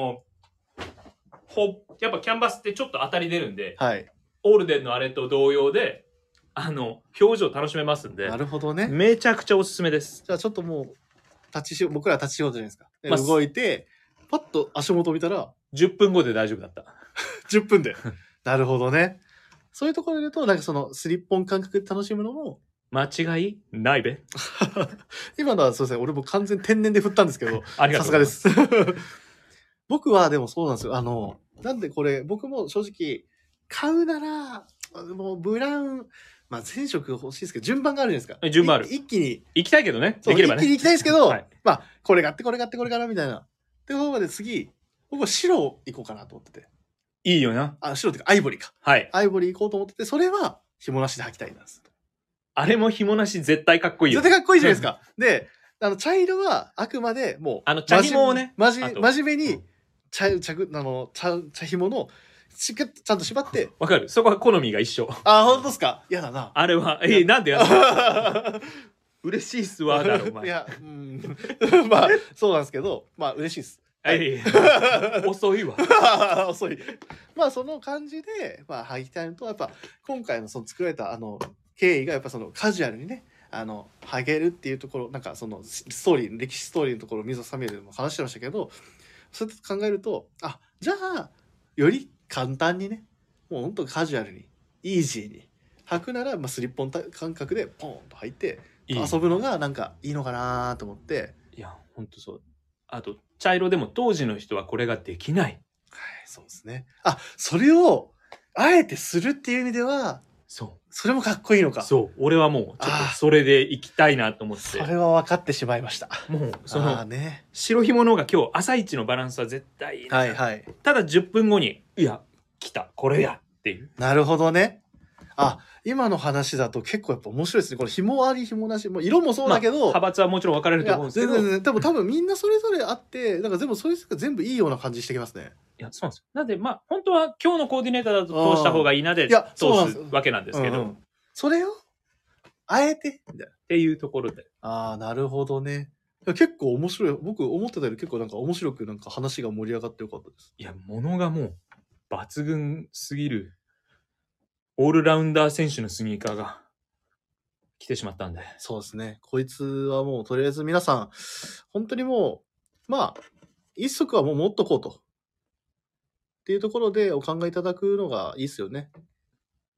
[SPEAKER 1] ぱキャンバスってちょっと当たり出るんで、オールデンのあれと同様で、表情楽しめますんで。
[SPEAKER 2] なるほどね。
[SPEAKER 1] めちゃくちゃおすすめです。
[SPEAKER 2] じゃあちょっともう、僕ら立ち仕事じゃないですか。動いて、パッと足元見たら、
[SPEAKER 1] 10分後で大丈夫だった。
[SPEAKER 2] 10分で。なるほどね。そういうところで言うと、なんかそのスリッポン感覚で楽しむのも。
[SPEAKER 1] 間違いないべ。
[SPEAKER 2] 今のはそうですね、俺も完全天然で振ったんですけど、
[SPEAKER 1] ありがとうございます。
[SPEAKER 2] さすがです。僕はでもそうなんですよ。なんでこれ、僕も正直、買うなら、もうブラウン、まあ前色欲しいですけど、順番があるじゃないですか。
[SPEAKER 1] 順番ある。
[SPEAKER 2] 一気に。
[SPEAKER 1] 行きたいけどね。できればね。
[SPEAKER 2] 一気に行きたいですけど、まあ、これがあって、これがあって、これかな、みたいな。ってことまで次、僕は白行こうかなと思ってて。
[SPEAKER 1] いいよな。
[SPEAKER 2] 白っていうか、アイボリーか。アイボリー行こうと思ってて、それは紐なしで履きたいんです。
[SPEAKER 1] あれも紐なし絶対かっこいいよ。
[SPEAKER 2] 絶対かっこいいじゃないですか。で、茶色はあくまでも
[SPEAKER 1] う、茶紐をね、
[SPEAKER 2] 真面目に、茶紐の、ちゃんと縛って。
[SPEAKER 1] わかる。そこは好みが一緒。
[SPEAKER 2] 本当ですか？嫌だな。
[SPEAKER 1] あれは、なんでやだ嬉しいっすわ、だろ、お前。
[SPEAKER 2] いや、まあ、そうなんですけど、まあ、嬉しいっす。
[SPEAKER 1] 遅いわ。
[SPEAKER 2] 遅い。まあ、その感じで、まあ、履きたいのと、やっぱ、今回のその作られた、経緯が、やっぱそのカジュアルにね、履けるっていうところ、なんかその歴史ストーリーのところを溝サミュエルでも話してましたけど、そうやって考えると、じゃあ、より簡単にね、もう本当カジュアルに、イージーに履くなら、スリッポン感覚でポンと履いて、遊ぶのがなんかいいのかなと思って。
[SPEAKER 1] いや、本当そう。あと、茶色でも当時の人はこれができない。
[SPEAKER 2] そうですね。それを、あえてするっていう意味では、それもかっこいいのか。
[SPEAKER 1] そう。俺はもう、ちょっとそれで行きたいなと思って。そ
[SPEAKER 2] れは分かってしまいました。
[SPEAKER 1] もう、白紐の方が今日、朝一のバランスは絶対いいな。ただ10分後に、いや、来た、これやっていう。
[SPEAKER 2] なるほどね。今の話だと結構やっぱ面白いですね。これ紐あり紐なし、もう色もそうだけど、
[SPEAKER 1] 派閥はもちろん分かれると思うんですけど、
[SPEAKER 2] 全然多分みんなそれぞれあって、なんか全部それが全部いいような感じしてきますね。
[SPEAKER 1] いや、そうなんですよ。なんで本当は今日のコーディネーターだと通した方がいいなで通すわけなんですけど、
[SPEAKER 2] それをあえて
[SPEAKER 1] っていうところで。
[SPEAKER 2] なるほどね。結構面白い。僕思ってたより結構なんか面白くなんか話が盛り上がってよかったです。
[SPEAKER 1] いや、物がもう抜群すぎる。オールラウンダー選手のスニーカーが来てしまったんで。
[SPEAKER 2] そうですね。こいつはもうとりあえず皆さん、本当にもう、一足はもう持っとこうと。っていうところでお考えいただくのがいいですよね。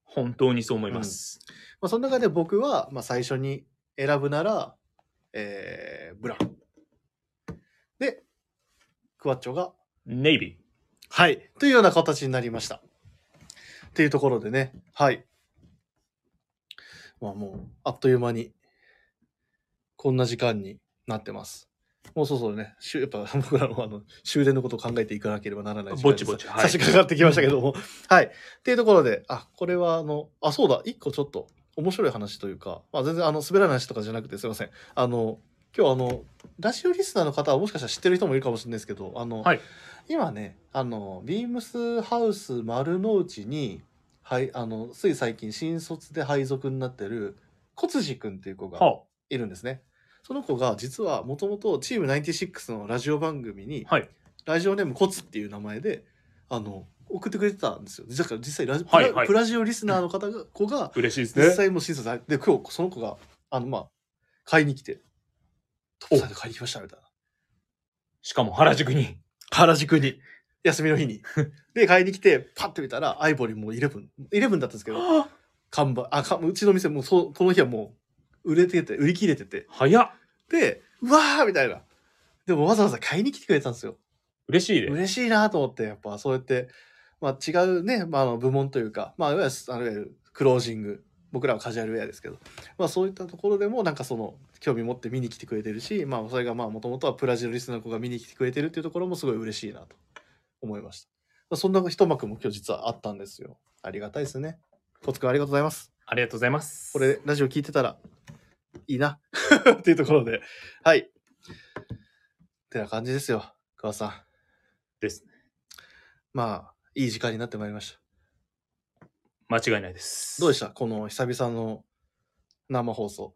[SPEAKER 1] 本当にそう思います。
[SPEAKER 2] まあ、その中で僕は、まあ、最初に選ぶなら、ブラウン。で、クワッチョが
[SPEAKER 1] ネイビー。
[SPEAKER 2] はい。というような形になりました。っていうところでね。はい。まあもう、あっという間に、こんな時間になってます。もうそろそろね、やっぱ僕らの終電のことを考えていかなければならない時間
[SPEAKER 1] ぼちぼち、
[SPEAKER 2] 差し掛かってきましたけども。はい。っていうところで、これはそうだ、一個ちょっと面白い話というか、まあ全然滑らない話とかじゃなくてすいません。今日ラジオリスナーの方はもしかしたら知ってる人もいるかもしれないですけど、
[SPEAKER 1] はい、
[SPEAKER 2] 今ね、ビームスハウス丸の内に、はい、つい最近新卒で配属になってる小辻くんっていう子がいるんですね。その子が実はもともとチーム96のラジオ番組に、
[SPEAKER 1] はい、
[SPEAKER 2] ラジオネームコツっていう名前で送ってくれてたんですよ。だから実際プラジオリスナーの子が
[SPEAKER 1] 嬉しいですね。
[SPEAKER 2] 実際もう新卒で今日その子が買いに来てトップサイド買いに来ましたみたいな。
[SPEAKER 1] しかも原宿に
[SPEAKER 2] 休みの日にで買いに来てパッて見たらアイボリーもう11だったんですけど看板うちの店もこの日はもう売り切れてて
[SPEAKER 1] 早っ
[SPEAKER 2] でうわーみたいなでもわざわざ買いに来てくれたんですよ。
[SPEAKER 1] 嬉しいね。
[SPEAKER 2] 嬉しいなと思ってやっぱそうやって違うね、部門というかいわゆるクロージング僕らはカジュアルウェアですけど、そういったところでもなんか興味持って見に来てくれてるし、それがもともとはプラジオリスナーの子が見に来てくれてるっていうところもすごい嬉しいなと思いました。そんな一幕も今日実はあったんですよ。ありがたいですね。コツくんありがとうございます。
[SPEAKER 1] ありがとうございます。
[SPEAKER 2] これラジオ聞いてたらいいなっていうところで、はい。ってな感じですよ、川さん。
[SPEAKER 1] ですね。
[SPEAKER 2] いい時間になってまいりました。
[SPEAKER 1] 間違いないです。
[SPEAKER 2] どうでしたこの久々の生放送。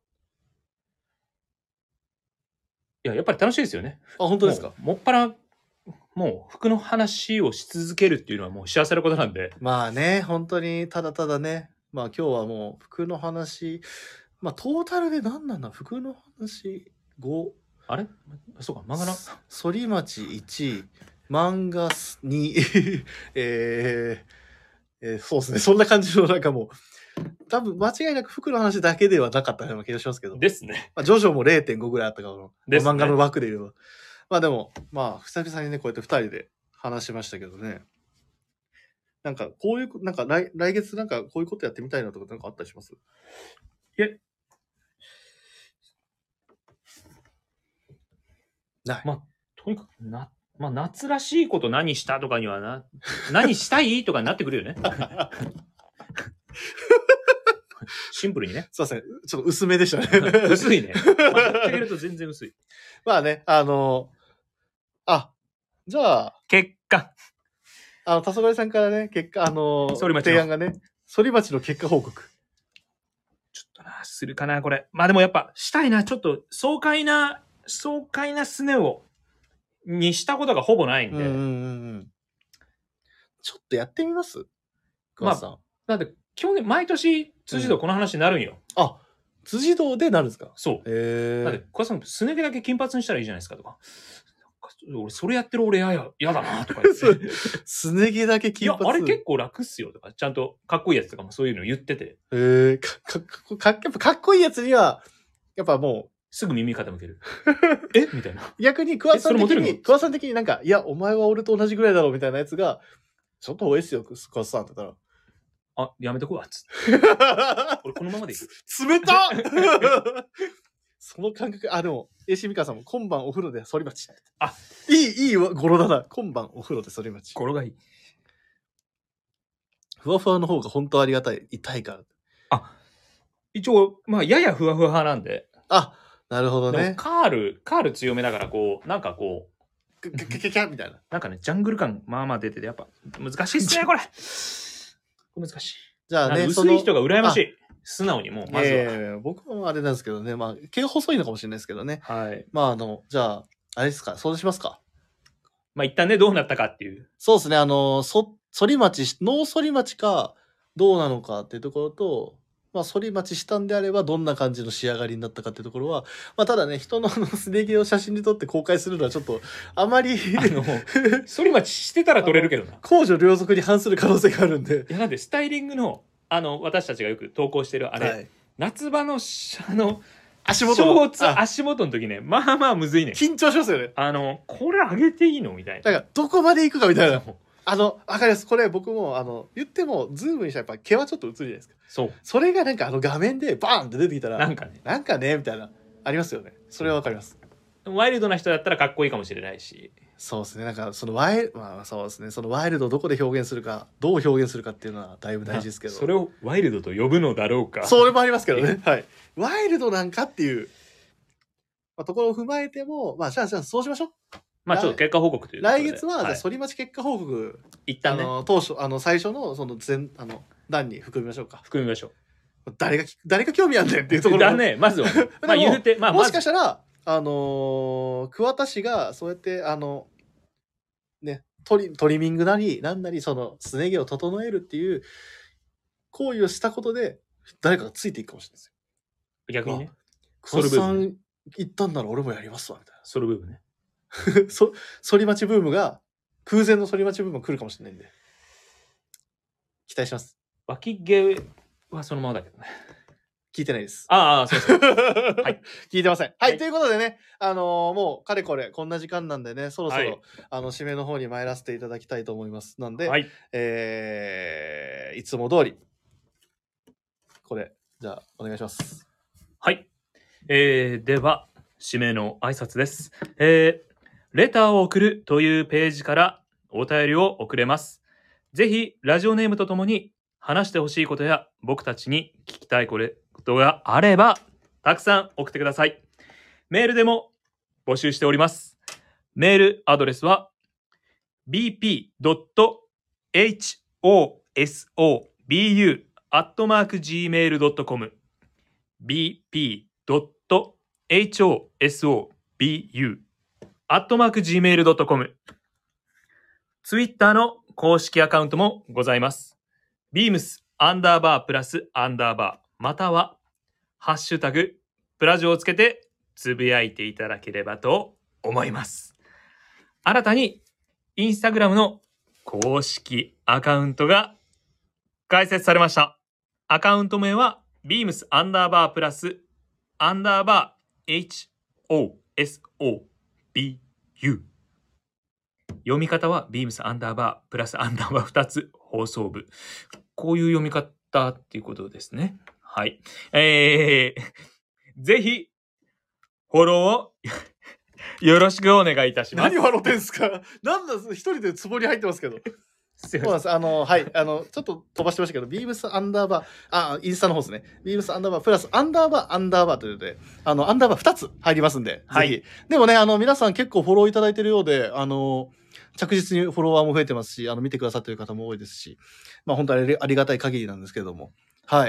[SPEAKER 1] いや、やっぱり楽しいですよね。
[SPEAKER 2] 本当ですか。
[SPEAKER 1] もっぱらもう服の話をし続けるっていうのはもう幸せなことなんで。
[SPEAKER 2] 本当にただただね、今日はもう服の話、トータルで何なんだ服の話5。
[SPEAKER 1] あれそうか、漫画の
[SPEAKER 2] 反町1、漫画2、そうですね。そんな感じのなんかもう、多分間違いなく服の話だけではなかったような気がしますけど。
[SPEAKER 1] ですね。
[SPEAKER 2] ジョジョも 0.5 ぐらいあったからの、ね、漫画の枠で言えば。でも、久々にね、こうやって2人で話しましたけどね。なんか、こういう、なんか来月なんかこういうことやってみたいなとかなんかあったりします？ない。
[SPEAKER 1] とにかく夏らしいこと何したとかには何したいとかになってくるよね。シンプルにね。
[SPEAKER 2] すいません。ちょっと薄めでしたね。
[SPEAKER 1] 薄いね。ぶっちゃけると全然薄い。
[SPEAKER 2] じゃあ。
[SPEAKER 1] 結果。
[SPEAKER 2] 黄昏さんからね、提案がね、反町の結果報告。
[SPEAKER 1] ちょっとするかな、これ。でもやっぱ、したいな、ちょっと、爽快なスネ夫にしたことがほぼないんで。
[SPEAKER 2] ちょっとやってみます？
[SPEAKER 1] だって、基本的に毎年、辻堂この話になるんよ。
[SPEAKER 2] 辻堂でなるんですか？
[SPEAKER 1] そう。だって、小さん、すね毛だけ金髪にしたらいいじゃないですかとか。俺、それやってる俺嫌だなとか言って。
[SPEAKER 2] すね毛だけ金髪。
[SPEAKER 1] いや、あれ結構楽っすよとか、ちゃんとかっこいいやつとかもそういうの言ってて。
[SPEAKER 2] やっぱかっこいいやつには、やっぱもう、
[SPEAKER 1] すぐ耳傾ける。みたいな。
[SPEAKER 2] 逆に、桑さん的になんか、いや、お前は俺と同じぐらいだろうみたいなやつが、ちょっと多いっすよ、桑さんって言ったら。
[SPEAKER 1] やめとくわ、つって。俺このままでいく。
[SPEAKER 2] 冷たっその感覚、でも、AC ミカさんも今晩お風呂で反町。いい語呂だな。今晩お風呂で反町。
[SPEAKER 1] 語呂がいい。
[SPEAKER 2] ふわふわの方が本当ありがたい。痛いから。
[SPEAKER 1] 一応、ややふわふわ派なんで。
[SPEAKER 2] なるほどね。
[SPEAKER 1] でもカール強めだから、なんか
[SPEAKER 2] キャみたいな。
[SPEAKER 1] なんかね、ジャングル感出てて、やっぱ、難しいっすね、これ。難しい。
[SPEAKER 2] じゃあね、
[SPEAKER 1] 薄い人が羨ましい。素直にもう、まずは。
[SPEAKER 2] 僕もあれなんですけどね、毛が細いのかもしれないですけどね。
[SPEAKER 1] はい。
[SPEAKER 2] じゃあ、あれですか、そうしますか。
[SPEAKER 1] 一旦ね、どうなったかっていう。
[SPEAKER 2] そうですね、ノー反町か、どうなのかっていうところと、反町したんであれば、どんな感じの仕上がりになったかっていうところは、ただね、人のすね毛を写真に撮って公開するのはちょっと、あまり
[SPEAKER 1] 反町してたら撮れるけどな。
[SPEAKER 2] 公序良俗に反する可能性があるんで。
[SPEAKER 1] なんで、スタイリングの、 私たちがよく投稿してるあれ、はい、夏場の
[SPEAKER 2] 足元
[SPEAKER 1] の時ね、まあまあむずいね。
[SPEAKER 2] 緊張しますよね。
[SPEAKER 1] これ上げていいのみたいな。
[SPEAKER 2] だからどこまで行くかみたいな。わかります。これ僕も言ってもズームにしたらやっぱ毛はちょっと映るじゃないですか。
[SPEAKER 1] そう。
[SPEAKER 2] それがなんか画面でバーンって出てきたら
[SPEAKER 1] なんかね
[SPEAKER 2] みたいなありますよね。それはわかります。
[SPEAKER 1] ワイルドな人だったらかっこいいかもしれないし。
[SPEAKER 2] そうですね。なんかそうですね。そのワイルドをどこで表現するか、どう表現するかっていうのはだいぶ大事ですけど。
[SPEAKER 1] それをワイルドと呼ぶのだろうか。
[SPEAKER 2] それもありますけどね。はい。ワイルドなんかっていう、ところを踏まえても、じゃあそうしましょう。
[SPEAKER 1] ちょっと結果報告という
[SPEAKER 2] 来月はじゃあ反町結果報告、
[SPEAKER 1] 一旦ね、
[SPEAKER 2] 当初最初のその段に含みましょうか。
[SPEAKER 1] 含みましょう。
[SPEAKER 2] 誰が興味あんねんっていうところ
[SPEAKER 1] だね。まずは言うて、
[SPEAKER 2] もしかしたら桑田氏がそうやってね、トリミングなりなんなりそのすね毛を整えるっていう行為をしたことで誰かがついていくかもしれないですよ。
[SPEAKER 1] 逆にね。
[SPEAKER 2] 桑田さん言ったんなら俺もやりますわみたいな。
[SPEAKER 1] ソルブームね。
[SPEAKER 2] 反町ブームが空前の反町ブームが来るかもしれないんで期待します。
[SPEAKER 1] 脇毛はそのままだけどね。
[SPEAKER 2] 聞いてないです。
[SPEAKER 1] そうそう。はい。
[SPEAKER 2] 聞いてません。はい。ということでね、もうかれこれこんな時間なんでね、そろそろ、締めの方に参らせていただきたいと思います。なんで、
[SPEAKER 1] はい、
[SPEAKER 2] いつも通り、これ、じゃあ、お願いします。
[SPEAKER 1] はい。では、締めの挨拶です。レターを送るというページからお便りを送れます。ぜひ、ラジオネームとともに話してほしいことや僕たちに聞きたいことがあれば、たくさん送ってください。メールでも募集しております。メールアドレスは bp.hosobu@gmail.com bp.hosobu@gmail.com ツイッターの公式アカウントもございます。beams_+_ またはハッシュタグプラジオをつけてつぶやいていただければと思います。新たにインスタグラムの公式アカウントが開設されました。アカウント名は beams_+_ HOSOBU 読み方は beams_+_ つ放送部。こういう読み方っていうことですね。はい。ぜひ、フォローをよろしくお願いいたします。
[SPEAKER 2] 何笑ってんすか？なんだ、一人で壺に入ってますけど。そうなんです。はい。ちょっと飛ばしてましたけど、beams_+、インスタの方ですね。beams_+_ということで、アンダーバー2つ入りますんで、
[SPEAKER 1] はい、
[SPEAKER 2] ぜひ。でもね、皆さん結構フォローいただいてるようで、着実にフォロワーも増えてますし、見てくださってる方も多いですし、本当にありがたい限りなんですけども。はい。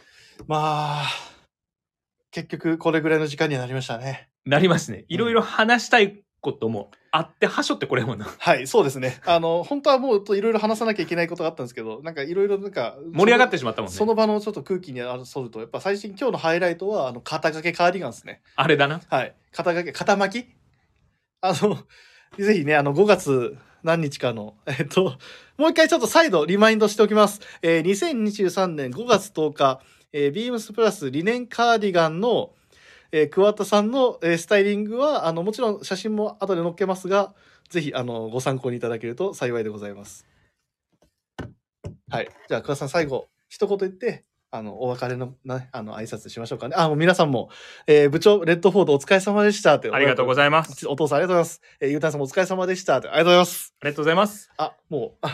[SPEAKER 2] 結局これぐらいの時間にはなりましたね。
[SPEAKER 1] なりますね。いろいろ話したいこともあって、はしょってこれもな。
[SPEAKER 2] はい、そうですね。本当はもういろいろ話さなきゃいけないことがあったんですけど、なんかいろいろ盛
[SPEAKER 1] り上がってしまったもんね。
[SPEAKER 2] その場のちょっと空気に沿うと、やっぱ最新今日のハイライトは、肩掛けカーディガンですね。
[SPEAKER 1] あれだな。
[SPEAKER 2] はい。肩巻きぜひね、5月何日かの、もう一回ちょっと再度リマインドしておきます。2023年5月10日、beams プラスリネンカーディガンの、桑田さんの、スタイリングはもちろん写真も後で載っけますが、ぜひご参考にいただけると幸いでございます。はい。じゃあ桑田さん最後一言言ってお別れの、ね、挨拶しましょうかね。もう皆さんも、部長レッドフォードお疲れ様でしたって。
[SPEAKER 1] ありがとうございます。
[SPEAKER 2] お父さんありがとうございます。ゆうたんさんもお疲れ様でしたって。ありがとうございます。
[SPEAKER 1] ありがとうございます。
[SPEAKER 2] もう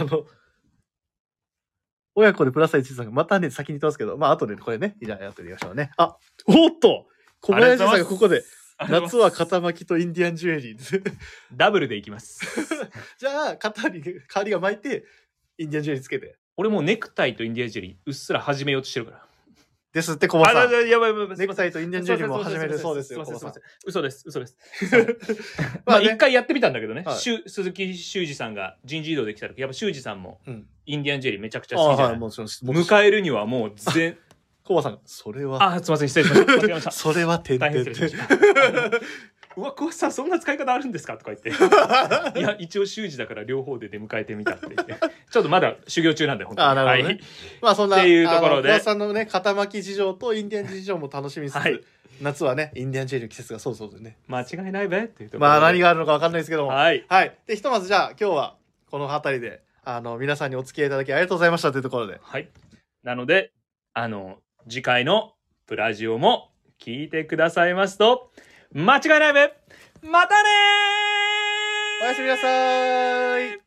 [SPEAKER 2] 親子でプラス1さんがまたね先に言ってますけど、後でこれね、じゃあやってみましょうね。おっと小林さんがここで夏は肩巻きとインディアンジュエリー
[SPEAKER 1] ダブルでいきます。
[SPEAKER 2] じゃあ肩にカーディガン巻いてインディアンジュエリーつけて。
[SPEAKER 1] 俺もうネクタイとインディアンジュエリーうっすら始めようとしてるから。
[SPEAKER 2] ですって小林さん。
[SPEAKER 1] やばい。
[SPEAKER 2] ネクタイとインディアンジュエリーも始めるそうですよ。
[SPEAKER 1] 嘘です。一回やってみたんだけどね。鈴木修二さんが人事異動できた時、やっぱ修二さんもインディアンジュエリーめちゃくちゃ好きじゃない。迎えるにはもう
[SPEAKER 2] コバさん、それは。
[SPEAKER 1] すみません、失礼しました。
[SPEAKER 2] それは点々。
[SPEAKER 1] うわ桑田さんそんな使い方あるんですかとか言っていや一応習字だから両方で出迎えてみたって言ってちょっとまだ修行中なんで本当に。
[SPEAKER 2] なるほどね、
[SPEAKER 1] はい、
[SPEAKER 2] まあそんな
[SPEAKER 1] っていうところで
[SPEAKER 2] 桑田さんのね肩巻き事情とインディアン事情も楽しみつつ、はい、夏はねインディアンジェリーの季節がそうそうでね
[SPEAKER 1] 間違いないべっていうところで
[SPEAKER 2] まあ何があるのか分かんないですけども、
[SPEAKER 1] はい、
[SPEAKER 2] はい、でひとまずじゃあ今日はこの辺りで皆さんにお付き合いいただきありがとうございましたというところで、
[SPEAKER 1] はい、なので次回のプラジオも聞いてくださいますと間違いないべ。またねー。
[SPEAKER 2] おやすみなさい。